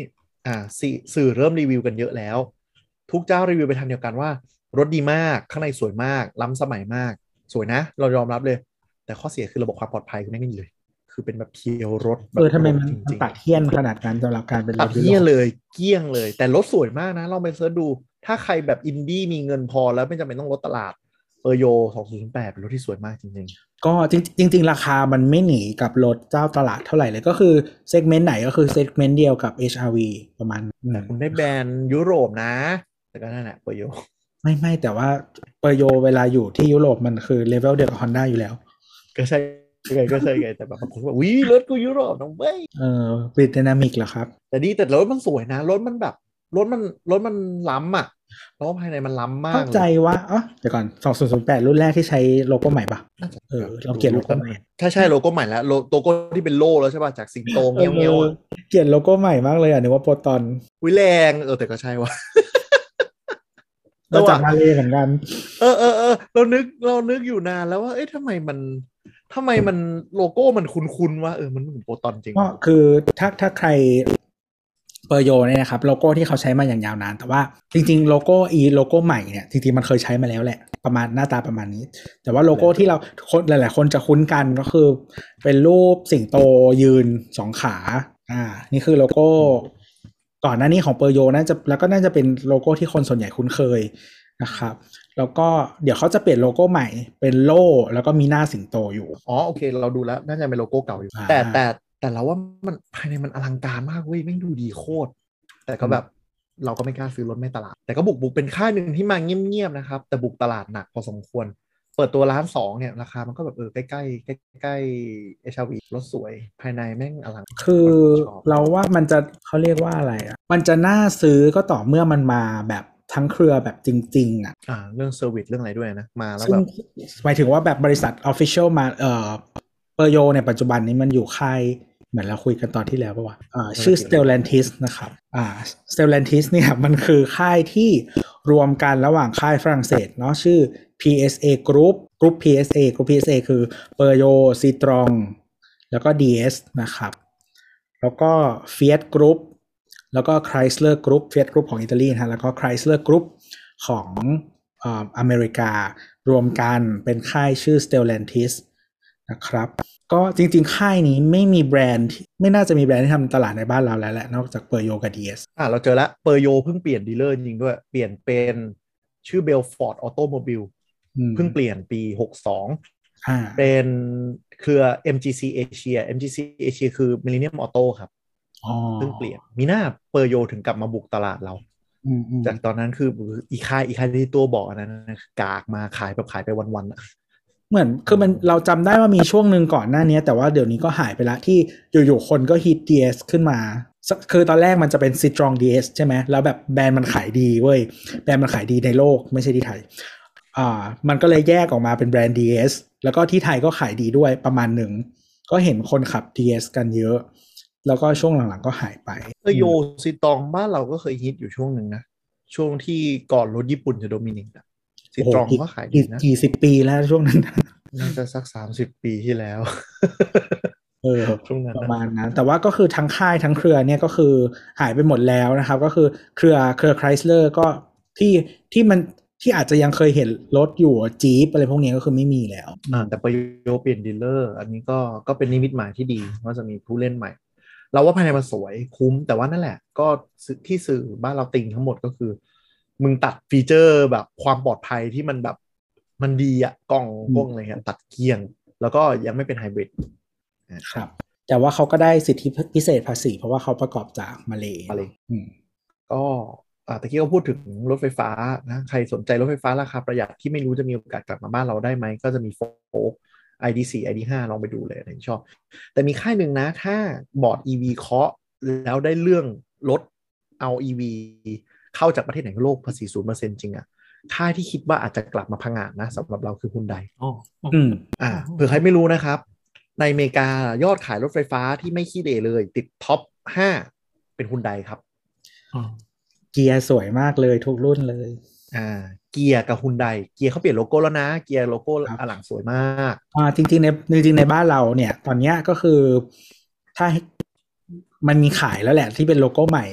อ่าสื่อเริ่มรีวิวกันเยอะแล้วทุกเจ้ารีวิวไปทางเดียวกันว่ารถดีมากข้างในสวยมากล้ำสมัยมากสวยนะเรายอมรับเลยแต่ข้อเสียคือระบบความปลอดภัยคือไม่มีเลยคือเป็นแบบเคียวรถแบบเออทำไมมันจริงตัดเหี้ยนขนาดนั้นสำหรับการเป็นรตัถดยุโรเหี้ยปเลยเกลี้ยงเลยแต่รถสวยมากนะลองไปเสิร์ชดูถ้าใครแบบอินดี้มีเงินพอแล้วไม่จำเป็นต้องรถตลาดเปอร์โยสองศูนย์แปดเป็นรถที่สวยมากจริงๆก็จริงจริงๆราคามันไม่หนีกับรถเจ้าตลาดเท่าไหร่เลยก็คือเซกเมนต์ไหนก็คือเซกเมนต์เดียวกับ เอช อาร์ วี ประมาณแต่คุณได้แบรนด์ยุโรปนะแต่ก็นั่นแหละเปอร์โยไม่ไม่แต่ว่าเปอร์โยเวลาอยู่ที่ยุโรปมันคือเลเวลเดียวกับ Honda อยู่แล้วก็ใช่ไงก็ใช่ไงแต่แบบบางคนบอกวิรถกูยุโรปน้องเว้ยเออเป็นไดนามิกเหรอครับแต่ดีแต่รถมันสวยนะรถมันแบบรถมันรถมันล้ำอ่ะแล้วภายในมันล้ำมากเข้าใจว่าอ๋อเดี๋ยวก่อนสองพันแปดรุ่นแรกที่ใช้โลโก้ใหม่ปะเออเราเกลียดโลโก้ใหม่ใช่ใช่โลโก้ใหม่แล้วโลโก้ที่เป็นโล่แล้วใช่ป่ะจากสิงโตเงี้ยวเงี้ยวเกลียดโลโก้ใหม่มากเลยอ่ะนึกว่าโปรตอนวิแรงเออแต่ก็ใช่ว่ะเราจากมาเลยเหมือนกันเออเออเออเรานึกเรานึกอยู่นานแล้วว่าเอ๊ะทำไมมันทำไมมันโลโก้มันคุ้นๆวะเออมันเหมือนโปรตอนจริงก็คือถ้าถ้าใครเปอร์โยเนี่ยนะครับโลโก้ที่เขาใช้มาอย่างยาวนานแต่ว่าจริงๆโลโก้อีโลโก้ใหม่เนี่ยจริงๆมันเคยใช้มาแล้วแหละประมาณหน้าตาประมาณนี้แต่ว่าโลโก้ที่เราคนหลายๆคนจะคุ้นกันก็คือเป็นรูปสิงโตยืนสองขาอ่านี่คือโลโก้ก่อนหน้านี้ของเปอร์โยน่าจะแล้วก็น่าจะเป็นโลโก้ที่คนส่วนใหญ่คุ้นเคยนะครับแล้วก็เดี๋ยวเขาจะเปลี่ยนโลโก้ใหม่เป็นโล่แล้วก็มีหน้าสิงโตอยู่อ๋อโอเคเราดูแล้วน่าจะเป็นโลโก้เก่าอยู่แต่แต่แต่เราว่ามันภายในมันอลังการมากเว้ยแม่งดูดีโคตรแต่ก็แบบเราก็ไม่กล้าซื้อรถไม่ตลาดแต่ก็บุกบุกเป็นค่ายหนึ่งที่มาเงียบๆนะครับแต่บุกตลาดหนักพอสมควรเปิดตัวร้านสองเนี่ยราคามันก็แบบเออใกล้ๆใกล้ใกล้เอชาวีรถสวยภายในแม่งอลังคือเราว่ามันจะเขาเรียกว่าอะไรอ่ะมันจะน่าซื้อก็ต่อเมื่อมันมาแบบทั้งเครือแบบจริงๆอ่ะอ่าเรื่องเซอร์วิสเรื่องอะไรด้วยนะมาแล้วแบบหมายถึงว่าแบบบริษัท Official มาเอ่อเปอร์โยในปัจจุบันนี้มันอยู่ค่ายเหมือนเราคุยกันตอนที่แล้วป่ะวะอ่าชื่อ Stellantis นะครับอ่า Stellantis เนี่ยมันคือค่ายที่รวมกันระหว่างค่ายฝรั่งเศสเนาะชื่อ พี เอส เอ Group Group พี เอส เอ Group พี เอส เอ คือ Peugeot Citroën แล้วก็ ดี เอส นะครับแล้วก็ Fiat Group แล้วก็ Chrysler Group Fiat Group ของอิตาลีนะแล้วก็ Chrysler Group ของอ่าอเมริการวมกันเป็นค่ายชื่อ Stellantis นะครับก็จริงๆค่ายนี้ไม่มีแบรนด์ไม่น่าจะมีแบรนด์ที่ทำตลาดในบ้านเราแล้วแหละนอกจากเปอร์โยกับ ดี เอสอ่าเราเจอแล้วเปอร์โยเพิ่งเปลี่ยนดีลเลอร์จริงด้วยเปลี่ยนเป็นชื่อ Belfort Automobile เพิ่งเปลี่ยนปีหกสิบสองอ่าเป็นเครือ เอ็ม จี ซี Asia เอ็ม จี ซี Asia คือ Millennium Auto ครับอ๋อเพิ่งเปลี่ยนมีหน้าเปอร์โยถึงกลับมาบุกตลาดเราจากตอนนั้นคืออีค่ายอีค่ายที่ตัวบอกอันนั้นกากมาขายแบบขายไปวันๆเหมือนคือมันเราจำได้ว่ามีช่วงหนึ่งก่อนหน้านี้แต่ว่าเดี๋ยวนี้ก็หายไปละที่อยู่ๆคนก็ฮิต ดี เอส ขึ้นมาคือตอนแรกมันจะเป็น Citroën ดี เอส ใช่ไหมแล้วแบบแบรนด์มันขายดีเว้ยแบรนด์มันขายดีในโลกไม่ใช่ที่ไทยอ่ามันก็เลยแยกออกมาเป็นแบรนด์ ดี เอส แล้วก็ที่ไทยก็ขายดีด้วยประมาณหนึ่งก็เห็นคนขับ ดี เอส กันเยอะแล้วก็ช่วงหลังๆก็หายไปเออโยซิตองบ้านเราก็เคยฮิตอยู่ช่วงหนึ่งนะช่วงที่ก่อนรถญี่ปุ่นจะโดมินิกอะซิตรองก็ขายดีนะกี่สิบปีแล้วช่วงนั้นน่าจะสักสามสิบปีที่แล้วเออประมาณนั้นแต่ว่าก็คือทั้งค่ายทั้งเครือเนี่ยก็คือหายไปหมดแล้วนะครับก็คือเครือเครือ Chrysler ก็ที่ที่มันที่อาจจะยังเคยเห็นรถอยู่จี๊ปอะไรพวกนี้ก็คือไม่มีแล้วอ่าแต่ไปโยเปลี่ยนดีลเลอร์อันนี้ก็ก็เป็นนิมิตหมายที่ดีว่าจะมีผู้เล่นใหม่เราว่าภายในมันสวยคุ้มแต่ว่านั่นแหละก็ที่สื่อบ้านเราติงทั้งหมดก็คือมึงตัดฟีเจอร์แบบความปลอดภัยที่มันแบบมันดีอะกล้องกล้องอะไรเงี้ยตัดเกลี้ยงแล้วก็ยังไม่เป็นไฮบริดครับแต่ว่าเขาก็ได้สิทธิพิเศษภาษีเพราะว่าเขาประกอบจากมาเลย์ก็อ่าตะกี้ก็พูดถึงรถไฟฟ้านะใครสนใจรถไฟฟ้าราคาประหยัดที่ไม่รู้จะมีโอกาสกลับมาบ้านเราได้ไหมก็จะมีโฟล์ก ไอ ดี สี่ ไอ ดี ห้า ลองไปดูเลยนะชอบแต่มีค่ายหนึ่งนะถ้าบอร์ด อี วี เคาะแล้วได้เรื่องรถเอา อี วี เข้าจากประเทศไหนโลกภาษี ศูนย์เปอร์เซ็นต์ จริงอะค่ายที่คิดว่าอาจจะกลับมาพังงาดนะสำหรับเราคือฮุนไดอ๋ออืมอ่าเผื่อใครไม่รู้นะครับในอเมริกายอดขายรถไฟฟ้าที่ไม่ขี้เหร่เลยติดท็อปห้าเป็นฮุนไดครับเกียร์สวยมากเลยทุกรุ่นเลยอ่าเกียร์กับฮุนไดเกียร์เขาเปลี่ยนโลโก้แล้วนะเกียร์โลโก้อลังสวยมากอ่าจริงๆในจริงๆในบ้านเราเนี่ยตอนนี้ก็คือถ้ามันมีขายแล้วแหละที่เป็นโลโก้ใหม่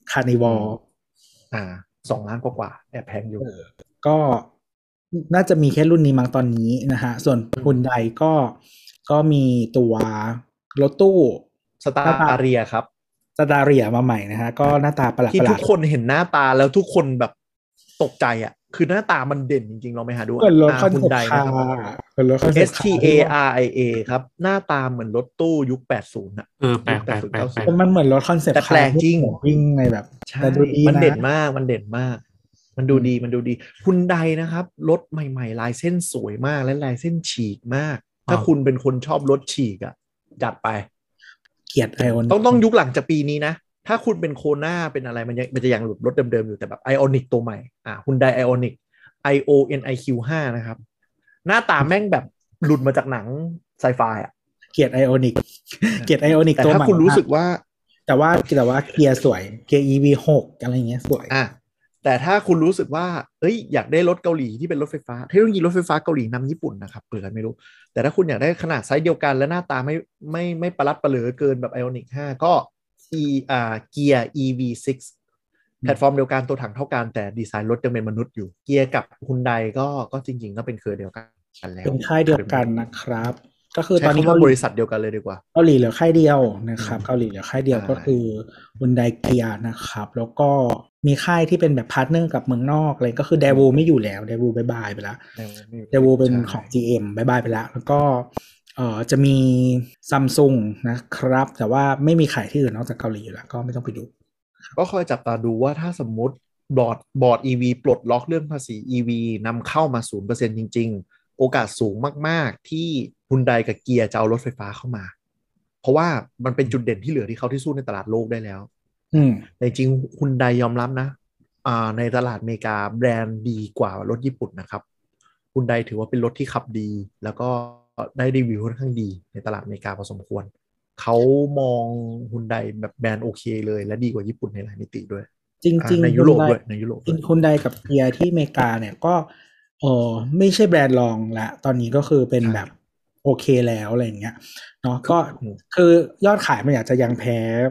คาร์นิวอลอ่าสองล้านกว่าๆแอบแพงอยู่ก็น่าจะมีแค่รุ่นนี้มั้งตอนนี้นะฮะส่วนฮุนไดก็ก็มีตัวรถตู้สตาร์เรียครับสตาร์เรียมาใหม่นะฮะก็หน้าตาประหลาดๆที่ทุกคนเห็นหน้าตาแล้วทุกคนแบบตกใจอ่ะคือหน้าตามันเด่นจริงๆเราไปหาดูเหมือนรถคอนเซ็ปต์คาร์เหมือนรถคอนเซ็ปต์เอส ที เอ อาร์ ไอ เอ ครับหน้าตาเหมือนรถตู้ยุคแปดสิบอ่ะเออแปลกแปลกแปลกมันเหมือนรถคอนเซ็ปต์คาร์แต่แปลกจริงวิ่งไงแบบแต่ดูดีมันเด่นมากมันเด่นมากมันดูดีมันดูดีฮุนไดนะครับรถใหม่ๆลายเส้นสวยมากและลายเส้นฉีกมากถ้าคุณเป็นคนชอบรถฉีกอ่ะจัดไปเกียรติไอออนต้องต้องยุคหลังจากปีนี้นะถ้าคุณเป็นโคน่าเป็นอะไรมันยังมันจะยังหลุดรถเดิมๆอยู่แต่แบบไอออนิกตัวใหม่อ่าฮุนไดไอออนิก ไอ โอ เอ็น ไอ คิว ห้า นะครับหน้าตาแม่งแบบหลุดมาจากหนังไซไฟอ่ะเกียรติไอออนิกเกียรติไอออนิกตัวใหม่แต่ถ้าคุณรู้สึกว่าแต่ว่าแต่ว่าเกียร์สวยเกียร์ อี วี หก อะไรเงี้ยสวยอ่ะแต่ถ้าคุณรู้สึกว่าเอ้ยอยากได้รถเกาหลีที่เป็นรถไฟฟ้าเทคโนโลยีรถไฟฟ้าเกาหลีนำญี่ปุ่นนะครับเผื่อใครไม่รู้แต่ถ้าคุณอยากได้ขนาดไซส์เดียวกันและหน้าตาไม่ไม่ไม่ประลัดประเหลือเกินแบบ Ioniq ห้าก็ e อ่าเกียร์ อี วี หก แพลตฟอร์มเดียวกันตัวถังเท่ากันแต่ดีไซน์รถยังเป็นมนุษย์อยู่เกียร์กับฮุนไดก็ก็จริงๆก็เป็นเครือเดียวกันแล้วเป็นค่ายเดียวกันนะครับก็คือตอนนี้ก็บริษัทเดียวกันเลยดีกว่าเกาหลีเหลือค่ายเดียวนะครับเกาหลีเหลือค่ายเดียวก็คือฮุนไดเกียร์นะครับแล้วก็มีค่ายที่เป็นแบบพาร์ทเนอร์กับเมืองนอกอะไรก็คือเดวูไม่อยู่แล้วเดวูบายบายไปแล้วเดวูเป็นของ จี เอ็ม บายบายไปแล้วแล้วก็เอ่อจะมีซัมซุงนะครับแต่ว่าไม่มีขายที่อื่นนอกจากเกาหลีอยู่แล้วก็ไม่ต้องไปดูก็คอยจับตาดูว่าถ้าสมมติบอร์ดบอร์ด อี วี ปลดล็อกเรื่องภาษี อี วี นำเข้ามา ศูนย์เปอร์เซ็นต์ จริงๆโอกาสสูงมากๆที่ฮุนไดกับเกียร์จะเอารถไฟฟ้าเข้ามาเพราะว่ามันเป็นจุดเด่นที่เหลือที่เขาที่สู้ในตลาดโลกได้แล้วแต่จริงฮุนไดยอมรับนะในตลาดอเมริกาแบรนด์ดีกว่ารถญี่ปุ่นนะครับฮุนไดถือว่าเป็นรถที่ขับดีแล้วก็ได้รีวิวค่อนข้างดีในตลาดอเมริกาพอสมควรเขามองฮุนไดแบบแบรนด์โอเคเลยและดีกว่าญี่ปุ่นในหลายมิติด้วยจริงๆในยุโรปด้วยในยุโรปจริงฮุนไดกับเกียร์ที่อเมริกาเนี่ยก็เออไม่ใช่แบรนด์รองละตอนนี้ก็คือเป็นแบบโอเคแล้วอะไรอย่างเงี้ยเนาะก็คือยอดขายมันอยากจะยังแพ้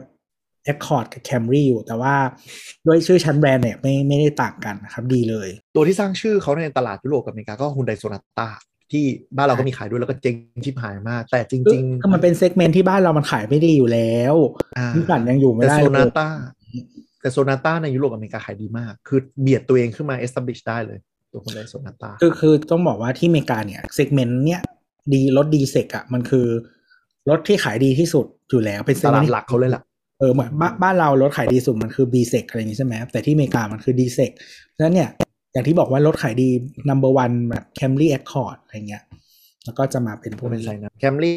Accord กับ Camry อยู่แต่ว่าด้วยชื่อชั้นแบรนด์เนี่ยไม่ไม่ได้ต่างกันนะครับดีเลยตัวที่สร้างชื่อเขาในตลาดยุโรปกับอเมริกาก็ Hyundai Sonata ที่บ้านเราก็มีขายด้วยแล้วก็เจ๊งชิบหายมากแต่จริงๆก็มันเป็นเซกเมนต์ที่บ้านเรามันขายไม่ดีอยู่แล้วญี่ปุ่นยังอยู่ไม่ได้แต่ Sonata แต่ Sonata ในยุโรปกับอเมริกาขายดีมากคือเบียดตัวเองขึ้นมา establish ได้เลยตัว Hyundai Sonata คือคือต้องบอกว่าที่อเมริกาเนี่ยเซกเมนต์เนี้ยดีรถดีเซกอ่ะมันคือรถที่ขายดีที่สุดอยู่แล้วเป็นตลาดหลักเขาเลยล่ะเออเหมือนบ้านเรารถขายดีสุดมันคือ B เซกอะไรอย่างนี้ใช่ไหมแต่ที่อเมริกามันคือ D เซกแล้วเนี่ยอย่างที่บอกว่ารถขายดี number one แบบ Camry Accord อะไรเงี้ยแล้วก็จะมาเป็นพวกนี้ Camry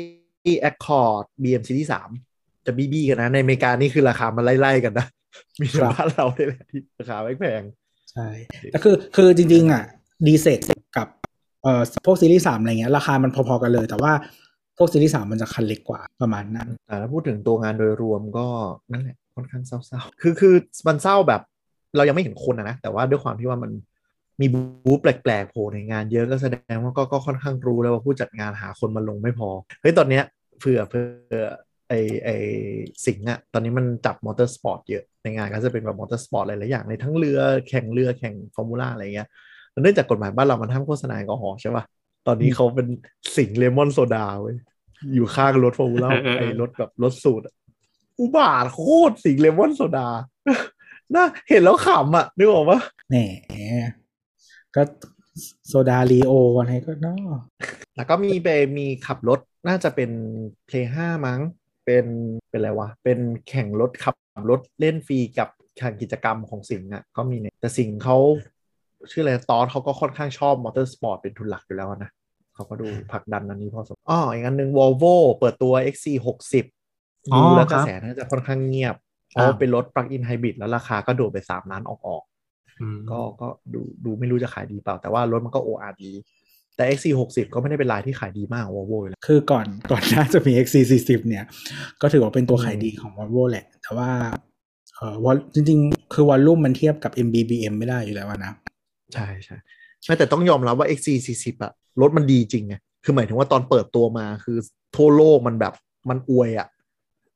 Accord บี เอ็ม Series สามจะบีบีกันนะในอเมริกานี่คือราคามันไล่ๆกันนะมีแต่บ้านเราได้แหละที่ราคาไม่แพงใช่แต่คือคือจริงๆอ่ะ D เซกกับเอ่อพวกซีรีส์สามอะไรเงี้ยราคามันพอๆกันเลยแต่ว่าพวกซีรีส์สามมันจะคันเล็กกว่าประมาณนั้นแต่ถ้าพูดถึงตัวงานโดยรวมก็นั่นแหละค่อนข้างเศร้าๆคือคือมันเศร้าแบบเรายังไม่เห็นคนนะนะแต่ว่าด้วยความที่ว่ามันมีบู๊แปลกๆโผล่ในงานเยอะก็แสดงว่าก็ก็ค่อนข้างรู้แล้วว่าผู้จัดงานหาคนมาลงไม่พอเฮ้ยตอนเนี้ยเผื่อเผื่อไอไอสิงห์อะตอนนี้มันจับมอเตอร์สปอร์ตเยอะในงานก็จะเป็นแบบมอเตอร์สปอร์ตหลายๆอย่างในทั้งเรือแข่งเรือแข่งฟอร์มูล่าอะไรเงี้ยเนื่องจากกฎหมายบ้านเรามันห้ามโฆษณาแอลกอฮอล์ใช่ป่ะตอนนี้เขาเป็นสิงห์เลมอนโซดาเว้ยอยู่ข้างรถฟอร์มูล่าไอ้รถแบบรถสูตรอุบาทโคตรสิงเลมอนโซดาน่าเห็นแล้วขำอ่ะนึกออกปะแหมก็โซดาลีโออะไรก็เนาะแล้วก็มีไปมีขับรถน่าจะเป็นเพลย์ห้ามั้งเป็นเป็นอะไรวะเป็นแข่งรถขับรถเล่นฟรีกับแข่งกิจกรรมของสิงห์อ่ะก็มีเนี่ยแต่สิงห์เขาชื่ออะไรตอนเขาก็ค่อนข้างชอบมอเตอร์สปอร์ตเป็นทุนหลักอยู่แล้วนะเขาก็ดูผลักดันอันนี้พอสมอ๋ออีกอันหนึ่ง Volvo เปิดตัว เอ็กซ์ ซี หกสิบ ดูแล้วกระแสน่าจะค่อนข้างเงียบเพราะเป็นรถ plug-in hybrid แล้วราคาก็โดดไปสามล้านออกๆก็ก็ดูดูไม่รู้จะขายดีเปล่าแต่ว่ารถมันก็ โอ อาร์ ดี แต่ เอ็กซ์ ซี หกสิบ ก็ไม่ได้เป็นรายที่ขายดีมาก Volvo เลยคือก่อนก่อนหน้าจะมี เอ็กซ์ ซี สี่สิบ เนี่ยก็ถือว่าเป็นตัวขายดีของ Volvo แหละแต่ว่าเออจริงๆคือวอลลุ่มมันเทียบกับ เอ็ม บี บี เอ็ม ไม่ได้อยู่แล้วนะใช่ใช่แต่ต้องยอมรับว่า เอ็กซ์ ซี สี่สิบ อะรถมันดีจริงไงคือหมายถึงว่าตอนเปิดตัวมาคือทั่วโลกมันแบบมันอวยอะ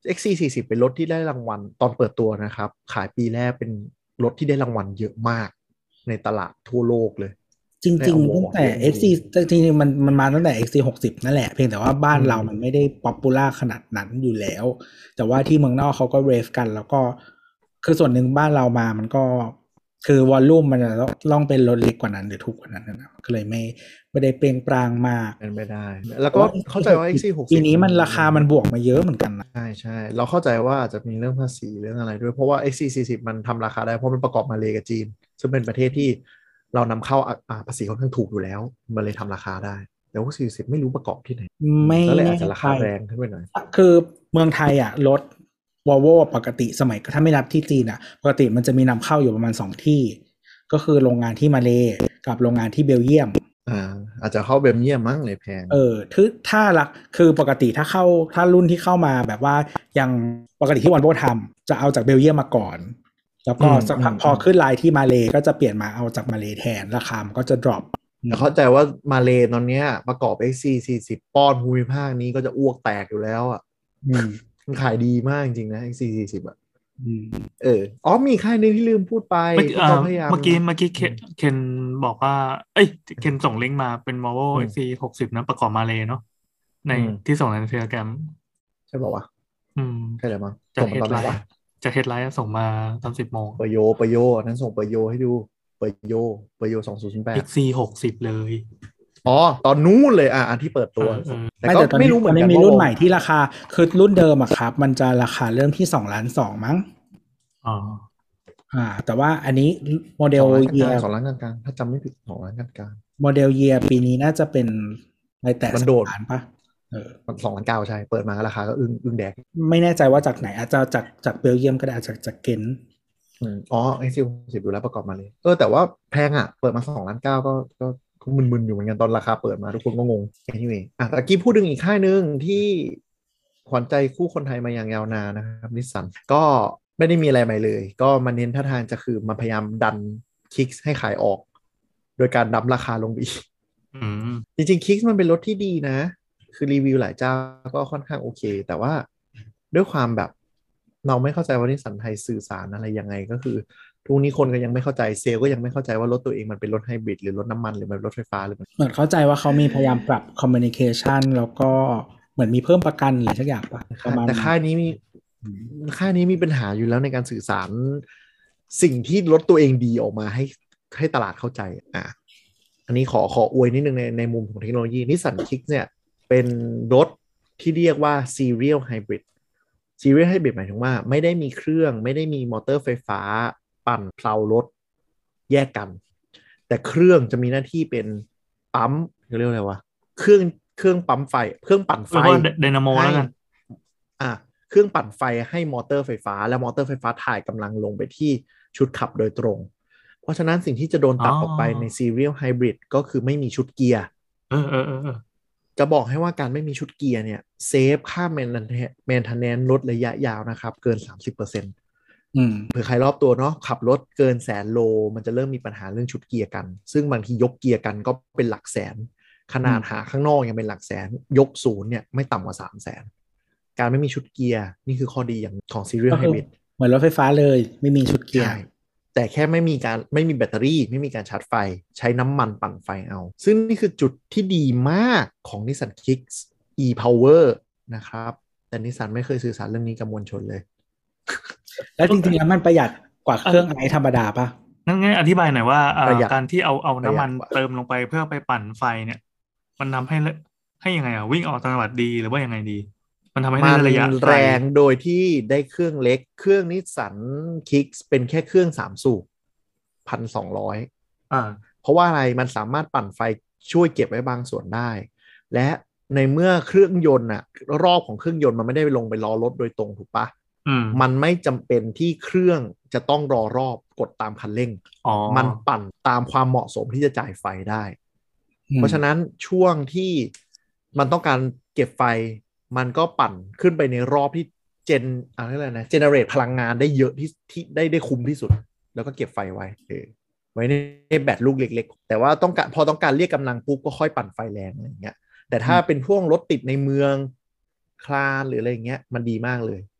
เอ็กซ์ ซี สี่สิบ เป็นรถที่ได้รางวัลตอนเปิดตัวนะครับขายปีแรกเป็นรถที่ได้รางวัลเยอะมากในตลาดทั่วโลกเลยจริงๆตั้งแต่ เอ็กซ์ ซี จริงๆมันมันมาตั้งแต่ เอ็กซ์ ซี หกสิบนั่นแหละเพียงแต่ว่าบ้านเรามันไม่ได้ป๊อปปูล่าขนาดนั้นอยู่แล้วแต่ว่าที่เมืองนอกเขาก็เรฟกันแล้วก็คือส่วนหนึ่งบ้านเรามามันก็คือวอลลุ่มมันจะต้องเป็นรถเล็กกว่านั้นหรือถูกกว่านั้นนะก็เลยไม่ไม่ได้เปล่งปลั่งมากเป็นไม่ได้แล้วก็เข้าใจว่า เอ็กซ์ ซี หกสิบปีนี้มันราคามันบวกมาเยอะเหมือนกันนะใช่ใช่เราเข้าใจว่าอาจจะมีเรื่องภาษีเรื่องอะไรด้วยเพราะว่า เอ็กซ์ ซี สี่สิบ มันทำราคาได้เพราะมันประกอบมาเลกับจีนซึ่งเป็นประเทศที่เรานำเข้าภาษีค่อนข้างถูกอยู่แล้วมันเลยทำราคาได้แต่ว่าสี่สิบไม่รู้ประกอบที่ไหนไม่ก็เลยอาจจะราคาแรงขึ้นไปหน่อยคือเมืองไทยอ่ะรถ Volvo ปกติสมัยถ้าไม่นับที่จีนอ่ะปกติมันจะมีนำเข้าอยู่ประมาณสองที่ก็คือโรงงานที่มาเลกับโรงงานที่เบลเยียมอ่าอาจจะเข้าเบลเยียมมั้งเลยแพงเออถ้าถ้ารักคือปกติถ้าเข้าถ้ารุ่นที่เข้ามาแบบว่ายังปกติที่ Volvo ทำจะเอาจากเบลเยียมมาก่อนแล้วก็สักพักพอขึ้นไลน์ที่มาเลก็จะเปลี่ยนมาเอาจากมาเลแทนราคามันก็จะ drop แต่เข้าใจว่ามาเลตอนนี้ประกอบ เอ็กซ์ ซี สี่สิบ ป้อนภูมิภาคนี้ก็จะอ้วกแตกอยู่แล้วอ่ะมันขายดีมากจริงๆนะ เอ็กซ์ ซี สี่สิบ อ่ะเอออ๋อมีค่ายนึงที่ลืมพูดไปเมื่อกี้เมื่อกี้เคนบอกว่าเอ้ยเคนส่งลิงก์มาเป็น Volvo เอ็กซ์ ซี หกสิบนะประกอบมาเลเนาะในที่ส่งใน Telegram ใช่ป่าววะอืมใช่เลยมั้งส่งมาตอนไหนวะจากเฮดไลท์ส่งมาตอนสิบโมงเปโยเปโยนั้นส่งเปโยให้ดูเปโยเปโยสองศูนย์แปดเอ็กซ์ ซี หกสิบเลยอ๋อตอนนู้นเลยอ่ะอันที่เปิดตัวแต่ก็ไม่รู้เหมือนกันมีรุ่นใหม่ที่ราคาคือรุ่นเดิมอะครับมันจะราคาเริ่มที่สองล้านสองมั้งอ๋ออ่าแต่ว่าอันนี้โมเดลเยียร์สองล้านกลางๆถ้าจำไม่ผิดสองล้านกลางๆโมเดลเยียร์ปีนี้น่าจะเป็นในแต่สองล้านปะเออสองล้านเก้าใช่เปิดมาราคาก็อึ้งอึ้งแดกไม่แน่ใจว่าจากไหนอาจจะจากจากเบลเยียมก็ได้อาจจะจากเกนอ๋อไอซิลสิบดูแล้วประกอบมาเลยเออแต่ว่าแพงอ่ะเปิดมาสองล้านเก้าก็ก็มึนๆอยู่เหมือนกันตอนราคาเปิดมาทุกคนก็งงแค่นี้เองอ่ะตะกี้พูดถึงอีกค่ายหนึ่งที่ขวัญใจคู่คนไทยมาอย่างยาวนานนะครับนิสสันก็ไม่ได้มีอะไรใหม่เลยก็มาเน้นท่าทางจะคือมาพยายามดันคิกส์ให้ขายออกโดยการดั้มราคาลงอีกจริงๆคิกส์มันเป็นรถที่ดีนะคือรีวิวหลายเจ้าก็ค่อนข้างโอเคแต่ว่าด้วยความแบบเราไม่เข้าใจว่านิสสันไทยสื่อสารอะไรยังไงก็คือทุกนี้คนก็ยังไม่เข้าใจเซลล์ก็ยังไม่เข้าใจว่ารถตัวเองมันเป็นรถไฮบริดหรือรถน้ำมันหรือมันรถไฟฟ้าหรือเหมือนเข้าใจว่าเขามีพยายามปรับคอมมิวนิเคชันแล้วก็เหมือนมีเพิ่มประกันหรือสักอย่างปะแต่ค่ายนี้มีค่ายนี้มีปัญหาอยู่แล้วในการสื่อสารสิ่งที่รถตัวเองดีออกมาให้ให้ตลาดเข้าใจอ่ะอันนี้ขอขออวยนิดนึงในในมุมของเทคโนโลยีนิสสันคิกเนี่ยเป็นรถที่เรียกว่า serial hybrid serial hybrid หมายถึงว่าไม่ได้มีเครื่องไม่ได้มีมอเตอร์ไฟฟ้าปั่นเพลารถแยกกันแต่เครื่องจะมีหน้าที่เป็นปั๊มเรียกอะไรวะเครื่องเครื่องปั๊มไฟเครื่องปั่นไฟไดนาโมแล้วกันอ่ะเครื่องปั่นไฟให้มอเตอร์ไฟฟ้าและมอเตอร์ไฟฟ้าถ่ายกำลังลงไปที่ชุดขับโดยตรงเพราะฉะนั้นสิ่งที่จะโดนตัดออกไปใน serial hybrid ก็คือไม่มีชุดเกียร์เออเออเออจะบอกให้ว่าการไม่มีชุดเกียร์เนี่ยเซฟค่าแมนแมนเทนแนนซ์ลดระยะยาวนะครับเกิน สามสิบเปอร์เซ็นต์ อืมเผื่อใครรอบตัวเนาะขับรถเกินแสนโลมันจะเริ่มมีปัญหาเรื่องชุดเกียร์กันซึ่งบางทียกเกียร์กันก็เป็นหลักแสนขนาดหาข้างนอกยังเป็นหลักแสนยกศูนย์เนี่ยไม่ต่ำกว่า สามแสน การไม่มีชุดเกียร์นี่คือข้อดีอย่างของ serial hybrid เหมือนรถไฟฟ้าเลยไม่มีชุดเกียร์แต่แค่ไม่มีการไม่มีแบตเตอรี่ไม่มีการชาร์จไฟใช้น้ำมันปั่นไฟเอาซึ่งนี่คือจุดที่ดีมากของ Nissan Kicks e-Power นะครับแต่ Nissan ไม่เคยสื่อสารเรื่องนี้กับมวลชนเลยแล้วจริงๆแล้วมันประหยัดกว่าเครื่องไอธรรมดาปะนั่นไงอธิบายหน่อยว่าการที่เอาเอาน้ำมันเติมลงไปเพื่อไปปั่นไฟเนี่ยมันทำให้ให้ยังไงอ่ะวิ่งออกต่างจังหวัดดีหรือว่ายังไงดีมันทำให้ได้ระยะแรงโดยที่ได้เครื่องเล็กเครื่องนิสสันคิกเป็นแค่เครื่องสามสูบพันสองร้อยอ่าเพราะว่าอะไรมันสามารถปั่นไฟช่วยเก็บไว้บางส่วนได้และในเมื่อเครื่องยนต์อะรอบของเครื่องยนต์มันไม่ได้ไปลงไปล้อรถโดยตรงถูกปะมันไม่จำเป็นที่เครื่องจะต้องรอรอบกดตามคันเร่งมันปั่นตามความเหมาะสมที่จะจ่ายไฟได้เพราะฉะนั้นช่วงที่มันต้องการเก็บไฟมันก็ปั่นขึ้นไปในรอบที่เจนอะไรนะเจเนเรตพลังงานได้เยอะที่ที่ได้ได้คุ้มที่สุดแล้วก็เก็บไฟไว้เออไว้ในแบตลูกเล็กๆแต่ว่าต้องการพอต้องการเรียกกำลังปุ๊บก็ค่อยปั่นไฟแรงอะไรอย่างเงี้ยแต่ถ้าเป็นพวกรถติดในเมืองคลานหรืออะไรอย่างเงี้ยมันดีมากเลย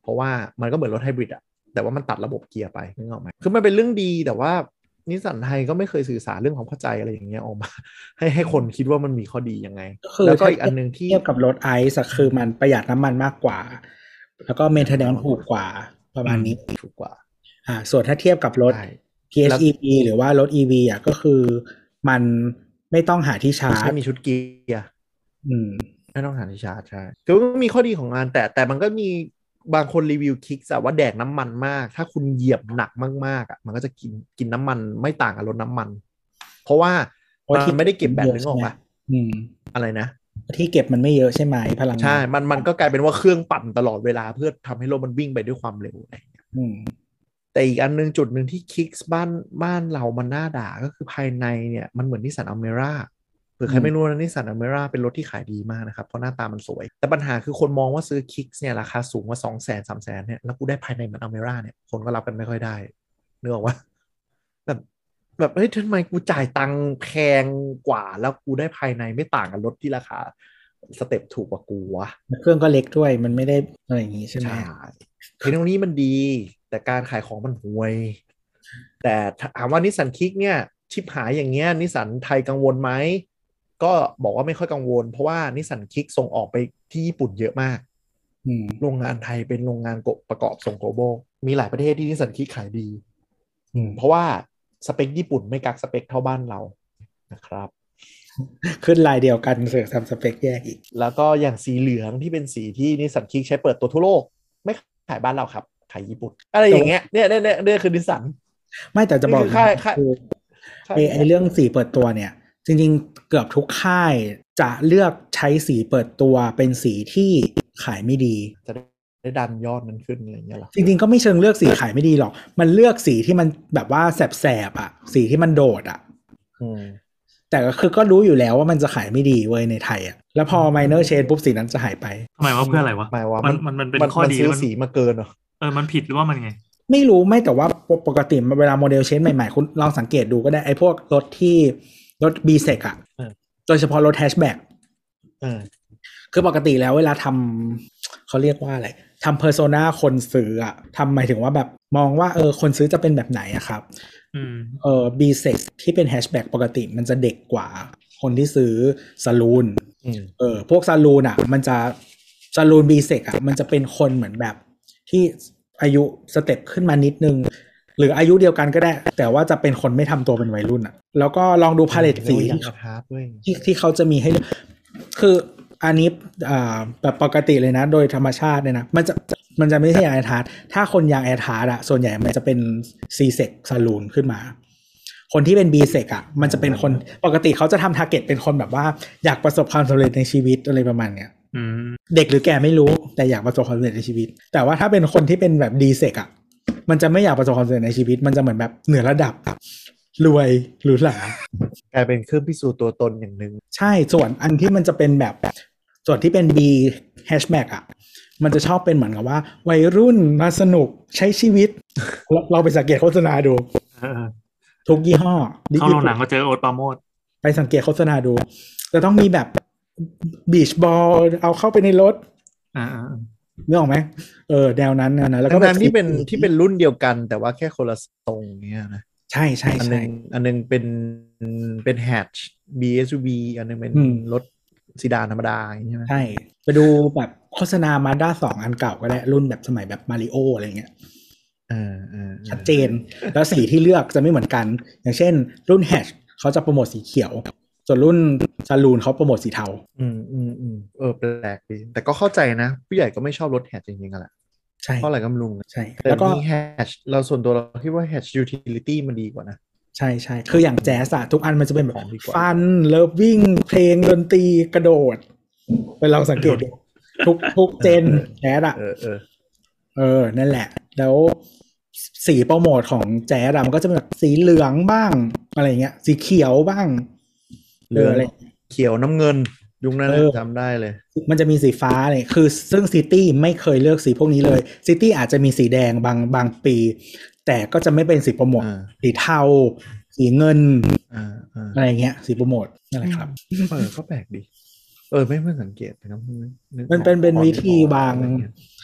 เพราะว่ามันก็เหมือนรถไฮบริดอะแต่ว่ามันตัดระบบเกียร์ไปนึกออกไหมคือมันเป็นเรื่องดีแต่ว่านิสสันไทยก็ไม่เคยสื่อสารเรื่องความเข้าใจอะไรอย่างเงี้ยออกมาให้ให้คนคิดว่ามันมีข้อดียังไงแล้วก็อีกอันนึงที่เทียบกับรถไอซ์คือมันประหยัดน้ำมันมากกว่าแล้วก็เมนเทนแนนซ์ถูกกว่าประมาณนี้ถูกกว่าอ่าส่วนถ้าเทียบกับรถ พี เอช อี วี หรือว่ารถ อี วี อ่ะก็คือมันไม่ต้องหาที่ชาร์จไม่มีชุดเกียร์อืมไม่ต้องหาที่ชาร์จใช่คือมันมีข้อดีของงานแต่แต่มันก็มีบางคนรีวิวคิกส์ว่าแดกน้ำมันมากถ้าคุณเหยียบหนักมากๆอ่ะมันก็จะกินกินน้ำมันไม่ต่างกับรถน้ำมันเพราะว่ามันไม่ได้เก็บแบตนึกออกปะอืมอะไรนะที่เก็บมันไม่เยอะใช่ไหมพลังงานใช่มันมันก็กลายเป็นว่าเครื่องปั่นตลอดเวลาเพื่อทำให้รถมันวิ่งไปด้วยความเร็วอะไรอย่างเงี้ยแต่อีกอันนึงจุดหนึ่งที่คิกส์บ้านบ้านเรามันน่าด่าก็คือภายในเนี่ยมันเหมือนนิสสันอเมร่าเผื่อใครไม่รู้นะนิสสันอเมร่าเป็นรถที่ขายดีมากนะครับเพราะหน้าตามันสวยแต่ปัญหาคือคนมองว่าซื้อคิกส์เนี่ยราคาสูงกว่าสองแสนสามแสนเนี่ยแล้วกูได้ภายในเหมือนอเมร่าเนี่ยคนก็รับกันไม่ค่อยได้นึกออกว่าแบบแบบเฮ้ยทำไมกูจ่ายตังค์แพงกว่าแล้วกูได้ภายในไม่ต่างกับรถที่ราคาสเต็ปถูกกว่ากูวะเครื่องก็เล็กด้วยมันไม่ได้อะไรอย่างงี้ใช่ไหมเทคโนโลยีมันดีแต่การขายของมันห่วยแต่ถามว่านิสสันคิกเนี่ยชิปหายอย่างเงี้ยนิสสันไทยกังวลไหมก็บอกว่าไม่ค่อยกังวลเพราะว่านิสสันคิกส่งออกไปที่ญี่ปุ่นเยอะมากโรงงานไทยเป็นโรงงานประกอบส่งโกลบอลมีหลายประเทศที่นิสสันคิกขายดีเพราะว่าสเปคญี่ปุ่นไม่กักสเปคเท่าบ้านเรานะครับขึ้นลายเดียวกันเสือกทำสเปคแยกอีกแล้วก็อย่างสีเหลืองที่เป็นสีที่นิสสันคิกใช้เปิดตัวทั่วโลกไม่ขายบ้านเราครับขายญี่ปุ่นอะไรอย่างเงี้ยเนี่ยเนี่ยเนี่ยคือนิสสันไม่แต่จะบอกค่ายค่ายไอ้เรื่องสีเปิดตัวเนี่ยจริงๆเกือบทุกค่ายจะเลือกใช้สีเปิดตัวเป็นสีที่ขายไม่ดีจะได้ดันยอดมันขึ้นอะไรอย่างเงี้ยหรอจริงๆก็ไม่เชิงเลือกสีขายไม่ดีหรอกมันเลือกสีที่มันแบบว่าแสบๆอ่ะสีที่มันโดดอ่ะแต่ก็คือก็รู้อยู่แล้วว่ามันจะขายไม่ดีเว้ยในไทยอ่ะแล้วพอ minor change ปุ๊บสีนั้นจะหายไปทำไมว่าเพื่ออะไรวะหมายว่ามันมันมันเป็นข้อดีมันสีมาเกินเหรอเออมันผิดหรือว่ามันไงไม่รู้ไม่แต่ว่าปกติเวลาโมเดลเชนใหม่ๆคุณลองสังเกตดูก็ได้ไอ้พวกรถที่รถ B-Sec อ่ะโดยเฉพาะรถแฮชแบ็กคือปกติแล้วเวลาทำเขาเรียกว่าอะไรทำเพอร์โซนาคนซื้ออ่ะทำหมายถึงว่าแบบมองว่าเออคนซื้อจะเป็นแบบไหนอะครับเออ B-Sec ที่เป็นแฮชแบ็กปกติมันจะเด็กกว่าคนที่ซื้อซาลูนเออพวกซาลูนอ่ะมันจะซาลูน B-Sec อ่ะมันจะเป็นคนเหมือนแบบที่อายุสเต็ปขึ้นมานิดนึงหรืออายุเดียวกันก็ได้แต่ว่าจะเป็นคนไม่ทำตัวเป็นวัยรุ่นอ่ะแล้วก็ลองดูพาเลตสีที่ที่เขาจะมีให้คืออันนี้อ่าแบบปกติเลยนะโดยธรรมชาติเนี่ยนะมันจะมันจะไม่ใช่แอร์ทาร์ถ้าคนยางแอร์ทาร์อะส่วนใหญ่มันจะเป็น C-Sec ซาลูนขึ้นมาคนที่เป็น B-Sec อ่ะมันจะเป็นคนปกติเขาจะทำทาร์เก็ตเป็นคนแบบว่าอยากประสบความสำเร็จในชีวิตอะไรประมาณเนี้ยเด็กหรือแก่ไม่รู้แต่อยากประสบความสำเร็จในชีวิตแต่ว่าถ้าเป็นคนที่เป็นแบบ D-Sec อ่ะมันจะไม่อยากประสบความสำเร็จในชีวิตมันจะเหมือนแบบเหนือระดับรวยหรูหรากลายเป็นเครื่องพิสูจน์ตัวตนอย่างนึงใช่ส่วนอันที่มันจะเป็นแบบส่วนที่เป็น B hatchback อ่ะมันจะชอบเป็นเหมือนกับว่าวัยรุ่นมาสนุกใช้ชีวิตเราไปสังเกตโฆษณาดูทุกยี่ห้อเข้าโรงหนังก็เจอโอ๊ตปราโมทไปสังเกตโฆษณาดูจะต้องมีแบบบีชบอลเอาเข้าไปในรถอ่านึกออกไหมเออแนวนั้นนะแล้วก็แบบที่เป็นที่เป็นรุ่นเดียวกันแต่ว่าแค่คนละทรงเงี้ยนะใช่ใช่อันนึงอันนึงเป็นเป็นแฮช บี เอส ยู วี อันนึงเป็นรถซีดานธรรมดาอย่างนี้ใช่ไหมใช่ไปดูแบบโฆษณามาด้าสองอันเก่าก็ได้รุ่นแบบสมัยแบบมาริโออะไรเงี้ยชัดเจนแล้วสีที่เลือกจะไม่เหมือนกันอย่างเช่นรุ่นแฮชเขาจะโปรโมทสีเขียวส่วนรุ่นซาลูนเขาโปรโมทสีเทาอืมอืมอืมเออแปลกดีแต่ก็เข้าใจนะผู้ใหญ่ก็ไม่ชอบรถแฮชจริงๆกันแหละใช่เพราะอะไรก็ไม่รู้ใช่แล้วก็แฮชเราส่วนตัวเราคิดว่าแฮชยูทิลิตี้มันดีกว่านะใช่ใช่คืออย่างแจ๊สอะทุกอันมันจะเป็นแบบฟันเลิฟวิ่งเพลงดนตรีกระโดดไปลองสังเกตดูทุกทุกเจนแจ๊สอะเออเออเออนั่นแหละแล้วสีโปรโมทของแจ๊สอะมันก็จะเป็นแบบสีเหลืองบ้างอะไรเงี้ยสีเขียวบ้างเหลืองอะไรเขียวน้ำเงินยุคนั้นจำได้เลยมันจะมีสีฟ้าเลยคือซึ่งซิตี้ไม่เคยเลือกสีพวกนี้เลยซิตี้อาจจะมีสีแดงบางบางปีแต่ก็จะไม่เป็นสีโปรโมทสีเทาสีเงินอะไรเงี้ยสีโปรโมทนั่นแหละครับเออก็แปลกดีเออไม่เพิ่งสังเกตนะครับมันเป็นเป็นวิธีบาง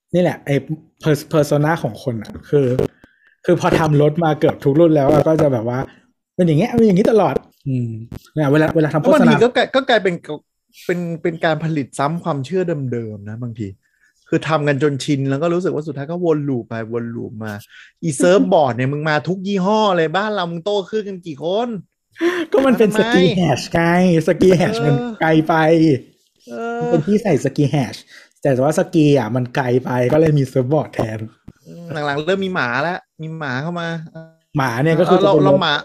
นี่แหละไอ้เพอร์โซนาของคนอ่ะคือคือพอทำรถมาเกือบทุกรุ่นแล้วก็จะแบบว่าเป็นอย่างเงี้ยเป็นอย่างนี้ตลอดอืมเนี่ยเวลาเวลาทำโฆษณาก็กลายก็กลายเป็นเป็นเป็นการผลิตซ้ำความเชื่อเดิมๆนะบางทีคือทำกันจนชินแล้วก็รู้สึกว่าสุดท้ายก็วนลูปไปวนลูปมาอีเซิร์ฟบอร์ดเนี่ยมึงมาทุกยี่ห้อเลยบ้านเรามึงโตขึ้นกันกี่คนก็มันเป็นสกีแฮชไงสกีแฮชมันไกลไปมันเป็นที่ใส่สกีแฮชแต่ว่าสกีอ่ะมันไกลไปก็เลยมีเซิร์ฟบอร์ดแทนหลังๆเริ่มมีหมาแล้วมีหมาเข้ามาหมาเนี่ยก็คือเราเราหมาร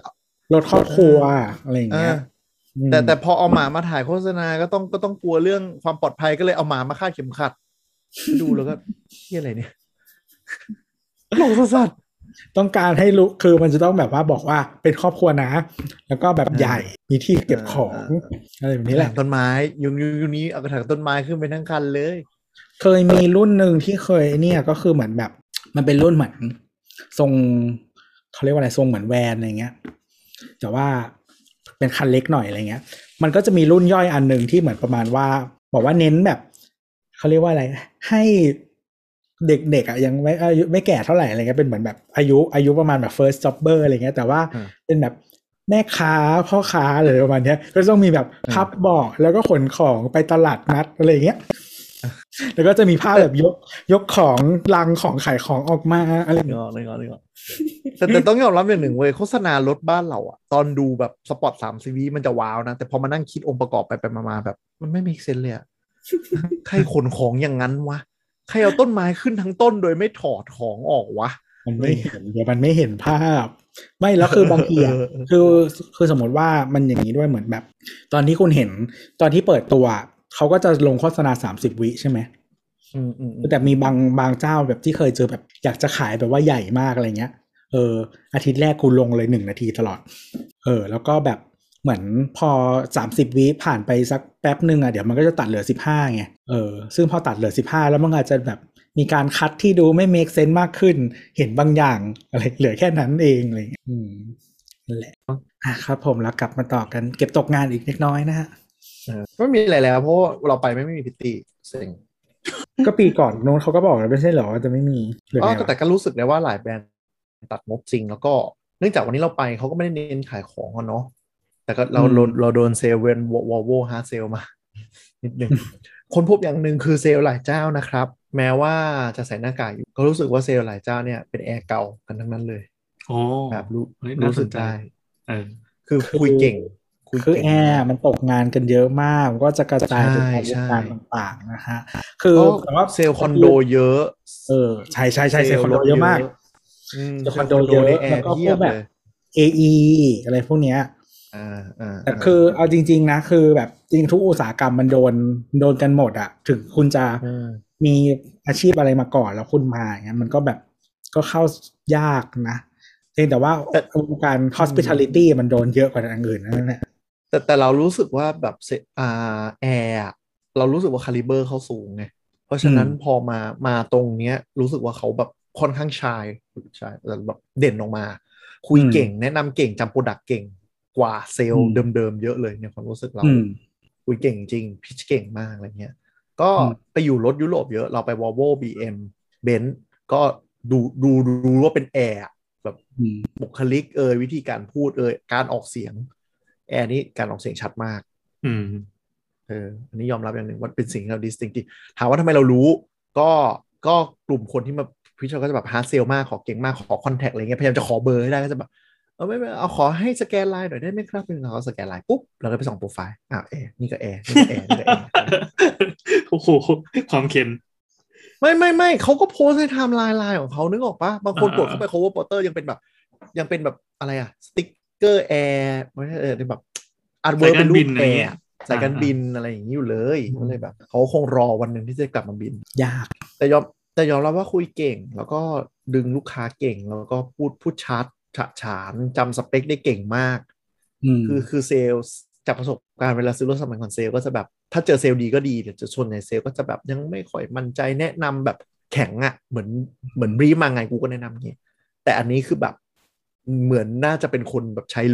ถครอบครัวอะไรอย่างเงี้ยแต่แต่พอเอาหมามาถ่ายโฆษณาก็ต้องก็ต้องกลัวเรื่องความปลอดภัยก็เลยเอาหมามาคาดเข็มขัดดูแล้วก็ที่อะไรเนี่ยหลงสัสต้องการให้รู้คือมันจะต้องแบบว่าบอกว่าเป็นครอบครัวนะแล้วก็แบบใหญ่มีที่เก็บของอะไรแบบนี้แหละต้นไม้ยุคยุคนี้เอากระถางต้นไม้ขึ้นไปทั้งคันเลยเคยมีรุ่นหนึ่งที่เคยเนี่ยก็คือเหมือนแบบมันเป็นรุ่นเหมือนทรงเขาเรียกว่าอะไรทรงเหมือนแวนอะไรเงี้ยแต่ว่าเป็นคันเล็กหน่อยอะไรเงี้ยมันก็จะมีรุ่นย่อยอันหนึ่งที่เหมือนประมาณว่าบอกว่าเน้นแบบเขาเรียกว่าอะไรให้เด็กๆอ่ะยังไม่อายุไม่แก่เท่าไหร่อะไรเงี้ยเป็นเหมือนแบบอายุอายุประมาณแบบ first jobber อะไรเงี้ยแต่ว่าเป็นแบบแม่ค้าพ่อค้าอะไรประมาณนี้ก็ต้องมีแบบพับเบาะแล้วก็ขนของไปตลาดนัดอะไรเงี้ยแล้วก็จะมีภาพแบบยกยกของลังของขายของออกมาอะไรเงี้ยเลยเลยแต่แต่ต้องยอมรับอย่างหนึ่งเว้ยโฆษณารถบ้านเราอะตอนดูแบบสปอร์ตสามซีวีมันจะว้าวนะแต่พอมานั่งคิดองค์ประกอบไปไปมาแบบมันไม่มีเซนเลยอะใครขนของอย่างนั้นวะใครเอาต้นไม้ขึ้นทั้งต้นโดยไม่ถอดของออกวะมันไม่เห็นเดี๋ยวมันไม่เห็นภาพไม่แล้วคือบางทีอ่ะคือคือสมมติว่ามันอย่างนี้ด้วยเหมือนแบบตอนที่คุณเห็นตอนที่เปิดตัวเขาก็จะลงโฆษณาสามสิบวิใช่ไหมอืมอืมแต่มีบางบางเจ้าแบบที่เคยเจอแบบอยากจะขายแบบว่าใหญ่มากอะไรเงี้ยเอออาทิตย์แรกกูลงเลยหนึ่งนาทีตลอดเออแล้วก็แบบเหมือนพอสามสิบวิผ่านไปสักแป๊บนึงอ่ะเดี๋ยวมันก็จะตัดเหลือสิบห้าไงเออซึ่งพอตัดเหลือสิบห้าแล้วมันอาจจะแบบมีการคัดที่ดูไม่เมคเซนส์มากขึ้นเห็นบางอย่างอะไรเหลือแค่นั้นเองอะไรเงี้ยอืมนั่นแหละอ่ะครับผมแล้วกลับมาต่อกันเก็บตกงานอีกเล็กน้อยนะฮะไม่มีอะไรแล้วเพราะเราไปไม่มีพิตตี้เซ็งก็ปีก่อนโน้นเขาก็บอกแล้วไม่ใช่เหรอว่าจะไม่มีอ๋อแต่ก็รู้สึกได้ว่าหลายแบรนด์ตัดงบจริงแล้วก็เนื่องจากวันนี้เราไปเขาก็ไม่ได้เน้นขายของกันเนาะแต่ก็เราเราโดนเซลเวนวอลโวฮาร์ดเซลมานิดนึงคนพบอย่างหนึ่งคือเซลหลายเจ้านะครับแม้ว่าจะใส่หน้ากากอยู่ก็รู้สึกว่าเซลหลายเจ้าเนี่ยเป็นแอร์เก่ากันทั้งนั้นเลยโอ้แบบรู้รู้สึกได้เออคือคุยเก่งคือแอร์มันตกงานกันเยอะมากก็จะกระจายไปตามวงการต่างๆนะฮะคือแต่ว่าเซลล์คอนโดเยอะเออใช่ใช่ใช่เซลล์คอนโดเยอะมากเซลล์คอนโดเยอะแล้วก็พวกแบบ เอ อี อะไรพวกเนี้ยอ่าอ่าแต่คือเอาจริงๆนะคือแบบจริงทุกอุตสาหกรรมมันโดนโดนกันหมดอะถึงคุณจะมีอาชีพอะไรมาก่อนแล้วคุณมาอย่างเงี้ยมันก็แบบก็เข้ายากนะเพียงแต่ว่าวงการ hospitality มันโดนเยอะกว่าอย่างอื่นนั่นแหละแต่แต่เรารู้สึกว่าแบบอ่าแอร์เรารู้สึกว่าคาลิเบอร์เขาสูงไงเพราะฉะนั้นพอมามาตรงเนี้ยรู้สึกว่าเขาแบบค่อนข้างชายชายแบบเด่นออกมาคุยเก่งแนะนำเก่งจำโปรดักต์เก่งกว่าเซลล์เดิมๆเยอะเลยในความรู้สึกเราคุยเก่งจริงพิชเก่งมากอะไรเงี้ยก็ไปอยู่รถยุโรปเยอะเราไป Volvo บี เอ็ม Benz ก็ดูดูดูว่าเป็นแอร์แบบบุคลิกเอยวิธีการพูดเอยการออกเสียงแอร์นี้การออกเสียงชัดมากอืมเอออันนี้ยอมรับอย่างหนึ่งว่าเป็นสิ่งที่เรา distinctive ถามว่าทำไมเรารู้ก็ก็กลุ่มคนที่มาพิชก็จะแบบฮาร์ดเซลมากขอเก่งมากขอคอนแทคอะไรเงี้ยพยายามจะขอเบอร์ให้ได้ก็จะแบบเออไม่ไม่เอาขอให้สแกนไลน์หน่อยได้ไหมครับเป็นเขาสแกนไลน์ปุ๊บเราก็ไปส่องโปรไฟล์อ้าวแอร์นี่ก็แอร์นี่ก็แอร์นี่ก็แอร์โอ้โหความเค็นไม่ไม่ไม่เขาก็โพสในไทม์ไลน์ไลน์ของเขานึกออกปะบางคนกดเข้าไป cover porter ยังเป็นแบบยังเป็นแบบอะไรอะสติ๊กเกอร์แอร์ไม่ใช่เออแบบอาร์ตเวิร์กเป็นรูปแอร์สายการบินอะไรอย่างนี้อยู่เลยก็เลยแบบเขาคงรอวันหนึ่งที่จะกลับมาบินยากแต่ยอมแต่ยอมรับว่าคุยเก่งแล้วก็ดึงลูกค้าเก่งแล้วก็พูดพูดชัดฉะฉานจำสเปคได้เก่งมากคือคือเซลล์จากประสบการณ์เวลาซื้อรถสมัยก่อนเซลล์ก็จะแบบถ้าเจอเซลล์ดีก็ดีเดี๋ยวจะชนในเซลล์ก็จะแบบยังไม่ค่อยมั่นใจแนะนำแบบแข็งอ่ะเหมือนเหมือนรีมาไงกูก็แนะนำงี้แต่อันนี้คือแบบเหมือนน่าจะเป็นคนแบบใช้รถ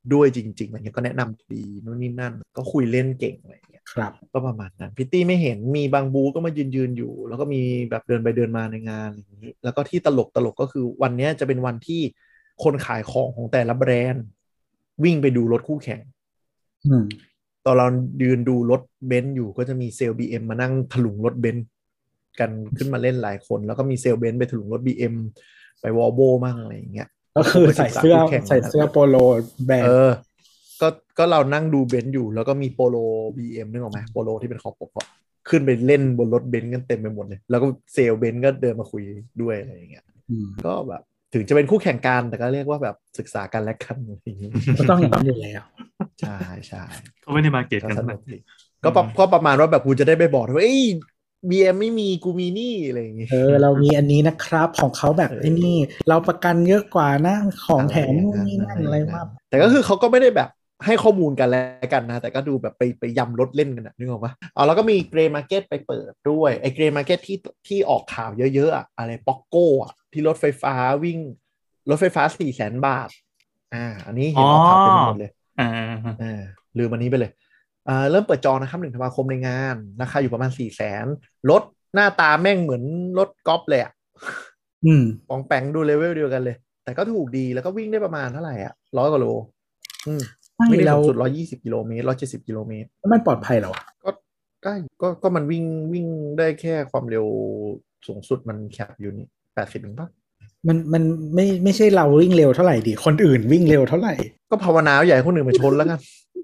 ด้วยจริงๆอะไรเงี้ยก็แนะนำดีนู่นนี่นั่นก็คุยเล่นเก่งอะไรเงี้ยครับก็ประมาณนั้นพิตตี้ไม่เห็นมีบางบูก็มายืนยืนอยู่แล้วก็มีแบบเดินไปเดินมาในงานอย่างนี้แล้วก็ที่ตลกตลกก็คือวันนี้จะเป็นวันที่คนขายของของแต่ละแบรนด์วิ่งไปดูรถคู่แข่งตอนเรายืนดูรถเบนซ์อยู่ก็จะมีเซลล์ บี เอ็ม มานั่งถลุงรถเบนซ์กันขึ้นมาเล่นหลายคนแล้วก็มีเซลล์เบนซ์ไปถลุงรถ บี เอ็ม ไปวอลโบมั่งอะไรอย่างเงี้ยก็คือใส่เสื้อใส่เสื้อโปโลแบรนด์เออก็ก็เรานั่งดูเบนซ์อยู่แล้วก็มีโปโล บี เอ็ม นึกออกไหมโปโลที่เป็นขอบปกขึ้นไปเล่นบนรถเบนซ์กันเต็มไปหมดเลยแล้วก็เซลล์เบนซ์ก็เดินมาคุยด้วยอะไรอย่างเงี้ยก็แบบถึงจะเป็นคู่แข่งกันแต่ก็เรียกว่าแบบศึกษากันและกันอย่างนี้ก็ต้องอย่างนั้นอยู่แล้วใช่ใช่เขาไม่ได้มาเก็ตกันก็ก็ประมาณว่าแบบกูจะได้ไปบอกว่าเอ้ย บี เอ็ม ไม่มีกูมีนี่อะไรอย่างงี้เออเรามีอันนี้นะครับของเขาแบบไอ้นี่เราประกันเยอะกว่านะของแถมนู่นนี่นั่นอะไรมากแต่ก็คือเขาก็ไม่ได้แบบให้ข้อมูลกันแล้วกันนะแต่ก็ดูแบบไปไปยำรถเล่นกันนะนึกออกปะอ๋อแล้วก็มีเกรย์มาร์เก็ตไปเปิดด้วยไอ้เกรย์มาร์เก็ตที่ที่ออกข่าวเยอะๆอะอะไรป๊อกโก้อะที่รถไฟฟ้าวิ่งรถไฟฟ้าสี่แสนบาทอ่าอันนี้เห็นออกข่าวเต็มไปหมดเลยอ่าอ่าลืมอันนี้ไปเลยอ่าเริ่มเปิดจองนะครับหนึ่งธันวาคมในงานราคาอยู่ประมาณสี่แสนรถหน้าตาแม่งเหมือนรถกอล์ฟเลยอ่ะอืมปองแปงดูเลเวลเดียวกันเลยแต่ก็ถูกดีแล้วก็วิ่งได้ประมาณเท่าไหร่อ่ะร้อยกว่าโลอืมไม่ได้สูงสุดร้อยยี่สิบกิโลเมตรร้อยเจ็ดสิบกิโลเมตรมันปลอดภัยเหรอก็ได้ก็ก็มันวิ่งวิ่งได้แค่ความเร็วสูงสุดมันแคปอยู่นี่แปดสิบเองปะมันมันไม่ไม่ใช่เราวิ่งเร็วเท่าไหร่ดิคนอื่นวิ่งเร็วเท่าไหร่ก็ภาวนาใหญ่คนอื่นมาชนแล้วกัน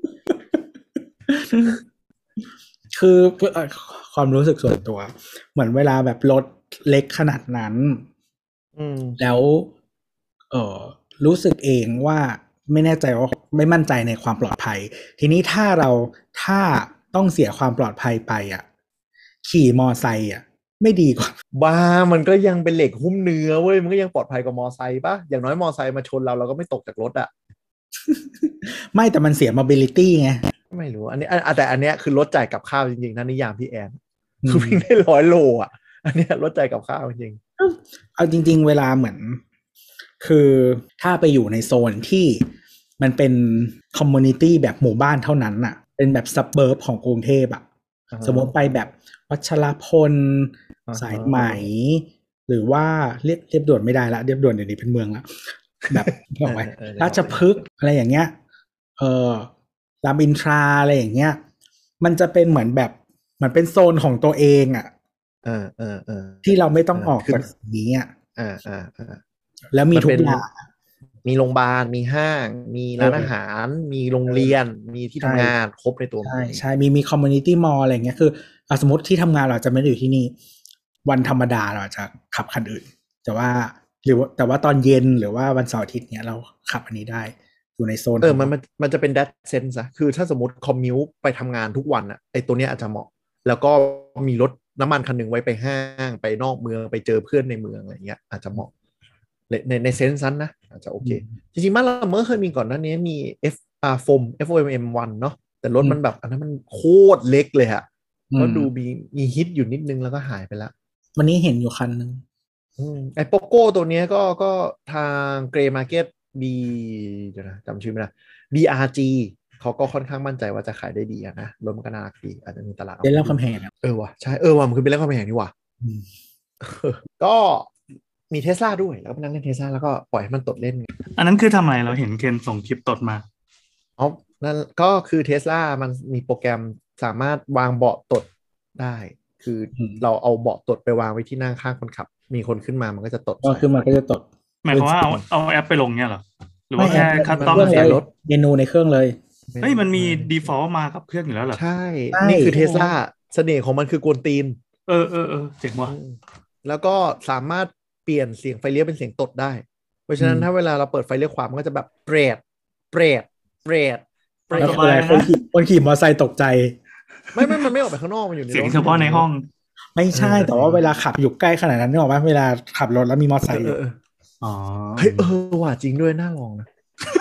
คือความรู้สึกส่วนตัวเหมือนเวลาแบบรถเล็กขนาดนั้นแล้วเออรู้สึกเองว่าไม่แน่ใจว่าไม่มั่นใจในความปลอดภัยทีนี้ถ้าเราถ้าต้องเสียความปลอดภัยไปอ่ะขี่มอไซค์อ่ะไม่ดีกว่าบ้ามันก็ยังเป็นเหล็กหุ้มเนื้อเว้ยมันก็ยังปลอดภัยกว่ามอไซค์ป่ะอย่างน้อยมอไซค์มาชนเราเราก็ไม่ตกจากรถอ่ะไม่แต่มันเสีย mobility ไงไม่รู้อันนี้แต่อันเนี้ยคือรถจ่ายกับข้าวจริงๆนะนิยามพี่แอนคือวิ่งได้ร้อยโลอ่ะอันเนี้ยรถจ่ายกับข้าวจริงเอาจริงๆเวลาเหมือนคือถ้าไปอยู่ในโซนที่มันเป็นคอมมูนิตี้แบบหมู่บ้านเท่านั้นน่ะเป็นแบบซับเบิร์บของกรุงเทพอ่ะสมมติไปแบบวัชรพลสายไหมหรือว่าเรียบเรียบด่วนไม่ได้ละเรียบด่วนเดี๋ยวนี้เป็นเมืองละแบบบอกไว้ราชพฤกษ์อะไรอย่างเงี้ยเออรามอินทราอะไรอย่างเงี้ยมันจะเป็นเหมือนแบบเหมือนเป็นโซนของตัวเองอ่ะเออเออเออที่เราไม่ต้องออกจากนี้อ่ะอ่าอ่าอ่าแล้วมีทุกอย่างมีโรงพยาบาลมีห้างมีร้านอาหารมีโรงเรียนมีที่ทำงานครบในตัวใช่ใช่มีมีคอมมูนิตี้มอลล์อะไรเงี้ยคือสมมติที่ทำงานเราจะไม่ได้อยู่ที่นี่วันธรรมดาเราจะขับคันอื่นแต่ว่าหรือว่าแต่ว่าตอนเย็นหรือว่าวันเสาร์อาทิตย์เนี้ยเราขับอันนี้ได้อยู่ในโซนเออมันมันมันจะเป็นดัตเซนส์อะคือถ้าสมมติคอมมิวไปทำงานทุกวันอะไอตัวเนี้ยอาจจะเหมาะแล้วก็มีรถน้ำมันคันหนึ่งไว้ไปห้างไปนอกเมืองไปเจอเพื่อนในเมืองอะไรเงี้ยอาจจะเหมาะในในเซนส์นั้นนะอาจจะโอเคจริงๆมาละเมอเคยมีก่อนหน้านี้มี F อ่า โฟม เอฟ โอ เอ็ม เอ็ม วันเนาะแต่รถมันแบบอันนั้นมันโคตรเล็กเลยฮะก็ดูมีมีฮิตอยู่นิดนึงแล้วก็หายไปละวันนี้เห็นอยู่คันนึงไอ้โปโก้ตัวนี้ก็ก็ทางเกรย์มาร์เก็ตบีเดี๋ยวนะจำชื่อไม่ได้ บี อาร์ จี เขาก็ค่อนข้างมั่นใจว่าจะขายได้ดีนะรถมันก็น่ารักดีอาจจะมีตลาดเป็นเรื่องคำแหงเออว่ะใช่เออว่ะมันคือเป็นเรื่องคำแหงนี่ว่ะก็มีเทสลาด้วยแล้วก็นั่งเล่นเทสลาแล้วก็ปล่อยให้มันตดเล่นอันนั้นคือทำไมเราเห็นเคนส่งคลิปตดมาอ๋อนั่นก็คือเทสลามันมีโปรแกรมสามารถวางเบาะตดได้คือเราเอาเบาะตดไปวางไว้ที่นั่งข้างคนขับมีคนขึ้ ขึ้นมามันก็จะตดก็คือมันก็จะตดหมายความว่าเอาเอาแอปไปลงเนี้ยเหรอหรือว่าแค่คัสตอมเสียรถเมนูในเครื่องเลยเฮ้ยมันมี default มากับเครื่องอยู่แล้วเหรอใช่นี่คือเทสลาเสน่ห์ของมันคือกวนตีนเออเออเออเจ๋งว่ะแล้วก็สามารถเปลี่ยนเสียงไฟเลี้ยวเป็นเสียงตดได้เพราะฉะนั้นถ้าเวลาเราเปิดไฟเลี้ยวขวามันก็จะแบบเปรดเปรดเปรดเปรดคนขี่คนขี่มอเตอร์ไซค์ตกใจไม่ไม่มันไม่ออกไปข้างนอกมันอยู่ในรถเสียงเฉพาะในห้องไม่ใช่แต่ว่าเวลาขับอยู่ใกล้ขนาดนั้นนึกออกป่ะเวลาขับรถแล้วมีมอเตอร์ไซค์อ๋อเฮ้ยเออว่ะจริงด้วยน่าลองนะ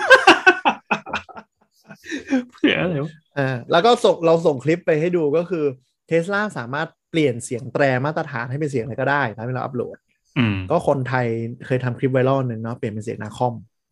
เผื่ออะไรวะอ่าแล้วก็ส่งเราส่งคลิปไปให้ดูก็คือเทสลาสามารถเปลี่ยนเสียงแตรมาตรฐานให้เป็นเสียงอะไรก็ได้ถ้าเราอัปโหลดก็คนไทยเคยทำคลิปไวรัลหนึ่งเนาะเปลี่ยนเป็นเสียงนาคอม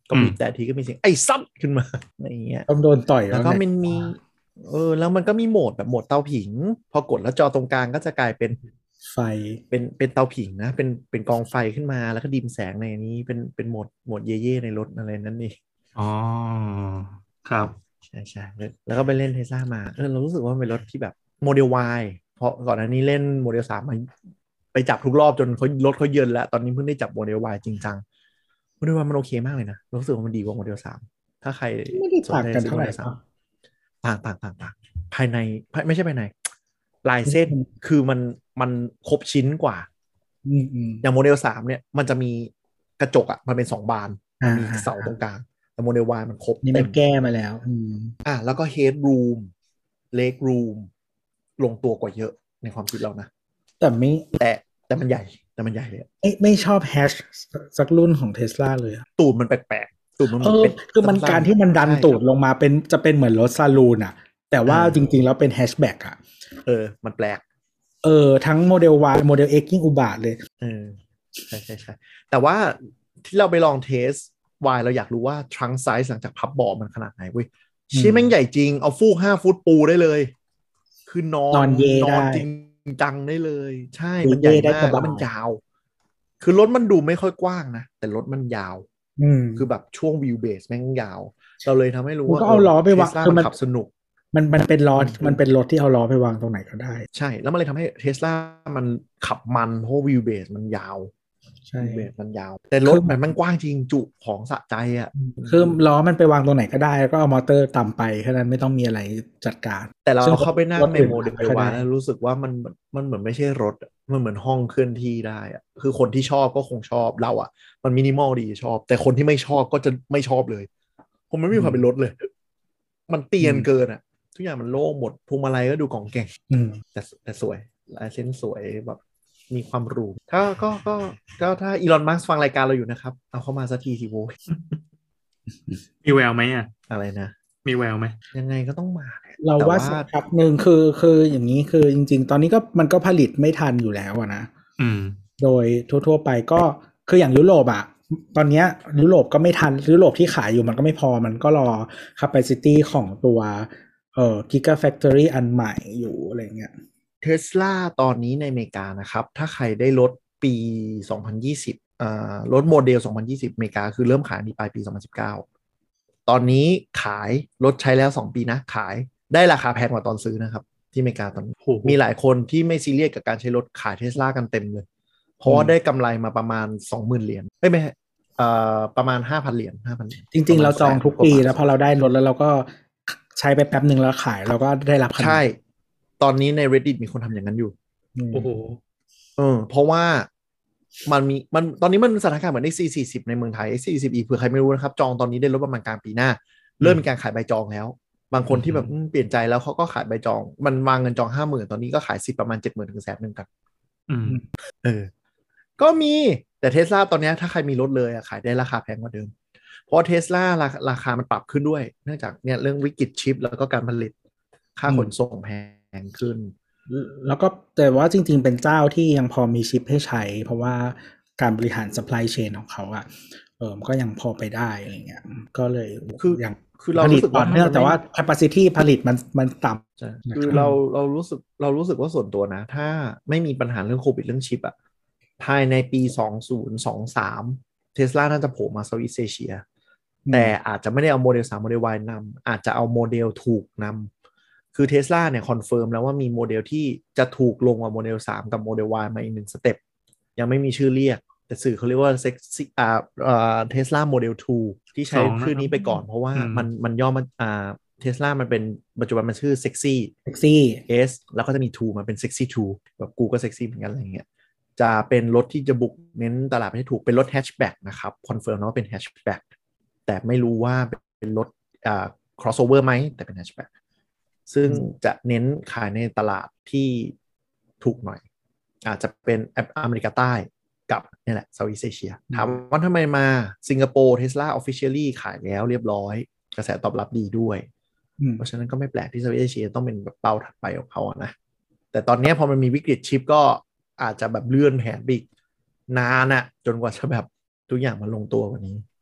ก็บีบแต่ทีก็มีเสียงไอ้ซัดขึ้นมาอะไรอย่างเงี้ยต้องโดนต่อยแล้วก็มันมีเออแล้วมันก็มีโหมดแบบโหมดเตาผิงพอกดแล้วจอตรงกลางก็จะกลายเป็นไฟเป็นเป็นเตาผิงนะเป็นเป็นกองไฟขึ้นมาแล้วก็ดิมแสงในนี้เป็นเป็นโหมดโหมดเย่ๆในรถอะไรนั้นนี่อ๋อครับใช่ใช่แล้วก็ไปเล่นเทสลามาเออเรารู้สึกว่าเป็นรถที่แบบโมเดล Y เพราะก่อนหน้านี้เล่นโมเดลสามมาไปจับทุกรอบจนเขารถเขาเยินแล้วตอนนี้เพิ่งได้จับโมเดล Y จริงจังโมเดล Y มันโอเคมากเลยนะรู้สึกว่ามันดีกว่าโมเดลสามถ้าใครไม่ได้ต่างกันเท่าไหร่ต่างต่างต่างต่างภายในไม่ใช่ภายในลายเส้นคือมันมันครบชิ้นกว่าอย่างโมเดลสามเนี่ยมันจะมีกระจกอ่ะมันเป็นสองบานมันมีเสาตรงกลางแต่โมเดล Y มันครบนี่มันแก้มาแล้วอ่ะแล้วก็เฮดรูมเลกรูมลงตัวกว่าเยอะในความคิดเรานะแต่ไม่แต่แต่มันใหญ่แต่มันใหญ่เลยเอ้ไม่ชอบแฮชสักรุ่นของ Tesla เลยตูดมันแปลกๆตูดมันเหมือนเป็นคือมันการที่มันดันตูดลงมาเป็นจะเป็นเหมือนรถซาลูนอ่ะแต่ว่าจริงๆแล้วเป็นแฮชแบ็กอ่ะเออมันแปลกเออทั้งโมเดล Y โมเดล X ยิ่งอุบาทเลยเออใช่ใช่ใช่แต่ว่าที่เราไปลองเทส Y เราอยากรู้ว่าทรังก์ไซส์หลังจากพับเบาะมันขนาดไหนเว้ยชี้แม่งใหญ่จริงเอาฟูกห้าฟุตปูได้เลยคือนอนนอนเยนอนจริงจังได้เลยใช่มันใหญ่มากแล้วมันยาวคือรถมันดูไม่ค่อยกว้างนะแต่รถมันยาวคือแบบช่วงวิวเบสแม่งยาวเราเลยทำให้รู้ว่าก็เอาล้อไปวางคือมันขับสนุกมันมันเป็นล้อมันเป็นรถที่เอาล้อไปวางตรงไหนก็ได้ใช่แล้วมันเลยทำให้เทสลามันขับมันเพราะวิวเบสมันยาวใช่วิวเบสมันยาวแต่รถมันมันกว้างจริงจุของสะใจอ่ะคือล้อมันไปวางตรงไหนก็ได้แล้วก็เอามอเตอร์ต่ำไปแค่นั้นไม่ต้องมีอะไรจัดการแต่เราเข้าไปนั่งในโมเดลวาแล้วรู้สึกว่ามันมันเหมือนไม่ใช่รถมันเหมือนห้องเคลื่อนที่ได้อ่ะคือคนที่ชอบก็คงชอบเราอ่ะมันมินิมอลดีชอบแต่คนที่ไม่ชอบก็จะไม่ชอบเลยผมไม่มีความเป็นรถเลยมันเตียนเกินอ่ะทุกอย่างมันโล่งหมดพวงมาลัยก็ดูกล่องแก่งแต่แต่สวยลายเส้นสวยแบบมีความหรูถ้าก็ก็ก็ถ้าอีลอนมัสก์ฟังรายการเราอยู่นะครับเอาเข้ามาสักทีสิโว้ยมีแววไหมอ่ะอะไรนะมีแววไหมยังไงก็ต้องมาเราว่าสักพักหนึ่งคือคืออย่างนี้คือจริงๆตอนนี้ก็มันก็ผลิตไม่ทันอยู่แล้วนะอืมโดยทั่วๆไปก็คืออย่างยุโรปอ่ะตอนนี้ยุโรปก็ไม่ทันยุโรปที่ขายอยู่มันก็ไม่พอมันก็รอ capacity ของตัวเอ่อ Gigafactory อันใหม่อยู่อะไรเงี้ย Tesla ตอนนี้ในอเมริกานะครับถ้าใครได้รถปีสองพันยี่สิบอ่ารถโมเดลสองพันยี่สิบอเมริกาคือเริ่มขายในปลายปีสองพันสิบเก้าตอนนี้ขายรถใช้แล้วสองปีนะขายได้ราคาแพงกว่าตอนซื้อนะครับที่อเมริกาตอนนี้มีหลายคนที่ไม่ซีเรียสกับการใช้รถขาย Tesla กันเต็มเลยเพราะได้กำไรมาประมาณ สองหมื่น เหรียญไม่ไม่เอ่อประมาณ ห้าพัน เหรียญ ห้าพัน เหรียญจริงๆเราจองทุกปีแล้วพอเราได้รถแล้วเราก็ใช้ไปแป๊บนึงแล้วขายเราก็ได้รับใช่ตอนนี้ใน Reddit มีคนทำอย่างนั้นอยู่โอ้โหเออเพราะว่ามันมีมันตอนนี้มันสถานการณ์เหมือน เอ็กซ์ ซี สี่สิบในเมืองไทย เอ็กซ์ ซี สี่สิบอี เผื่อใครไม่รู้นะครับจองตอนนี้ได้รถประมาณกลางปีหน้าเริ่มมีการขายใบจองแล้วบางคนที่แบบเปลี่ยนใจแล้วเขาก็ขายใบจองมันวางเงินจอง ห้าหมื่น ตอนนี้ก็ขายสิบประมาณ เจ็ดหมื่น ถึงแสนนึงกันอืมเออก็มีแต่ Tesla ตอนนี้ถ้าใครมีรถเลยอ่ะขายได้ราคาแพงกว่าเดิมเพราะ Tesla ราราคามันปรับขึ้นด้วยเนื่องจากเนี่ยเรื่องวิกฤตชิปแล้วก็การผลิตค่าขนส่งแพงขึ้นแล้วก็แต่ว่าจริงๆเป็นเจ้าที่ยังพอมีชิปให้ใช้เพราะว่าการบริหาร supply chain ของเขาอ่ะเออก็ยังพอไปได้อะไรเงี้ยก็เลยคืออย่างคือเรารู้สึกว่าเนื่องแต่ว่า capacity ผลิตมันมันต่ำคือเราเรารู้สึกเรารู้สึกว่าส่วนตัวนะถ้าไม่มีปัญหาเรื่องโควิดเรื่องชิปอ่ะภายในปีสองพันยี่สิบสาม Tesla น่าจะโผล่มาเซาท์อีสต์เอเชียแต่อาจจะไม่ได้เอาโมเดลสามโมเดล Y นำอาจจะเอาโมเดลถูกนำคือ Tesla เนี่ยคอนเฟิร์มแล้วว่ามีโมเดลที่จะถูกลงกว่าโมเดลสามกับโมเดล Y มาอีกหนึ่งสเต็ปยังไม่มีชื่อเรียกแต่สื่อเขาเรียกว่าเซ็กซี่อ่าอ่า Tesla Model ทูที่ใช้ชื่อนี้ไปก่อนเพราะว่ามันมันย่อมาอ่า Tesla มันเป็นปัจจุบันมันชื่อ Sexy Sexy S แล้วก็จะมีทูมันเป็น Sexy ทูแบบกูก็ Sexy เหมือนกันอะไรเงี้ยจะเป็นรถที่จะบุกเน้นตลาดไม่ถูกเป็นรถแฮชแบ็กนะครับคอนเฟิร์มนะว่าเป็นแฮชแบ็กแต่ไม่รู้ว่าเป็นรถอ่า crossover ไหมแต่เป็นแฮชแบ็กซึ่งจะเน้นขายในตลาดที่ถูกหน่อยอาจจะเป็นอเมริกาใต้กับนี่แหละเซาท์อีสต์เอเชียถามว่าทำไมมาสิงคโปร์ Tesla Officially ขายแล้วเรียบร้อยกระแสตอบรับดีด้วยเพราะฉะนั้นก็ไม่แปลกที่เซาท์อีสต์เอเชียต้องเป็นแบบเป้าถัดไปของเขานะแต่ตอนนี้พอมันมีวิกฤตชิปก็อาจจะแบบเลื่อนแผนไปอีกนานอะจนกว่าจะแบบทุกอย่างมันลงตัวกว่านี้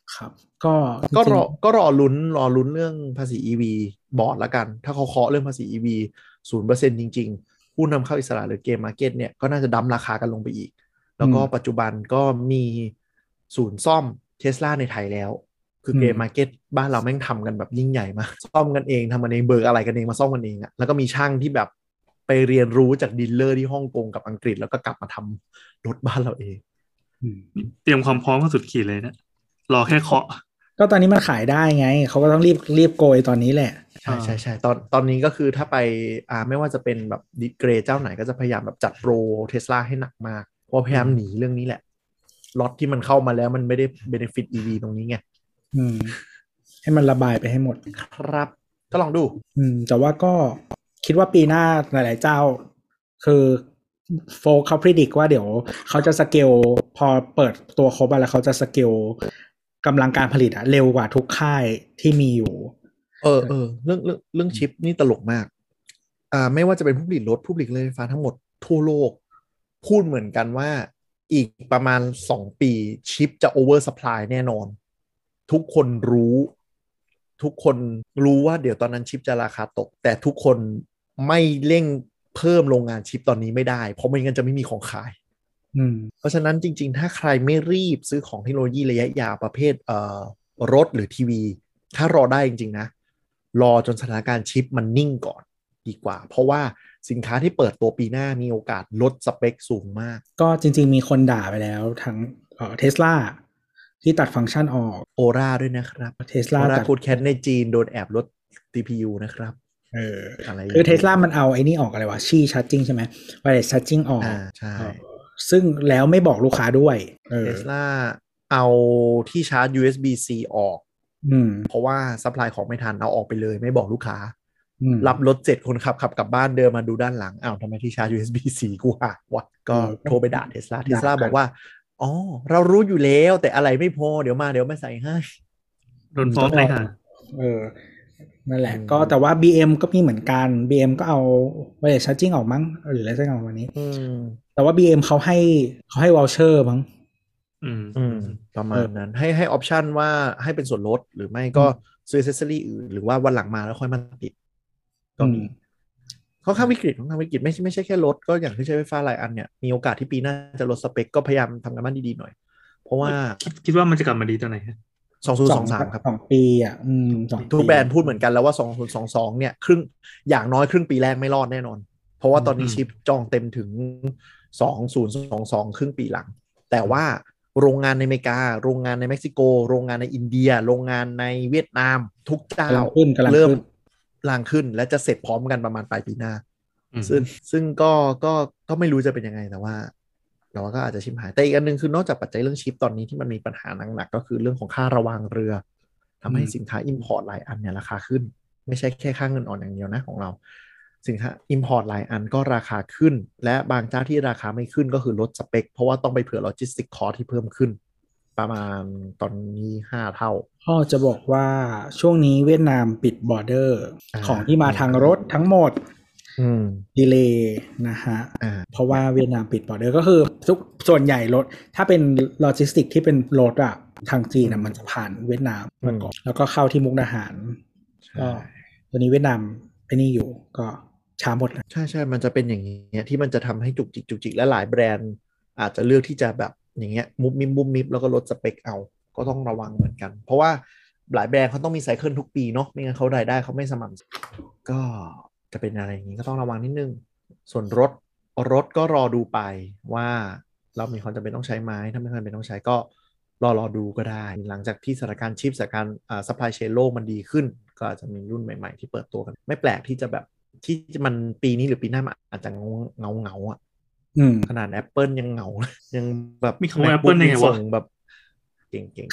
ครับก็ก็รอก็รอลุ้นรอลุ้นเรื่องภาษี อี วี บอร์ดละกันถ้าเขาเคาะเรื่องภาษี อี วี ศูนย์เปอร์เซ็นต์ จริงๆผู้นำเข้าอิสระหรือเกมมาร์เก็ตเนี่ยก็น่าจะดั้มราคากันลงไปอีกแล้วก็ปัจจุบันก็มีศูนย์ซ่อม Tesla ในไทยแล้วคือเกมมาร์เก็ตบ้านเราแม่งทำกันแบบยิ่งใหญ่มากซ่อมกันเองทำกันเองเบิกอะไรกันเองมาซ่อมกันเองอะแล้วก็มีช่างที่แบบไปเรียนรู้จากดีลเลอร์ที่ฮ่องกงกับอังกฤษแล้วก็กลับมาทำรถบ้านเราเองเตรียมความพร้อมมาสุดขีดเลยนะรอแค่เคาะก็ตอนนี้มันขายได้ไงเขาก็ต้องรีบรีบโกยตอนนี้แหละใช่ใช่ใช่ตอนตอนนี้ก็คือถ้าไปอ่าไม่ว่าจะเป็นแบบดิเกรเจ้าไหนก็จะพยายามแบบจัดโปรเทสลาให้หนักมากเพราะพยายามหนีเรื่องนี้แหละล็อตที่มันเข้ามาแล้วมันไม่ได้เบเนฟิต อี วี ตรงนี้ไงอืมให้มันระบายไปให้หมดครับก็ลองดูอืมแต่ว่าก็คิดว่าปีหน้าหลายๆเจ้าคือโฟล์เขาพรีดิกว่าเดี๋ยวเขาจะสเกลพอเปิดตัวครบแล้วเขาจะสเกลกำลังการผลิตอะเร็วกว่าทุกค่ายที่มีอยู่เออเออเรื่องเรื่องเรื่องชิปนี่ตลกมากอ่าไม่ว่าจะเป็นผู้ผลิตรถผู้ผลิตรถไฟฟ้าทั้งหมดทั่วโลกพูดเหมือนกันว่าอีกประมาณสองปีชิปจะโอเวอร์ซัพพลายแน่นอนทุกคนรู้ทุกคนรู้ว่าเดี๋ยวตอนนั้นชิปจะราคาตกแต่ทุกคนไม่เร่งเพิ่มโรงงานชิปตอนนี้ไม่ได้เพราะไม่งั้นจะไม่มีของขายเพราะฉะนั้นจริงๆถ้าใครไม่รีบซื้อของเทคโนโลยีระยะยาวประเภทเอ่อรถหรือทีวีถ้ารอได้จริงๆนะรอจนสถานการณ์ชิปมันนิ่งก่อนดีกว่าเพราะว่าสินค้าที่เปิดตัวปีหน้ามีโอกาสลดสเปคสูงมากก็จริงๆมีคนด่าไปแล้วทั้งเอ่อ Tesla ที่ตัดฟังก์ชันออกโอราด้วยนะครับ Tesla ตัดคูดแคทในจีนโดนแอบลด ซี พี ยู นะครับเอออะไรคือ Tesla มันเอาไอ้นี่ออกอะไรวะชี่ชาร์จิ่งใช่ไหม Wireless Charging ออกอ่าใช่ซึ่งแล้วไม่บอกลูกค้าด้วยเออ Tesla เอาที่ชาร์จ ยู เอส บี ซี ออกเพราะว่าซัพพลายของไม่ทันเอาออกไปเลยไม่บอกลูกค้ารับรถเสร็จคนขับขับกลับบ้านเดินมาดูด้านหลังอ้าวทำไมที่ชาร์จ ยู เอส บี ซี กูหาวะก็โทรไปด่า Tesla Tesla บอกว่าอ๋อเรารู้อยู่แล้วแต่อะไรไม่พอเดี๋ยวมาเดี๋ยวมาใส่ให้โดนฟ้องเลยค่ะเออนั่นแหละก็แต่ว่า บี เอ็ม ก็มีเหมือนกัน บี เอ็ม ก็เอา Wireless Charging ออกมั้งหรืออะไรสักอย่างวันนี้แต่ว่า บี เอ็ม เขาให้เขาให้ voucher มั้งอืมอืมประมาณนั้นให้ให้ออปชันว่าให้เป็นส่วนลดหรือไม่ก็ซื้อ accessory อื่นหรือว่าวันหลังมาแล้วค่อยมาติดก็มีเขาข้ามวิกฤตของทางวิกฤตไม่ใช่ไม่ใช่แค่รถก็อย่างที่ใช้ไฟฟ้าหลายอันเนี่ยมีโอกาสที่ปีหน้าจะลดสเปคก็พยายามทำกันบ้านดีๆหน่อยเพราะว่าคิดคิดว่ามันจะกลับมาดีตอนไหนฮะสองพันยี่สิบสามครับสองปีอ่ะอืมทุกแบรนด์พูดเหมือนกันแล้วว่าสองพันยี่สิบสองเนี่ยครึ่งอย่างน้อยครึ่งปีแรกไม่รอดแน่นอนเพราะว่าตอนนี้ชิปจองเต็มถึงสองพันยี่สิบสองครึ่งปีหลังแต่ว่าโรงงานในอเมริกาโรงงานในเม็กซิโกโรงงานในอินเดียโรงงานในเวียดนามทุกเจ้าเริ่มล่างขึ้นและจะเสร็จพร้อมกันประมาณปลายปีหน้าซึ่งซึ่งก็ก็ก็ไม่รู้จะเป็นยังไงแต่ว่าแต่ว่าก็อาจจะชิมหายแต่อีกอันนึงคือนอกจากปัจจัยเรื่องชิปตอนนี้ที่มันมีปัญหาหนักๆก็คือเรื่องของค่าระวางเรือทำให้สินค้า import หลายอันเนี่ยราคาขึ้นไม่ใช่แค่ค่าเงินอ่อนอย่างเดียวนะของเราสินค้า import หลายอันก็ราคาขึ้นและบางเจ้าที่ราคาไม่ขึ้นก็คือลดสเปคเพราะว่าต้องไปเผื่อ logistic cost ที่เพิ่มขึ้นประมาณตอนนี้ห้าเท่าพ่อจะบอกว่าช่วงนี้เวียดนามปิดบอร์เดอร์ของที่มาทางรถทั้งหมดดีเลย์นะฮะเพราะว่าเวียดนามปิดบอร์เดอร์ก็คือทุกส่วนใหญ่รถถ้าเป็นโลจิสติกที่เป็นรถอะทางจีนนะมันจะผ่านเวียดนามมาก่อนแล้วก็เข้าที่มุกดาหารก็ตอนนี้เวียดนามไอ้นี่อยู่ก็ช้าหมดใช่ใช่มันจะเป็นอย่างนี้ที่มันจะทำให้จุกจิกจุกจิกและหลายแบรนด์อาจจะเลือกที่จะแบบอย่างเงี้ยมุบมิบมุบมิบแล้วก็ลดสเปคเอาก็ต้องระวังเหมือนกันเพราะว่าหลายแบรนด์เขาต้องมีไซเคิลทุกปีเนาะไม่งั้นเขารายได้เขาไม่สม่ำก็จะเป็นอะไรอย่างนี้ก็ต้องระวังนิดนึงส่วนรถรถก็รอดูไปว่าเรามีความจำเป็นต้องใช้ไหมถ้าไม่จำเป็นต้องใช้ก็รอรอดูก็ได้หลังจากที่สถานการณ์ชิปสถานการณ์อ่าซัพพลายเชนโลกมันดีขึ้นก็อาจจะมีรุ่นใหม่ๆที่เปิดตัวกันไม่แปลกที่จะแบบที่มันปีนี้หรือปีหน้าอาจจะเงาเงาเงาอ่ะขนาด Apple ยังเหงายังแบบมีคำว่า Apple ในไงวะแบบเก่งๆเก่ง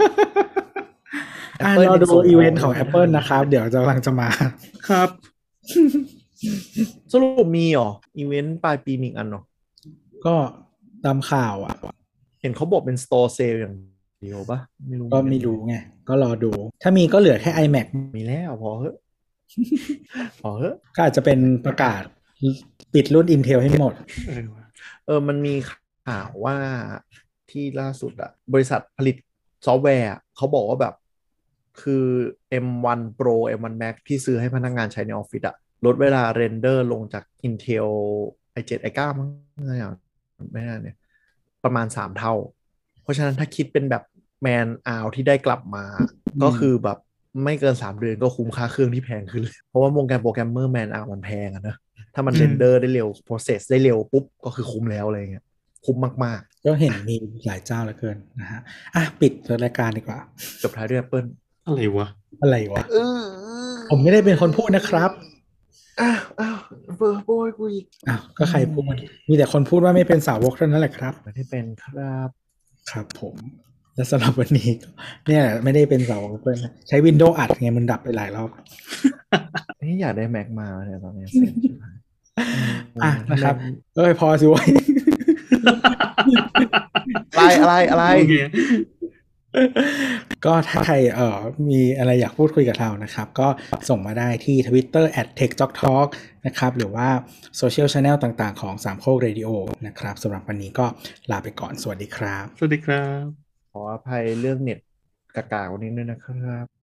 อ่ะเราดูอีเวนต์ของ Apple นะครับเดี๋ยวจะกำลังจะมาครับสรุปมีเหรออีเวนต์ปลายปีมีอันเนาะก็ตามข่าวอ่ะเห็นเขาบอกเป็น store sale อย่างเดียวปะไม่รู้ก็ไม่รู้ไงก็รอดูถ้ามีก็เหลือแค่ iMac มีแล้วพอเหอะพอเหอะก็อาจจะเป็นประกาศปิดรุ่น Intel ให้หมดเออเออมันมีข่าวว่าที่ล่าสุดอะบริษัทผลิตซอฟต์แวร์เขาบอกว่าแบบคือ เอ็ม วัน Pro เอ็ม วัน Max ที่ซื้อให้พนักงานใช้ในออฟฟิศอะลดเวลาเรนเดอร์ลงจาก Intel ไอ เซเว่น ไอ ไนน์ มั้งอะไรอย่างไม่น่าเนี่ยประมาณ สาม เท่า เพราะฉะนั้นถ้าคิดเป็นแบบแมนอาวที่ได้กลับมาก็คือแบบไม่เกิน สาม เดือนก็คุ้มค่าเครื่องที่แพงขึ้นเลยเพราะว่าวงการโปรแกรมเมอร์แมนอาวมันแพงอะนะถ้ามันเรนเดอร์ได้เร็ว process ได้เร็วปุ๊บก็คือคุ้มแล้วอะไรเงี้ยคุ้มมากๆก็เห็นมีหลายเจ้าเหลือเกินนะฮะอ่ะปิดรายการดีกว่าจบท้ายด้วย Apple อะไรวะอะไรวะผมไม่ได้เป็นคนพูดนะครับอ้าวอ้าวเบอร์โบยกูอีกอ้าวก็ใครพูดมีแต่คนพูดว่าไม่เป็นสาวกเท่านั้นแหละครับไม่ได้เป็นครับครับผมและสำหรับวันนี้เนี่ยไม่ได้เป็นสาวกเพื่อนใช้ Windows อัดไงมันดับไปหลายรอบนี่อยากได้ Mac มาเนี่ยตอนนี้เซ็งใช่ไหมอ่ะนะครับเอ้ยพอสิวะอะไรอะไรอะไรก็ถ้าใครเอ่อมีอะไรอยากพูดคุยกับเรานะครับก็ส่งมาได้ที่ Twitterแอท เทค จ็อก ทอล์ก นะครับหรือว่าโซเชียลแชนแนลต่างๆของสามโคกเรดิโอนะครับสำหรับวันนี้ก็ลาไปก่อนสวัสดีครับสวัสดีครับขออภัยเรื่องเน็ตกากาวันนี้ด้วยนะครับ